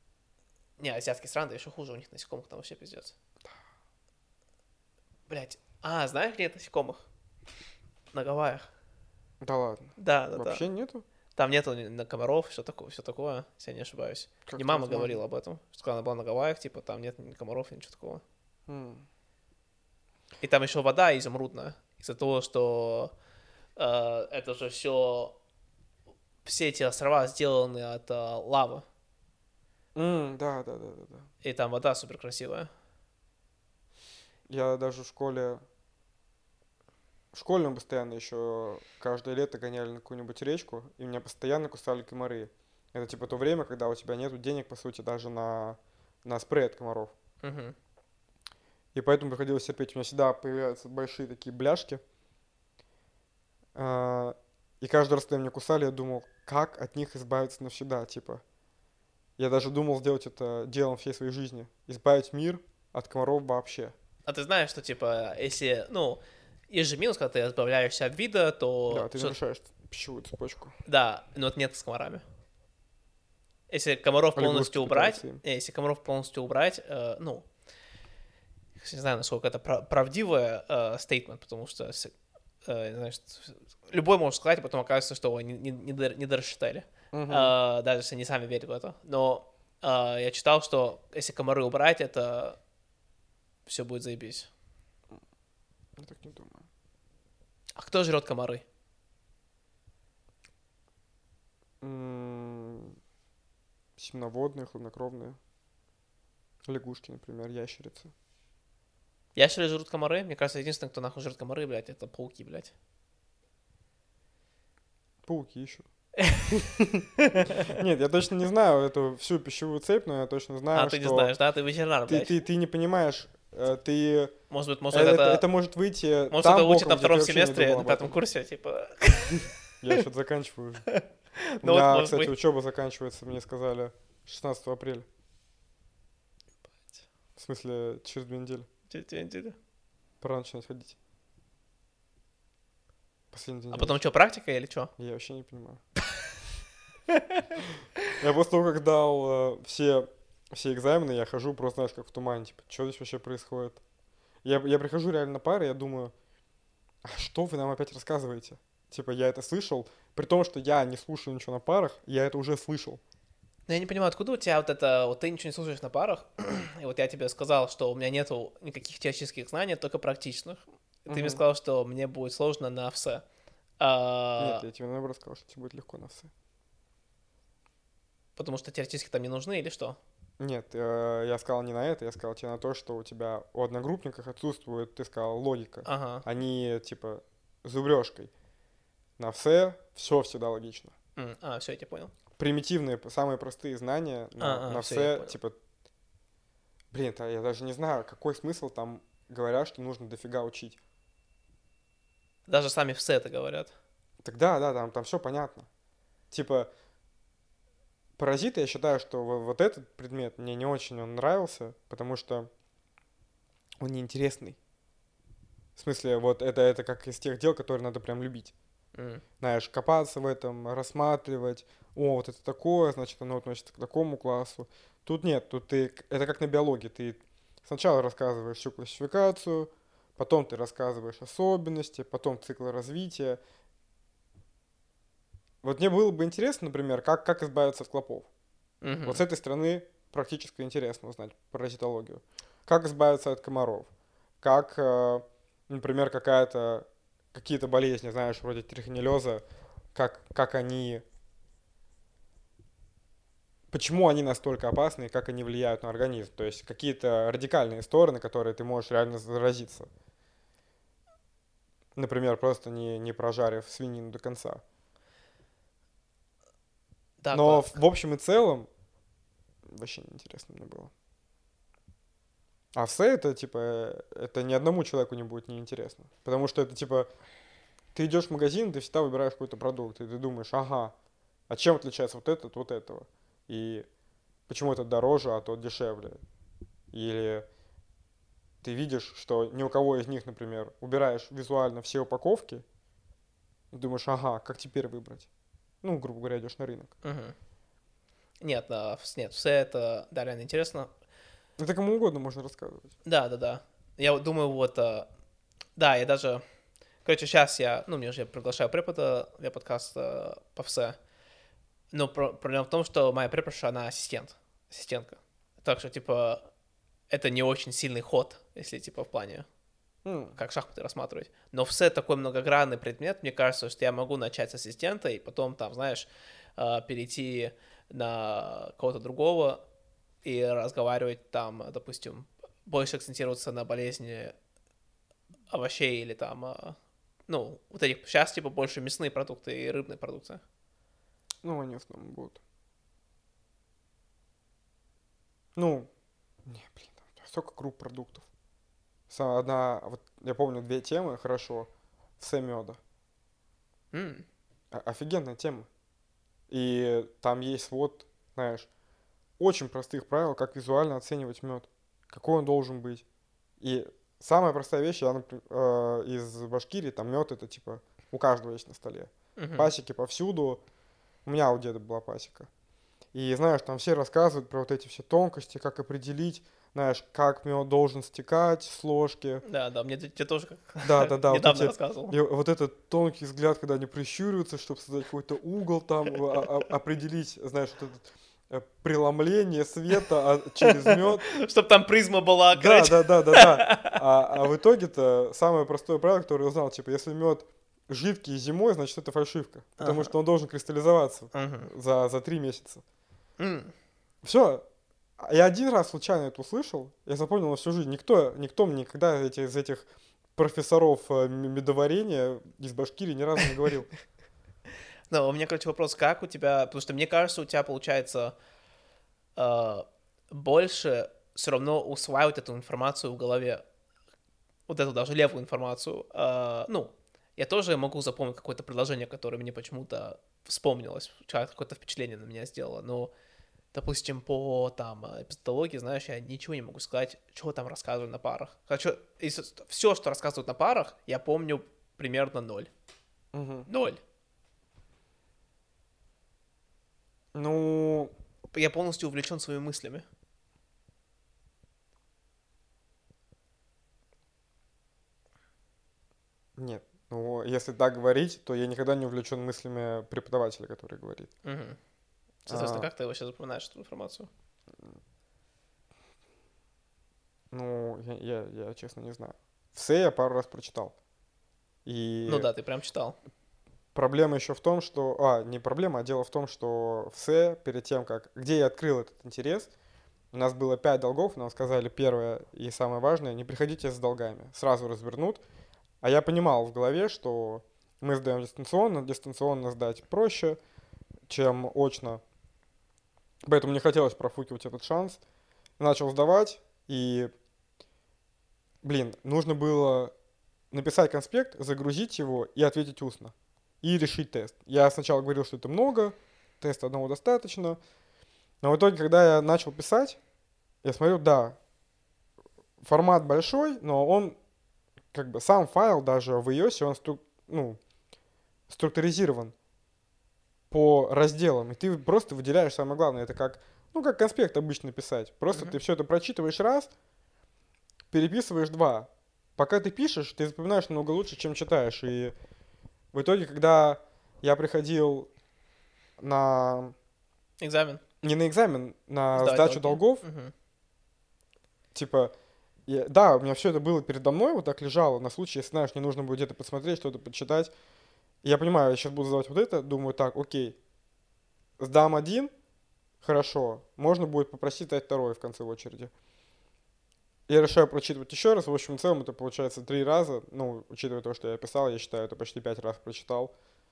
Не, азиатские страны, да еще хуже, у них насекомых там вообще пиздец. Блять, А, знаешь, где насекомых? На Гавайях. Да ладно. Да, да, Вообще да. нету? Там нету ни- на комаров, все такое, все такое, если я не ошибаюсь. Как Мне это мама возможно? говорила об этом. Что когда она была на Гавайях, типа, там нет ни комаров, ничего такого. М. И там еще вода изумрудная. Из-за того, что э, это же все... Все эти острова сделаны от э, лавы. М, да, да, да, да, да. И там вода супер красивая. Я даже в школе... В школе мы постоянно еще каждое лето гоняли на какую-нибудь речку, и меня постоянно кусали комары. Это типа то время, когда у тебя нет денег, по сути, даже на, на спрей от комаров. Мгм. И поэтому приходилось терпеть. У меня всегда появляются большие такие бляшки. А, И каждый раз, когда меня кусали, я думал, как от них избавиться навсегда, типа. Я даже думал сделать это делом всей своей жизни. Избавить мир от комаров вообще. А ты знаешь, что, типа, если, ну, есть же минус, когда ты избавляешься от вида, Да, то... ты что- нарушаешь пищевую цепочку. Да, но это нет с комарами. Если комаров А лягушки полностью убрать, питаются им. э, если комаров полностью убрать, э, ну, не знаю, насколько это пра- правдивое э, стейтмент, потому что, с- э, знаешь, любой может сказать, а потом окажется, что они не, не, дор- не дорассчитали, Мгм. Э, даже если они сами верят в это. Но э, я читал, что если комары убрать, это все будет заебись. Я так не думаю. А кто жрет комары? М, Земноводные, хладнокровные. Лягушки, например, ящерицы. Ящеры жрут комары? Мне кажется, единственное, кто нахуй жрет комары, блядь, это пауки, блядь. Пауки еще. Нет, я точно не знаю эту всю пищевую цепь, но я точно знаю, А, ты не что знаешь, да? Ты ветеринар, ты, блядь. ты, ты не понимаешь, э, ты... Может быть, э, может, Это, это... это может выйти Может, там это учат боком, на где ты втором вообще не семестре, думал на об пятом этом. курсе, типа... Я сейчас заканчиваю уже. У Ну вот, меня, может кстати, быть. учеба заканчивается, мне сказали, шестнадцатого апреля. В смысле, через две недели. Чё-чё-чё. Пора начинать ходить. Последний день А потом занятий. что, практика или что? Я вообще не понимаю. Я после того, как дал э, все, все экзамены, я хожу просто, знаешь, как в тумане, типа, что здесь вообще происходит? Я, я прихожу реально на пары, я думаю, а что вы нам опять рассказываете? Типа, я это слышал, при том, что я не слушаю ничего на парах, я это уже слышал. Ну, я не понимаю, откуда у тебя вот это... Вот ты ничего не слушаешь на парах, и вот я тебе сказал, что у меня нету никаких теоретических знаний, только практичных. Ты мне Мгм. сказал, что мне будет сложно на все. Нет, А, я тебе наоборот сказал, что тебе будет легко на все. Потому что теоретически там не нужны или что? Нет, э, я сказал не на это, я сказал тебе на то, что у тебя у одногруппников отсутствует, ты сказал, логика. Ага. Они, типа, зубрежкой. На все, все всегда логично. М, А, все, я тебя понял. Примитивные, самые простые знания на, А, а, на всё, я все, понял. типа, блин, да, я даже не знаю, какой смысл там говорят, что нужно дофига учить. Даже сами все это говорят. Тогда, да, там, там все понятно. Типа, паразиты, я считаю, что во- вот этот предмет мне не очень он нравился, потому что он неинтересный. В смысле, вот это, это как из тех дел, которые надо прям любить. М. Знаешь, копаться в этом, рассматривать. О, вот это такое, значит, оно относится к такому классу. Тут нет, тут ты, это как на биологии. Ты сначала рассказываешь всю классификацию, потом ты рассказываешь особенности, потом цикл развития. Вот мне было бы интересно, например, как, как избавиться от клопов. Мгм. Вот с этой стороны практически интересно узнать паразитологию. Как избавиться от комаров. Как, э, например, какая-то, какие-то болезни, знаешь, вроде трихинеллеза, как, как они, почему они настолько опасны и как они влияют на организм. То есть какие-то радикальные стороны, которые ты можешь реально заразиться. Например, просто не, не прожарив свинину до конца. Да, Но кла- в, в общем и целом вообще неинтересно мне было. А все это, типа, э, это ни одному человеку не будет неинтересно. Потому что это, типа, ты идешь в магазин, ты всегда выбираешь какой-то продукт, и ты думаешь, ага, а чем отличается вот этот от вот этого? И почему этот дороже, а тот дешевле? Или ты видишь, что ни у кого из них, например, убираешь визуально все упаковки, и думаешь, ага, как теперь выбрать? Ну, грубо говоря, идешь на рынок. Мгм. Нет, да, вс- нет, все это, да, реально интересно. Это кому угодно можно рассказывать. Да, да, да. Я вот думаю, вот, а, Да, я даже... Короче, сейчас я... Ну, мне уже приглашаю препода для подкаста по ВСЭ. Но про- проблема в том, что моя преподша, она ассистент. Ассистентка. Так что, типа, это не очень сильный ход, если, типа, в плане, М, как шахматы рассматривать. Но ВСЭ такой многогранный предмет, мне кажется, что я могу начать с ассистента и потом, там, знаешь, э, перейти на кого-то другого и разговаривать там, допустим, больше акцентироваться на болезни овощей или там, э, ну, вот этих, сейчас, типа, больше мясные продукты и рыбные продукты. Ну, они в основном будут. Ну, не, блин, там столько групп продуктов. Са- Одна, вот я помню две темы, хорошо. Все меда. М, О- Офигенная тема. И там есть вот, знаешь, очень простых правил, как визуально оценивать мед. Какой он должен быть. И самая простая вещь, я, например, э, из Башкирии, там мед это типа у каждого есть на столе. мгм. Пасеки повсюду. У меня у деда была пасека. И знаешь, там все рассказывают про вот эти все тонкости, как определить, знаешь, как мед должен стекать с ложки. Да, да, мне тебе тоже как Да, да, да, вот недавно эти, рассказывал. и вот этот тонкий взгляд, когда они прищуриваются, чтобы создать какой-то угол там, а- а- определить, знаешь, вот это э, преломление света а, через мед. Чтоб там призма была, Да, короче. да, да, да, да. А, а в итоге-то самое простое правило, которое я узнал, типа, если мед жидкий зимой, значит это фальшивка, потому Ага. что он должен кристаллизоваться Мгм. за, за три месяца. М. Все. Я один раз случайно это услышал, я запомнил на всю жизнь. Никто, никто мне никогда эти, из этих профессоров э, м- медоварения из Башкирии ни разу не говорил. Ну, у меня, короче, вопрос, как у тебя, потому что мне кажется, у тебя получается э, больше все равно усваивать эту информацию в голове, вот эту даже левую информацию. Э, ну, я тоже могу запомнить какое-то предложение, которое мне почему-то вспомнилось, какое-то впечатление на меня сделало, но, допустим, по там эпистологии, знаешь, я ничего не могу сказать, что там рассказывают на парах. Хочу, все, что рассказывают на парах, я помню примерно ноль. Мгм. Ноль. Ну, Я полностью увлечен своими мыслями. нет. Ну, если так говорить, то я никогда не увлечен мыслями преподавателя, который говорит. Мгм. Соответственно, А, как ты вообще запоминаешь эту информацию? ну, я, я, я честно не знаю. Все я пару раз прочитал. Ну И да, ты прям читал. проблема еще в том, что... А, не проблема, а дело в том, что все перед тем, как... Где я открыл этот интерес, у нас было пять долгов, нам сказали первое и самое важное, не приходите с долгами, сразу развернут. А я понимал в голове, что мы сдаем дистанционно, дистанционно сдать проще, чем очно. Поэтому не хотелось профукивать этот шанс. Начал сдавать, и, блин, нужно было написать конспект, загрузить его и ответить устно. И решить тест. Я сначала говорил, что это много, теста одного достаточно. Но в итоге, когда я начал писать, я смотрю, да, формат большой, но он, как бы, сам файл даже в iOS, он стру- ну, структуризирован по разделам, и ты просто выделяешь самое главное. Это как, ну, как конспект обычно писать. Просто Мгм. ты все это прочитываешь раз, переписываешь два. Пока ты пишешь, ты запоминаешь намного лучше, чем читаешь. И в итоге, когда я приходил на... Экзамен. Не на экзамен, на Сдавать сдачу долги. долгов, Мгм. типа, я- да, у меня все это было передо мной, вот так лежало, на случай, если, знаешь, не нужно будет где-то посмотреть, что-то почитать. И я понимаю, я сейчас буду сдавать вот это, думаю, так, окей, сдам один, хорошо, можно будет попросить дать второй в конце очереди. Я решаю прочитывать еще раз, в общем и целом это получается три раза, ну, учитывая то, что я писал, я считаю, это почти пять раз прочитал.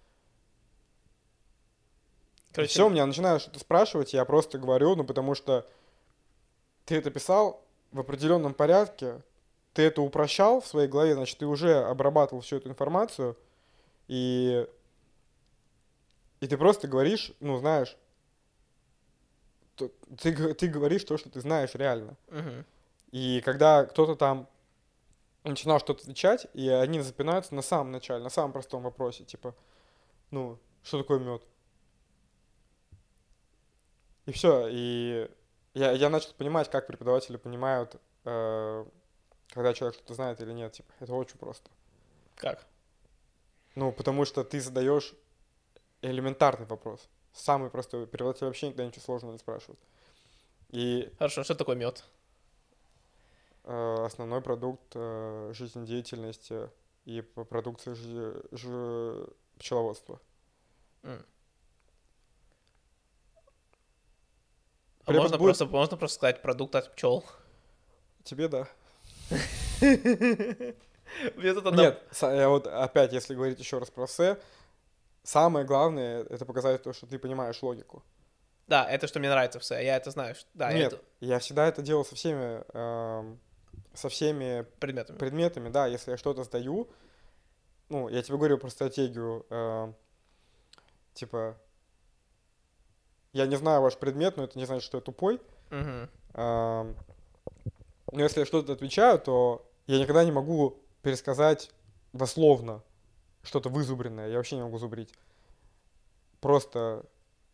И все, Короче, меня начинают что-то спрашивать, я просто говорю, ну, потому что ты это писал в определенном порядке, ты это упрощал в своей голове, значит, ты уже обрабатывал всю эту информацию, и, и ты просто говоришь, ну, знаешь, то- ты, г- ты говоришь то, что ты знаешь реально. мгм. И когда кто-то там начинал что-то отвечать, и они запинаются на самом начале, на самом простом вопросе, типа, ну, что такое мед? И все, и я, я начал понимать, как преподаватели понимают, э, когда человек что-то знает или нет. Типа, это очень просто. Как? Ну, потому что ты задаешь элементарный вопрос. Самый простой. Преподаватель вообще никогда ничего сложного не спрашивает. И Хорошо, что такое мед? э, основной продукт э, жизнедеятельности и по продукции жи- жи- пчеловодства. М. А Препод можно, будет- просто, можно просто сказать продукт от пчел. Тебе да. Мне тут одна- Нет, са- я вот опять, если говорить еще раз про эссе, самое главное это показать то, что ты понимаешь логику. Да, это что мне нравится все, я это знаю. что- Да, Нет, это я всегда это делал со всеми, эм, со всеми предметами. предметами, да, если я что-то сдаю, ну, я тебе говорю про стратегию, эм, типа, я не знаю ваш предмет, но это не значит, что я тупой. Мгм. Эм, но если я что-то отвечаю, то я никогда не могу пересказать дословно что-то вызубренное, я вообще не могу зубрить. Просто,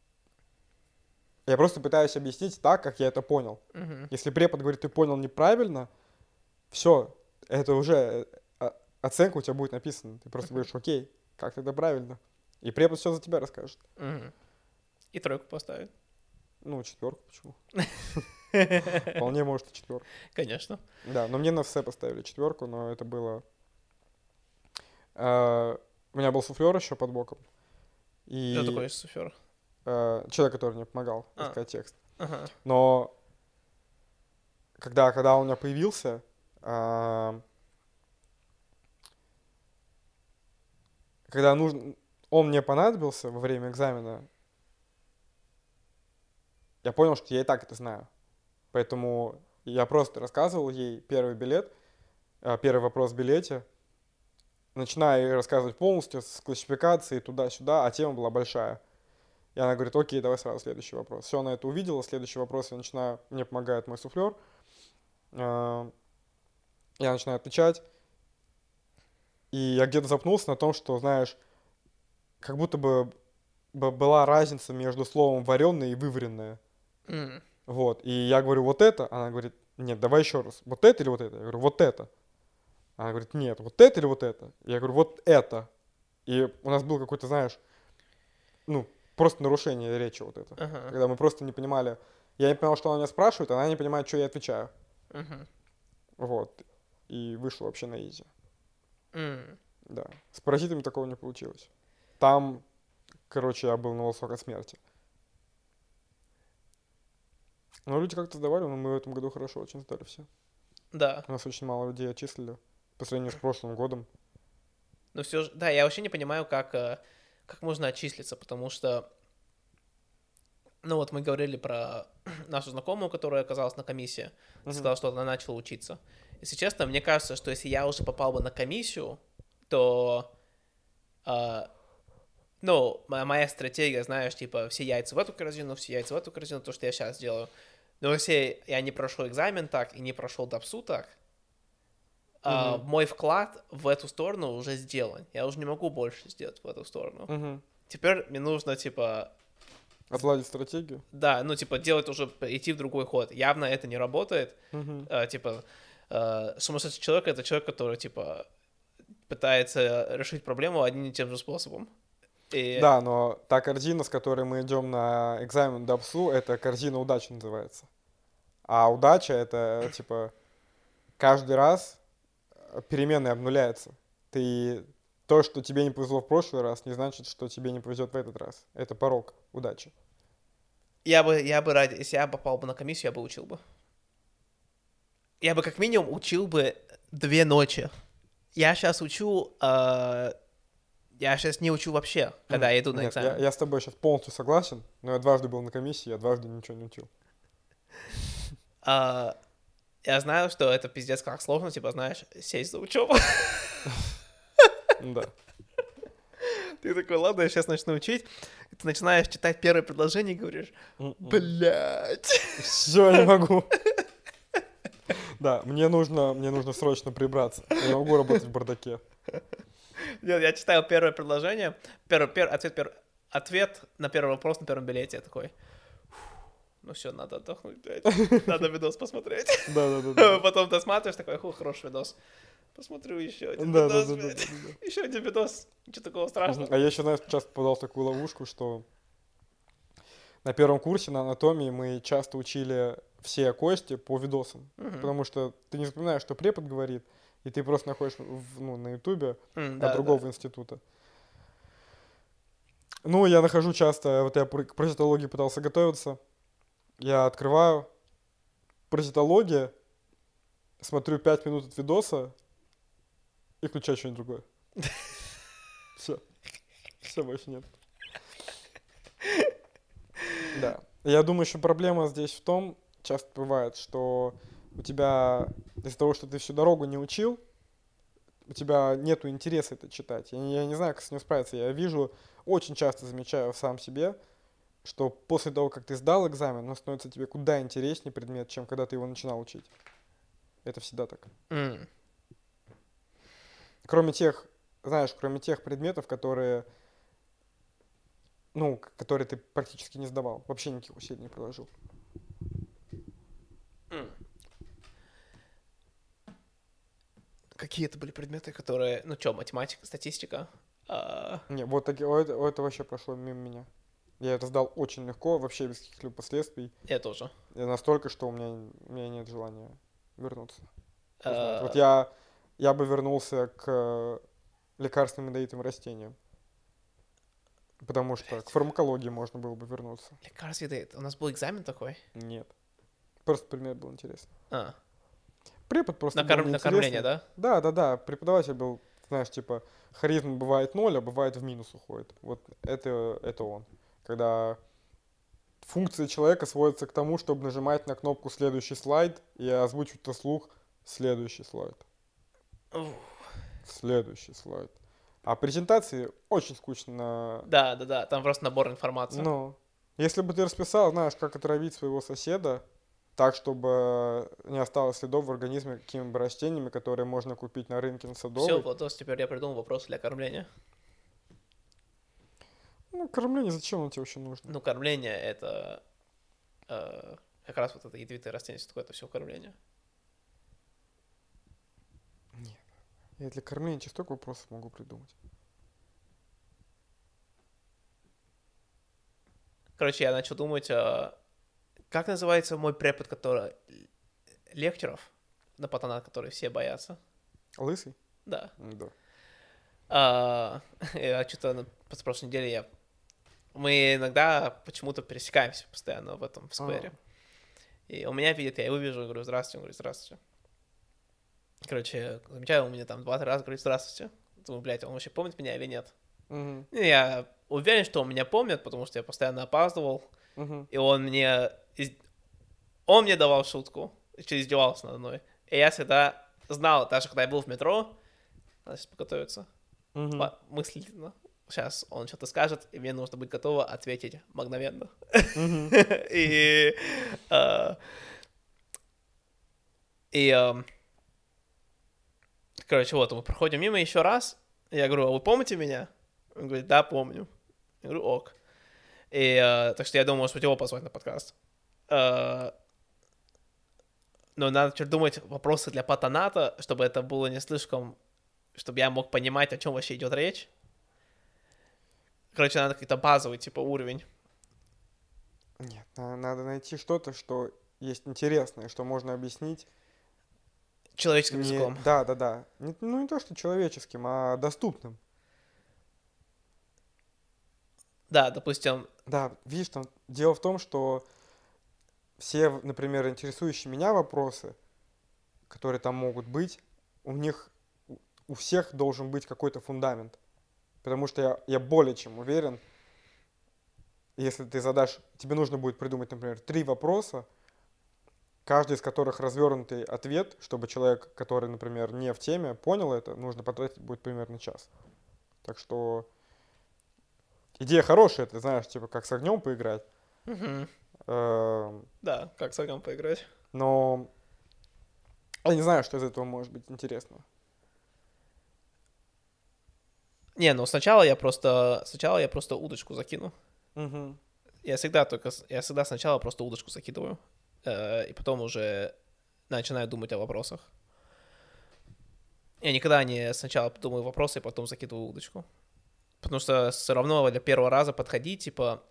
я просто пытаюсь объяснить так, как я это понял. Мгм. Если препод говорит, ты понял неправильно, все, это уже э, оценка у тебя будет написана. Ты просто говоришь, окей, как тогда правильно? И препод все за тебя расскажет. Мгм. И тройку поставить. Ну, четверку почему? Вполне может и четверку. Конечно. Да, но мне на все поставили четверку, но это было... э, У меня был суфлер еще под боком. И Что такое суфлер? э, человек, который мне помогал А. искать текст. Ага. Но когда, когда он у меня появился, а, когда нужно, он мне понадобился во время экзамена, я понял, что я и так это знаю. Поэтому я просто рассказывал ей первый билет, а, первый вопрос в билете, начинаю ей рассказывать полностью с классификацией туда-сюда, а тема была большая. И она говорит, окей, давай сразу следующий вопрос. Все, она это увидела, следующий вопрос я начинаю, мне помогает мой суфлер. А, Я начинаю отвечать, и я где-то запнулся на том, что, знаешь, как будто бы б- была разница между словом вареное и вываренное. М. Вот. И я говорю, вот это. Она говорит, нет, давай еще раз. Вот это или вот это? Я говорю, вот это. Она говорит, нет, вот это или вот это? Я говорю, вот это. И у нас был какой-то, знаешь, ну, просто нарушение речи вот это. Ага. Когда мы просто не понимали. Я не понимал, что она меня спрашивает, она не понимает, что я отвечаю. Мгм. Вот. И вышло вообще на изи. М. Да. С паразитами такого не получилось. Там, короче, я был на волосок от смерти. Но люди как-то сдавали, но мы в этом году хорошо очень сдали все. Да. У нас очень мало людей отчислили по сравнению с прошлым годом. Но все же, да, я вообще не понимаю, как, э, как можно отчислиться, потому что, ну вот мы говорили про нашу знакомую, которая оказалась на комиссии, ты Мгм. сказал, что она начала учиться. Если честно, мне кажется, что если я уже попал бы на комиссию, то, э, ну, моя, моя стратегия, знаешь, типа, все яйца в эту корзину, все яйца в эту корзину, то, что я сейчас делаю. Но если я не прошел экзамен так и не прошел ДАПСУ так, а, Мгм. мой вклад в эту сторону уже сделан. Я уже не могу больше сделать в эту сторону. Мгм. Теперь мне нужно, типа, Отладить стратегию. да, ну, типа, делать уже, идти в другой ход. Явно это не работает. Мгм. А, типа, а, сумасшедший человек — это человек, который, типа, пытается решить проблему одним и тем же способом. И... Да, но та корзина, с которой мы идем на экзамен ДАПСУ, это корзина удачи называется. А удача это типа каждый раз переменная обнуляется. Ты то, что тебе не повезло в прошлый раз, не значит, что тебе не повезет в этот раз. Это порог удачи. Я бы, я бы ради, если я попал бы на комиссию, я бы учил бы. Я бы как минимум учил бы две ночи. Я сейчас учу, э, я сейчас не учу вообще, когда М, я иду на Нет, экзамен. я, я с тобой сейчас полностью согласен, но я дважды был на комиссии, я дважды ничего не учил. А, я знаю, что это пиздец как сложно, типа, знаешь, сесть за учебу. Да. Ты такой, ладно, я сейчас начну учить. И ты начинаешь читать первое предложение и говоришь, блядь. Все, не могу. Да, мне нужно, мне нужно срочно прибраться. Я не могу работать в бардаке. Нет, я читаю первое предложение, первый, первый, ответ, первый, ответ на первый вопрос на первом билете. Я такой, «Фу, ну все, надо отдохнуть, блядь. Надо видос посмотреть. Да-да-да. Потом ты смотришь, такой, ху, хороший видос. Посмотрю еще один Да, видос, да, да, блядь. да, да, да. Еще один видос. Ничего такого страшного. А я еще, знаешь, часто попадал в такую ловушку, что на первом курсе на анатомии мы часто учили все кости по видосам. Мгм. Потому что ты не запоминаешь, что препод говорит, и ты просто находишь в- ну, на ютубе М, от да, другого да. института. Ну, я нахожу часто, вот я пр- к паразитологии пытался готовиться, я открываю паразитология, смотрю пять минут от видоса и включаю что-нибудь другое. Все. Все, больше нет. Да. Я думаю, еще проблема здесь в том, часто бывает, что у тебя из-за того, что ты всю дорогу не учил, у тебя нету интереса это читать. Я не, я не знаю, как с ним справиться. Я вижу, очень часто замечаю сам себе, что после того, как ты сдал экзамен, он становится тебе куда интереснее предмет, чем когда ты его начинал учить. Это всегда так. М. Кроме тех, знаешь, кроме тех предметов, которые, ну, к- которые ты практически не сдавал, вообще никаких усилий не приложил. М. Какие это были предметы, которые... Ну что, математика, статистика? А, Не, вот таки, о, это, о, это вообще прошло мимо меня. Я это сдал очень легко, вообще без каких-либо последствий. Я тоже. И настолько, что у меня, у меня нет желания вернуться. Узнать. Вот А, я, я бы вернулся к лекарственным ядовитым растениям. Потому что Блядь. к фармакологии можно было бы вернуться. Лекарство дает. У нас был экзамен такой. Нет. Просто пример был интересный. А, Препод просто был накорм- накормление, неинтересный. да? Да, да, да. Преподаватель был, знаешь, типа, харизма бывает ноль, а бывает в минус уходит. Вот это, это он. Когда функции человека сводятся к тому, чтобы нажимать на кнопку «Следующий слайд» и озвучивать на слух «Следующий слайд». Ух. Следующий слайд. А презентации очень скучно. Да, да, да. Там просто набор информации. Но если бы ты расписал, знаешь, как отравить своего соседа, так, чтобы не осталось следов в организме какими-бы растениями, которые можно купить на рынке на Все, Садовой. Владос, теперь я придумал вопрос для кормления. Ну, кормление зачем оно тебе вообще нужно? Ну, кормление — это э, как раз вот это ядовитое растение, все такое, это все кормление. Нет. Я для кормления тебе столько вопросов могу придумать. Короче, я начал думать, э, как называется мой препод, который... Лекторов на патана, которые все боятся. Лысый? Да. Да. А, я что-то на прошлой неделе я... Мы иногда почему-то пересекаемся постоянно в этом, в сквере. И он меня видит, я его вижу, говорю, здравствуйте, он говорит, здравствуйте. Короче, замечаю, он меня там два-три раза говорит, здравствуйте. Думаю, блядь, он вообще помнит меня или нет? Угу. И я уверен, что он меня помнит, потому что я постоянно опаздывал, Угу. и он мне... из- Он мне давал шутку, еще издевался надо мной. И я всегда знал, даже когда я был в метро, надо сейчас подготовиться, Угу. по- мысленно. Сейчас он что-то скажет, и мне нужно быть готово ответить мгновенно. Угу. И... э, И... эм, Короче, вот, мы проходим мимо еще раз. Я говорю, а вы помните меня? Он говорит, да, помню. Я говорю, ок. И э, так что я думаю, может быть, его позвать на подкаст. Э, Но надо что-то думать, вопросы для патоната, чтобы это было не слишком... Чтобы я мог понимать, о чем вообще идет речь. Короче, надо какой-то базовый, типа, уровень. Нет, на- надо найти что-то, что есть интересное, что можно объяснить. Человеческим Не- языком. Да, да, да. Не- ну не то, что человеческим, а доступным. Да, допустим, Да, видишь, там дело в том, что все, в- например, интересующие меня вопросы, которые там могут быть, у них, у- у всех должен быть какой-то фундамент. Потому что я, я более чем уверен, если ты задашь, тебе нужно будет придумать, например, три вопроса, каждый из которых развернутый ответ, чтобы человек, который, например, не в теме, понял это, нужно потратить будет примерно час. Так что идея хорошая, ты знаешь, типа как с огнем поиграть. мгм, Эм, да, как с огнем поиграть. Но я не знаю, что из этого может быть интересно. Не, ну сначала я просто... Сначала я просто удочку закину. Мгм. Я всегда только... Я всегда сначала просто удочку закидываю, э, и потом уже начинаю думать о вопросах. Я никогда не сначала думаю вопросы, и потом закидываю удочку. Потому что все равно для первого раза подходить, типа...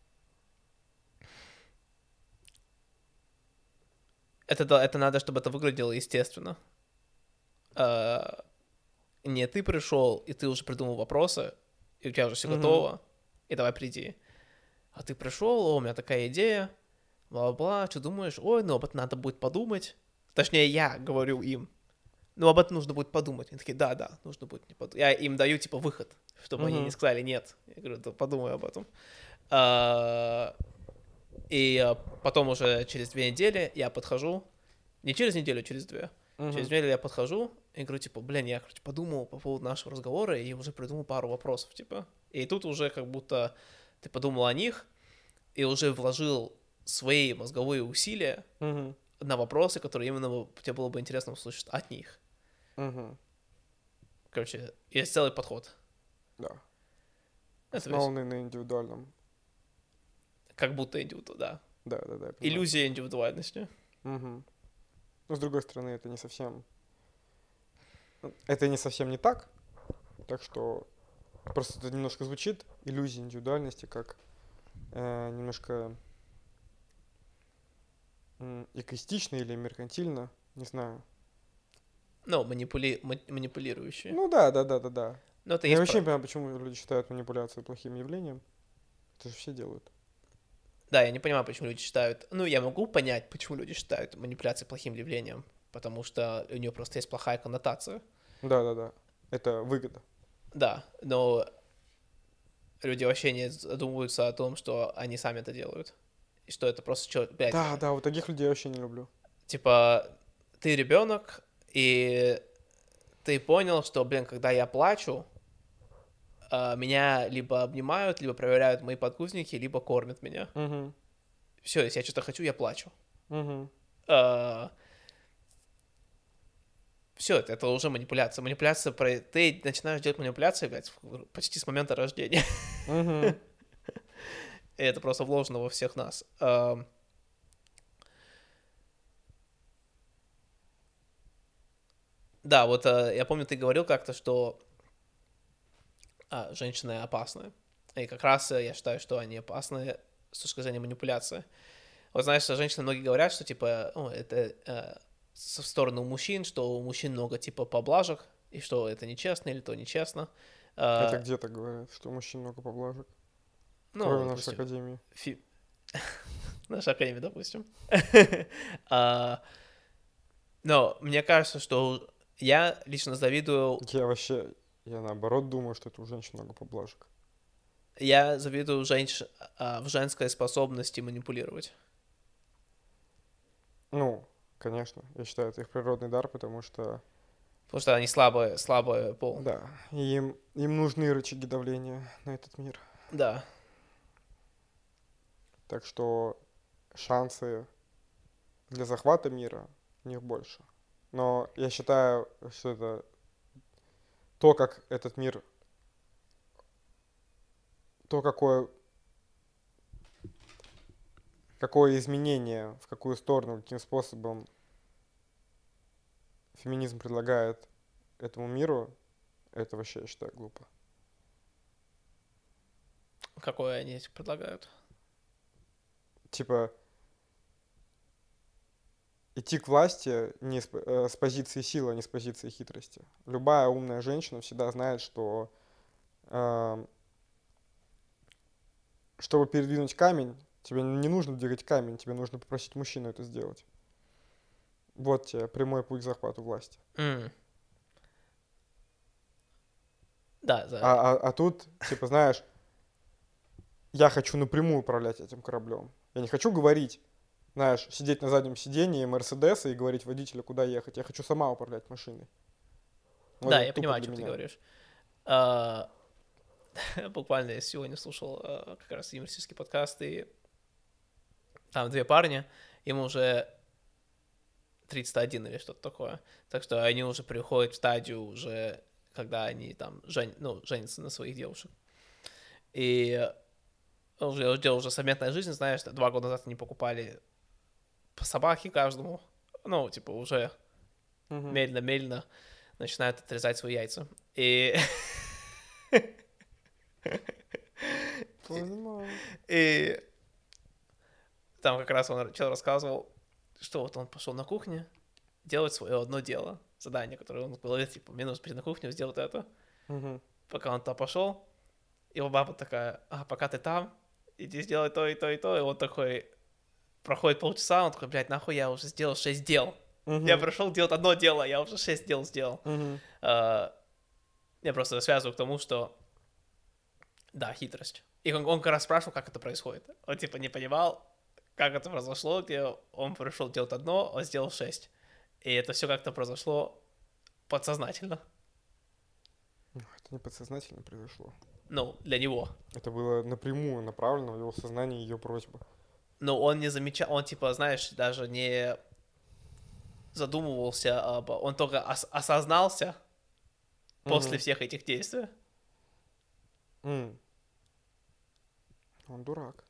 Это, это надо, чтобы это выглядело естественно. А, не ты пришел, и ты уже придумал вопросы, и у тебя уже все mm-hmm. готово, и давай приди. А ты пришел, о, у меня такая идея, бла-бла, что думаешь? Ой, ну об этом надо будет подумать. Точнее, я говорю им, ну об этом нужно будет подумать. Они такие, да-да, нужно будет не подумать. Я им даю, типа, выход, чтобы mm-hmm. они не сказали нет. Я говорю, да подумай об этом. А, и потом уже через две недели я подхожу, не через неделю, через две, uh-huh. через неделю я подхожу и говорю, типа, блин, я, короче, подумал по поводу нашего разговора и уже придумал пару вопросов, типа. И тут уже как будто ты подумал о них и уже вложил свои мозговые усилия uh-huh. на вопросы, которые именно тебе было бы интересно услышать от них. Uh-huh. Короче, есть целый подход. Да. Основанный на индивидуальном. Как будто индивиду, да. Да, да, да. Иллюзия индивидуальности. Угу. Но с другой стороны, это не совсем... Это не совсем не так. Так что просто это немножко звучит, иллюзия индивидуальности, как э, немножко э, эгоистично или меркантильно, не знаю. Ну, манипули... манипулирующие. Ну да, да, да, да, да. Но это Я есть вообще про... не понимаю, почему люди считают манипуляцию плохим явлением. Это же все делают. Да, я не понимаю, почему люди считают... Ну, я могу понять, почему люди считают манипуляцию плохим явлением, потому что у нее просто есть плохая коннотация. Да-да-да, это выгода. Да, но люди вообще не задумываются о том, что они сами это делают. И что это просто... Что, блядь, да, да, вот таких людей я вообще не люблю. Типа, ты ребенок, и ты понял, что, блин, когда я плачу, меня либо обнимают, либо проверяют мои подгузники, либо кормят меня. Угу. Все, если я что-то хочу, я плачу. Угу. А... Все, это, это уже манипуляция. Манипуляция, про... ты начинаешь делать манипуляции, блядь, почти с момента рождения. Угу. И это просто вложено во всех нас. А... Да, вот я помню, ты говорил как-то, что а, женщины опасны. И как раз я считаю, что они опасны с точки зрения манипуляции. Вот знаешь, что женщины многие говорят, что типа, о, это э, в сторону мужчин, что у мужчин много типа поблажек, и что это нечестно или то нечестно. Это где так говорят, что у мужчин много поблажек? Ну, кроме нашей академии. Фи... Наша академия, допустим. Но мне кажется, что я лично завидую... Я вообще, я наоборот думаю, что это у женщин много поблажек. Я завидую женщ... в женской способности манипулировать. Ну, конечно. Я считаю, это их природный дар, потому что... Потому что они слабые, слабые пол. Да, и им, им нужны рычаги давления на этот мир. Да. Так что шансы для захвата мира у них больше. Но я считаю, что это то, как этот мир, то, какое, какое изменение, в какую сторону, каким способом феминизм предлагает этому миру, это вообще, я считаю, глупо. Какое они предлагают? Типа, идти к власти не с, э, с позиции силы, а не с позиции хитрости. Любая умная женщина всегда знает, что э, чтобы передвинуть камень, тебе не нужно двигать камень, тебе нужно попросить мужчину это сделать. Вот тебе прямой путь к захвату власти. Mm. Да, да. А, а, а тут, типа, знаешь, я хочу напрямую управлять этим кораблем. Я не хочу говорить, знаешь, сидеть на заднем сидении Мерседеса и говорить водителю, куда ехать. Я хочу сама управлять машиной. Вот да, я понимаю, о чем ты говоришь. А, буквально я сегодня слушал а, как раз юмористический подкаст, и там две парни, им уже тридцать один или что-то такое. Так что они уже приходят в стадию уже, когда они там жен... ну, женятся на своих девушек. И уже, уже, уже совместная жизнь, знаешь, два года назад они покупали по собаке каждому. Ну, типа, уже Мгм. медленно-медленно начинают отрезать свои яйца. И... Понимаю. И там как раз он человек рассказывал, что вот он пошел на кухню делать свое одно дело, задание, которое он в голове, типа, мне нужно прийти на кухню, сделать это. Мгм. Пока он туда пошел, его баба такая, а, пока ты там, иди сделай то и то и то. И он такой, проходит полчаса, он такой, блядь, нахуй я уже сделал шесть дел. Я Мгм. пришел делать одно дело, я уже шесть дел сделал. Мгм. А, Я просто связываю к тому, что, да, хитрость. И он, он как раз спрашивал, как это происходит. Он, типа, не понимал, как это произошло, где он пришел делать одно, он сделал шесть. И это все как-то произошло подсознательно. Ну, это не подсознательно произошло. Ну, для него. Это было напрямую направлено в его сознание ее просьба. Но он не замечал, он, типа, знаешь, даже не задумывался об... Он только ос- осознался после Мгм. всех этих действий. М. Он дурак.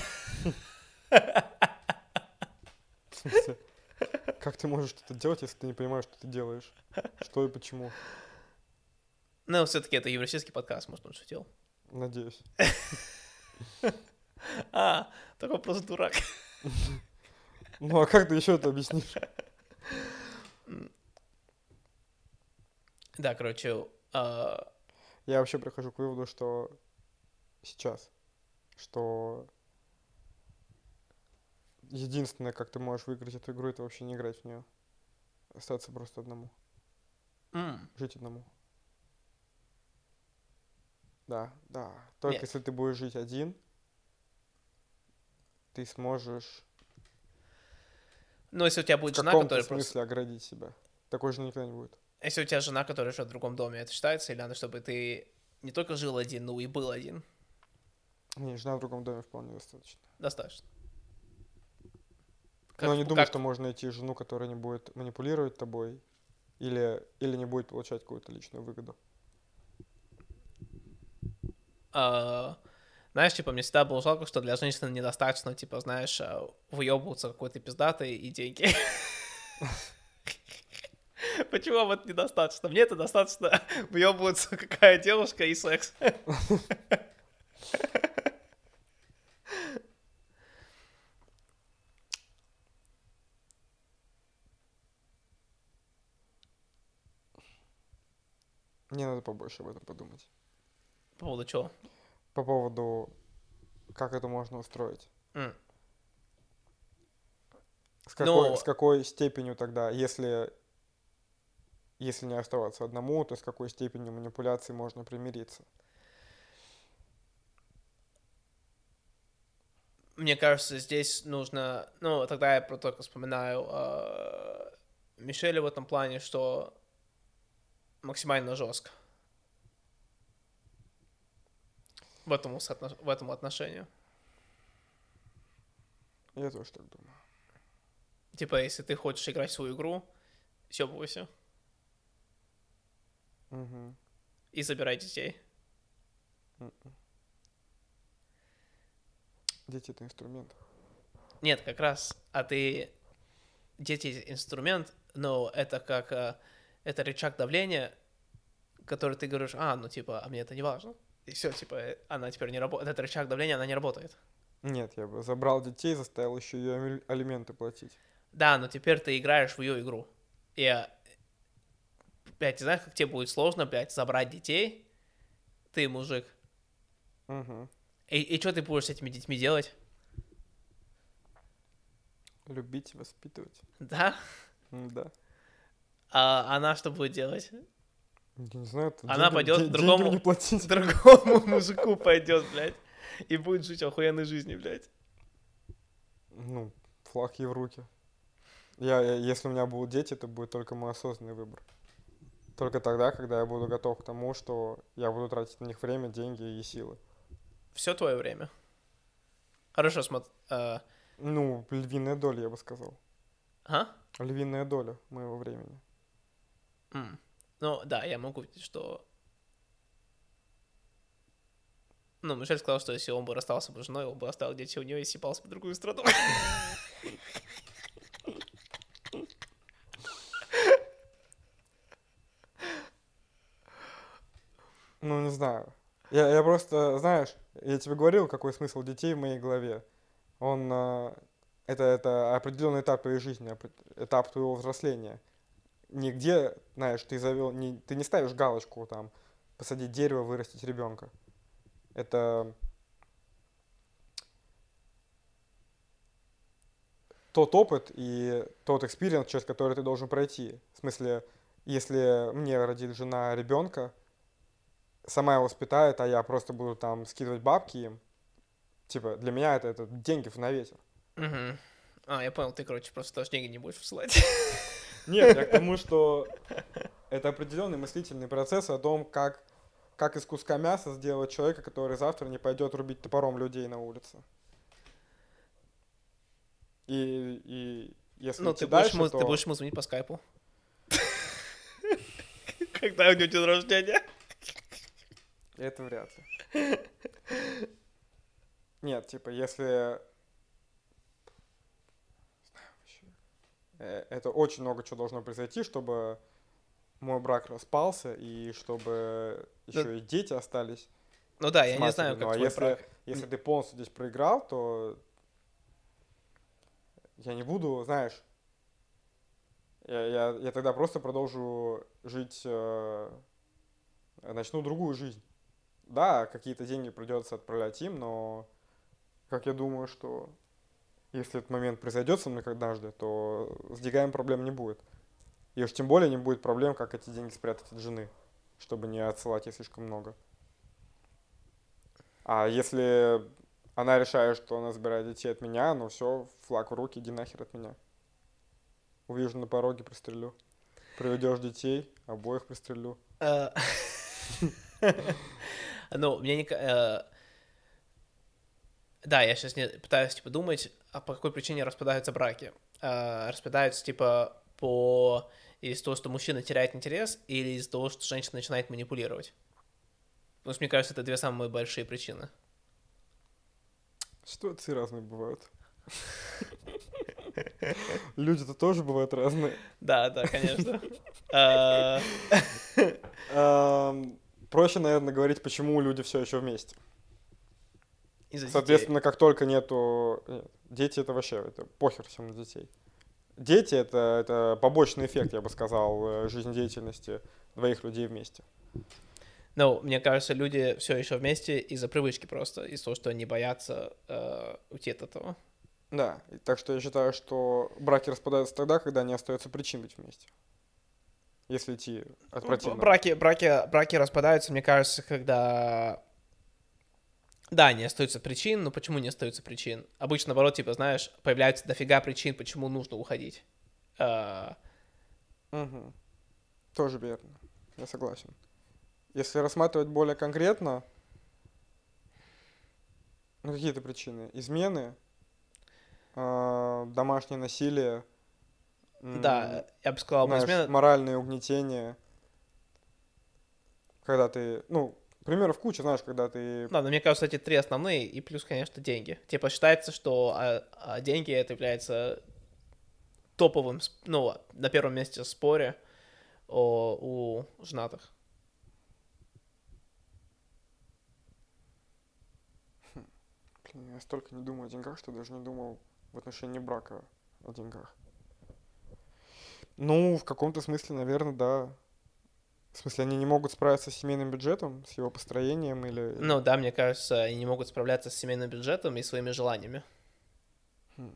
В смысле, как ты можешь что-то делать, если ты не понимаешь, что ты делаешь? Что и почему? Но все-таки это юмористический подкаст, может, он шутил. Надеюсь. А, такой просто дурак. Ну а как ты еще это объяснишь? Да, короче, а, Я вообще прихожу к выводу, что сейчас, что единственное, как ты можешь выиграть эту игру, это вообще не играть в нее. Остаться просто одному. м, Жить одному. Да, да. Только нет. если ты будешь жить один, ты сможешь Ну, если у тебя в будет жена, каком-то которая просто... смысле оградить себя. Такой же никогда не будет. Если у тебя жена, которая живет в другом доме, это считается? Или надо, чтобы ты не только жил один, но и был один? Не, жена в другом доме вполне достаточно. Достаточно. Но Как, не в- думаю, как что можно найти жену, которая не будет манипулировать тобой или, или не будет получать какую-то личную выгоду. а, знаешь, типа, мне всегда было жалко, что для женщины недостаточно, типа, знаешь, а, выебываться какой-то пиздатой и деньги. Почему вам это недостаточно? Мне это достаточно выебываться какая девушка и секс. Мне надо побольше об этом подумать. По поводу чего? По поводу, как это можно устроить. М. С какой, Ну, с какой степенью тогда, если, если не оставаться одному, то с какой степенью манипуляции можно примириться? мне кажется, здесь нужно... Ну, тогда я про только вспоминаю э, Мишеля в этом плане, что максимально жестко в этом, соотно- в этом отношении. Я тоже так думаю. Типа, если ты хочешь играть в свою игру, съебывайся Мгм. и забирай детей. М-м. Дети — это инструмент. Нет, как раз, а ты... Дети — инструмент, но это как... э, это рычаг давления, который ты говоришь, а, ну, типа, а мне это не важно. И все, типа, э, она теперь не работает. Этот рычаг давления, она не работает. Нет, я бы забрал детей, заставил еще ее алименты платить. Да, но теперь ты играешь в ее игру. И, э, блядь, ты знаешь, как тебе будет сложно, блядь, забрать детей? Ты мужик. Мгм. И, и что ты будешь с этими детьми делать? Любить, воспитывать. Да? Да. А она что будет делать? Я не знаю, это Она деньги, пойдет де- к деньги другому- мне платить. Другому мужику пойдет, блядь. И будет жить охуенной жизнью, блядь. Ну, флаг ей в руки. Я, я- если у меня будут дети, это будет только мой осознанный выбор. Только тогда, когда я буду готов к тому, что я буду тратить на них время, деньги и силы. Все твое время. Хорошо, смотри. Ну, львиная доля, я бы сказал. А? Львиная доля моего времени. М. Ну, да, я могу видеть, что... Ну, Мишель сказал, что если он бы расстался бы с женой, он бы оставил детей у нее и съебался бы в другую страну. Ну, не знаю. Я, я просто, знаешь, я тебе говорил, какой смысл детей в моей голове. Он, э, это, это определенный этап твоей жизни, опре- этап твоего взросления. Нигде, знаешь, ты завел, не, ты не ставишь галочку там, посадить дерево, вырастить ребенка. Это тот опыт и тот экспириенс, через который ты должен пройти. В смысле, если мне родит жена ребенка, сама его воспитает, а я просто буду там скидывать бабки им, типа, для меня это, это деньги на ветер. Угу. А, я понял, ты, короче, просто тоже деньги не будешь посылать. Нет, я к тому, что это определенный мыслительный процесс о том, как, как из куска мяса сделать человека, который завтра не пойдет рубить топором людей на улице. И, и если Ну, идти ты будешь, дальше, ему, то... ты будешь ему звонить по скайпу. Когда у него день рождения? Это вряд ли. Нет, типа, если... Э, Это очень много чего должно произойти, чтобы мой брак распался, и чтобы Ну, еще и дети остались ну да, с я не матерью. знаю, Ну как а твой если, брак. если ты полностью здесь проиграл, то я не буду, знаешь, я, я, я тогда просто продолжу жить, э, начну другую жизнь. Да, какие-то деньги придется отправлять им, но как я думаю, что если этот момент произойдет со мной однажды, то с деньгами проблем не будет. И уж тем более не будет проблем, как эти деньги спрятать от жены, чтобы не отсылать ей слишком много. А если она решает, что она забирает детей от меня, ну все, флаг в руки, иди нахер от меня. Увижу на пороге, пристрелю. Приведешь детей, обоих пристрелю. Э, Ну, мне не... ка- э, Да, я сейчас не пытаюсь, типа, думать, а по какой причине распадаются браки. Э, Распадаются, типа, по... из-за того, что мужчина теряет интерес, или из-за того, что женщина начинает манипулировать. Потому что, мне кажется, это две самые большие причины. Ситуации разные бывают. Люди-то тоже бывают разные. Да, да, конечно. Э, Эм, Проще, наверное, говорить, почему люди все еще вместе. Из-за детей. Соответственно, как только нету... нет, дети это вообще, это похер всем на детей. Дети это, это побочный эффект, я бы сказал, э, жизнедеятельности двоих людей вместе. Ну, мне кажется, люди все еще вместе из-за привычки просто, из-за того, что они боятся э, уйти от этого. Да, и так что я считаю, что браки распадаются тогда, когда не остается причин быть вместе. Если идти от Б- противного. Браки, браки, браки распадаются, мне кажется, когда... Да, не остаются причин, но почему не остаются причин? Обычно, наоборот, типа, знаешь, появляется дофига причин, почему нужно уходить. Э, Мгм. Тоже верно. Я согласен. Если рассматривать более конкретно, ну какие-то причины? Измены, а, домашнее насилие, м, Да, я бы сказал, бы, знаешь, измена... моральное угнетение, когда ты, ну, примеров куча, знаешь, когда ты, Да, но мне кажется, эти три основные, и плюс, конечно, деньги. Типа, считается, что а, а деньги это является топовым, сп- ну, на первом месте в споре о, у женатых. блин, я столько не думаю о деньгах, что даже не думал в отношении брака о деньгах. Ну, в каком-то смысле, наверное, да. В смысле, они не могут справиться с семейным бюджетом, с его построением или... Ну, да, мне кажется, они не могут справляться с семейным бюджетом и своими желаниями. Хм.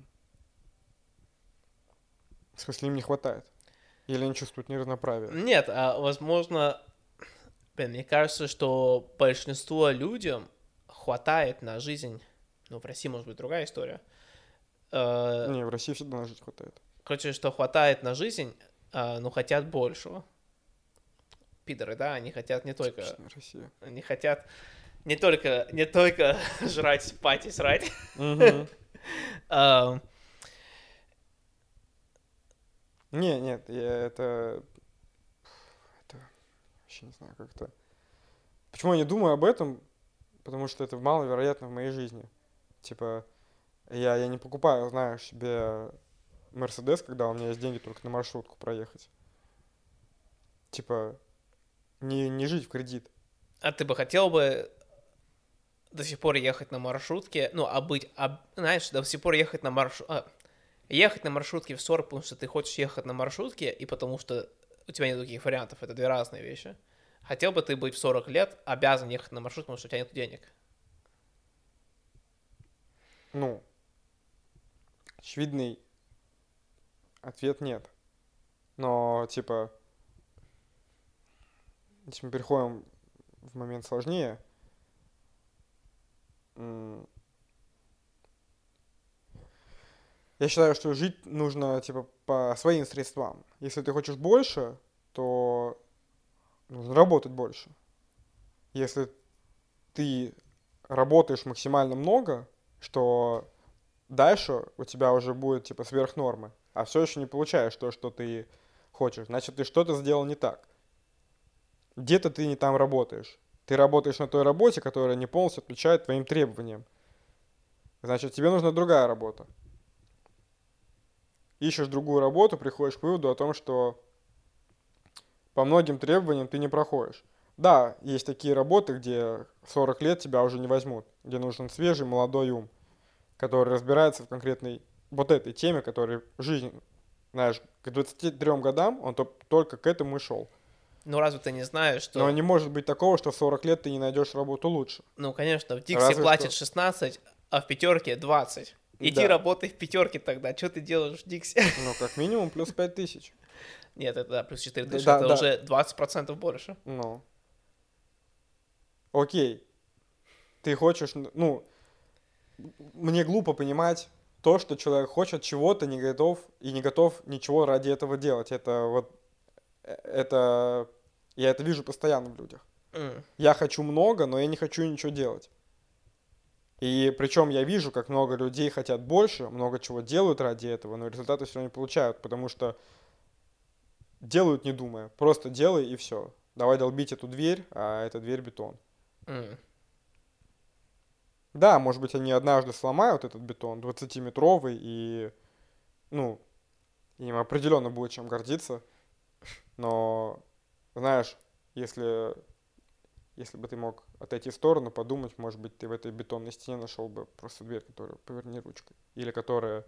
В смысле, им не хватает? Или они чувствуют неравноправие? Нет, а возможно, блин, мне кажется, что большинство людям хватает на жизнь. Ну, в России может быть другая история. Э, Не, в России всегда на жизнь хватает. Короче, что хватает на жизнь, э, но хотят большего. Пидоры, да, они хотят не только... Типичная Россия. Они хотят не только, не только жрать, спать и срать. Мгм. Эм, Не, нет, я это... Это... Вообще не знаю, как это... Почему я не думаю об этом? потому что это маловероятно в моей жизни. Типа, я, я не покупаю, знаешь, себе Мерседес, когда у меня есть деньги только на маршрутку проехать. Типа, не, не жить в кредит. А ты бы хотел бы до сих пор ехать на маршрутке, ну, а быть, а, знаешь, до сих пор ехать на маршрутке, а, ехать на маршрутке в сорок, потому что ты хочешь ехать на маршрутке, и потому что у тебя нет других вариантов, это две разные вещи. Хотел бы ты быть в сорок лет обязан ехать на маршрутке, потому что у тебя нет денег? Ну, очевидный ответ нет. Но, типа, если мы переходим в момент сложнее, я считаю, что жить нужно, типа, по своим средствам. Если ты хочешь больше, то нужно работать больше. Если ты работаешь максимально много, что дальше у тебя уже будет, типа, сверх нормы, а все еще не получаешь то, что ты хочешь, значит, ты что-то сделал не так. Где-то ты не там работаешь. Ты работаешь на той работе, которая не полностью отвечает твоим требованиям. Значит, тебе нужна другая работа. Ищешь другую работу, приходишь к выводу о том, что по многим требованиям ты не проходишь. Да, есть такие работы, где в сорок лет тебя уже не возьмут, где нужен свежий молодой ум, который разбирается в конкретной вот этой теме, который жизнь, знаешь, к двадцати трём годам он только к этому и шел. Ну, разве ты не знаешь, что... Но не может быть такого, что в сорок лет ты не найдешь работу лучше. Ну, конечно, в Дикси Разве платят что. шестнадцать, а в пятерке двадцать. Иди Да. работай в пятерке тогда. Что ты делаешь в Дикси? Ну, как минимум, плюс пять тысяч. Нет, это да, плюс четыре тысячи, Да, это да. уже двадцать процентов больше. Ну. Окей. Ты хочешь, ну, мне глупо понимать то, что человек хочет чего-то, не готов, и не готов ничего ради этого делать. Это вот, э, это, я это вижу постоянно в людях. Mm. Я хочу много, но я не хочу ничего делать. И причем я вижу, как много людей хотят больше, много чего делают ради этого, но результаты все равно не получают, потому что делают не думая. Просто делай и все. Давай долбить эту дверь, а эта дверь бетон. Mm. Да, может быть, они однажды сломают этот бетон двадцатиметровый, и, ну, им определенно будет чем гордиться. Но, знаешь, если, если бы ты мог отойти в сторону, подумать, может быть, ты в этой бетонной стене нашел бы просто дверь, которую поверни ручкой. Или которая...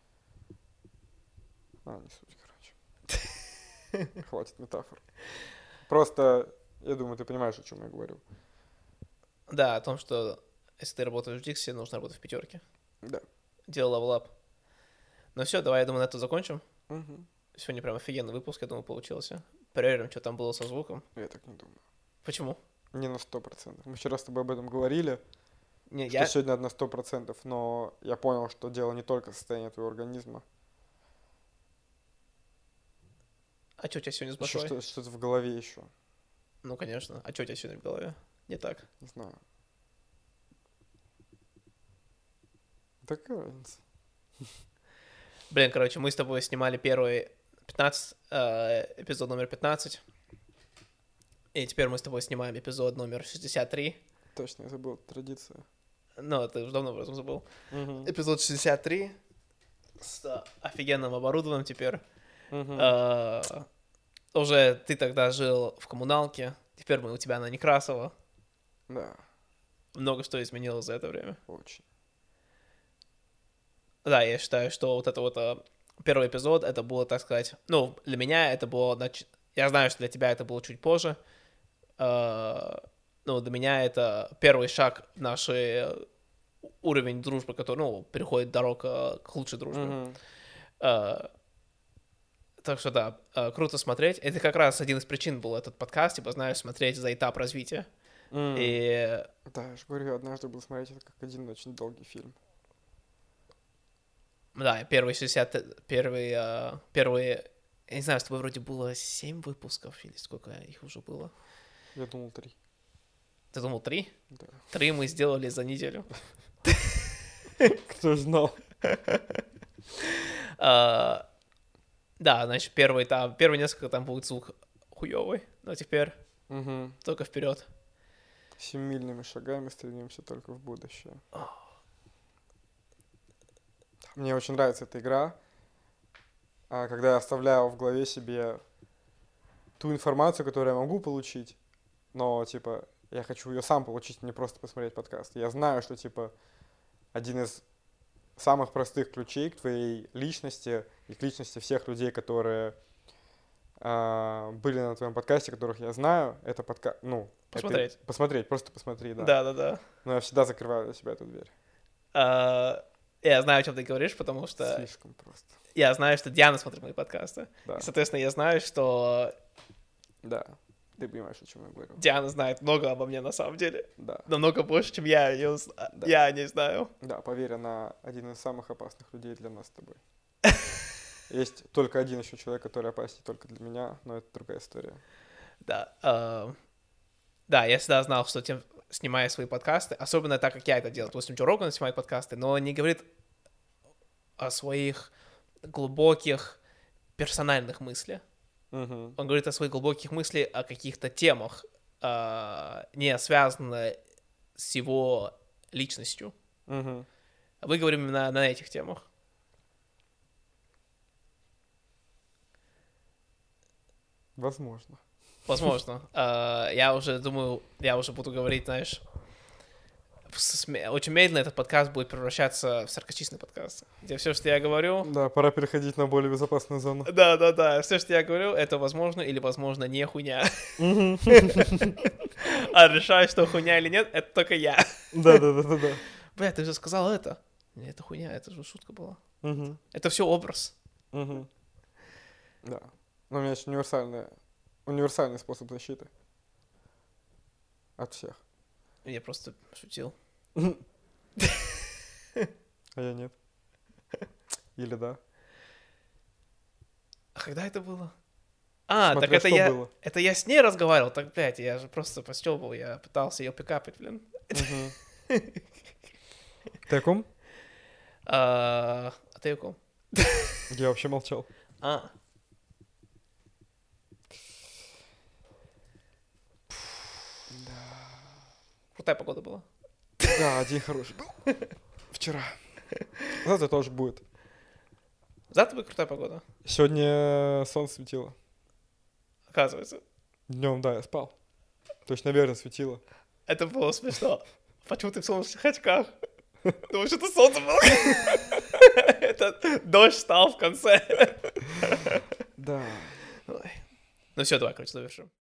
А, не суть, короче. Хватит метафор. Просто, я думаю, ты понимаешь, о чем я говорю. Да, о том, что если ты работаешь в Дикси, нужно работать в пятерке. Да. Дело level up. Ну все, давай, я думаю, на это закончим. Угу. Сегодня прям офигенный выпуск, я думаю, получился. Проверим, что там было со звуком. Я так не думаю. Почему? Не на сто процентов. Мы вчера с тобой об этом говорили, Не, что я... сегодня на сто процентов, но я понял, что дело не только в состоянии твоего организма. А что у тебя сегодня с Еще башкой? что- что-то в голове еще. Ну, конечно. А что у тебя сегодня в голове? Не так. Не знаю. Такая разница. Блин, короче, мы с тобой снимали первый пятнадцать, э, эпизод номер пятнадцать. И теперь мы с тобой снимаем эпизод номер шестьдесят три. Точно, я забыл, традиция. Ну, ты уже давно об этом забыл. Угу. Эпизод шестьдесят три с офигенным оборудованием теперь. Угу. Э, уже ты тогда жил в коммуналке, теперь мы у тебя на Некрасово. Да, Много что изменилось за это время. очень. Да, я считаю, что вот это вот э, первый эпизод, это было, так сказать, ну, для меня это было, нач... я знаю, что для тебя это было чуть позже, э, ну, для меня это первый шаг в наш э, уровень дружбы, который, ну, переходит дорога к лучшей дружбе. Угу. Э, так что, да, э, круто смотреть. Это как раз один из причин был этот подкаст, типа, знаешь, смотреть за этап развития. Mm. И... Да, я же говорю, я однажды был смотреть это как один очень долгий фильм. Да, первый шестьдесят, первый, э, первые, я не знаю, с тобой вроде было семь выпусков, или сколько их уже было? Я думал три. Ты думал три? Да. Три мы сделали за неделю. Кто знал? Да, значит, первый там, первые несколько там будет звук хуёвый, но теперь только вперед. Семимильными шагами стремимся только в будущее. Мне очень нравится эта игра, а, когда я оставляю в голове себе ту информацию, которую я могу получить, но, типа, я хочу ее сам получить, не просто посмотреть подкаст. Я знаю, что, типа, один из самых простых ключей к твоей личности и к личности всех людей, которые а, были на твоем подкасте, которых я знаю, это подкаст, ну... Посмотреть. Это... Посмотреть, просто посмотри, да. Да-да-да. Но я всегда закрываю для себя эту дверь. А, я знаю, о чем ты говоришь, потому что... Слишком просто. Я знаю, что Диана смотрит мои подкасты. Да. И, соответственно, я знаю, что... Да. Ты понимаешь, о чем я говорю. Диана знает много обо мне на самом деле. Да. Намного больше, чем я, ее... Да. я не знаю. Да, поверь, она один из самых опасных людей для нас с тобой. Есть только один еще человек, который опасен только для меня, но это другая история. Да. Uh, да, я всегда знал, что тем, снимая свои подкасты, особенно так, как я это делал. Допустим, Джо Роган снимает подкасты, но он не говорит о своих глубоких персональных мыслях. Угу. Он говорит о своих глубоких мыслях о каких-то темах, uh, не связанных с его личностью. Угу. Мы говорим именно на этих темах. Возможно. Возможно. Uh, я уже думаю, я уже буду говорить, знаешь, очень медленно этот подкаст будет превращаться в саркастичный подкаст, где все, что я говорю... Да, пора переходить на более безопасную зону. Да-да-да, все, что я говорю, это возможно или, возможно, не хуйня. А решаю, что хуйня или нет, это только я. Да-да-да-да. Бля, ты же сказал это. Не, это хуйня, это же шутка была. Угу. Это все образ. Угу. Да. Но у меня есть универсальный, универсальный способ защиты. От всех. Я просто шутил. А я нет. Или да. А когда это было? А, Смотря так это что я... было. Это я с ней разговаривал, так, блядь, я же просто постёбывал, я пытался ее пикапать, блин. Угу. Ты о ком? А, а ты о ком? Я вообще молчал. А. Крутая погода была. Да, день хороший был. Вчера. Завтра тоже будет. Завтра будет крутая погода. Сегодня солнце светило. Оказывается. Днем, да, я спал. То есть, наверное, светило. Это было смешно. Почему ты в солнечных очках? Думаю, что это солнце было. Это дождь стал в конце. Да. Ну все, давай, короче, завершим.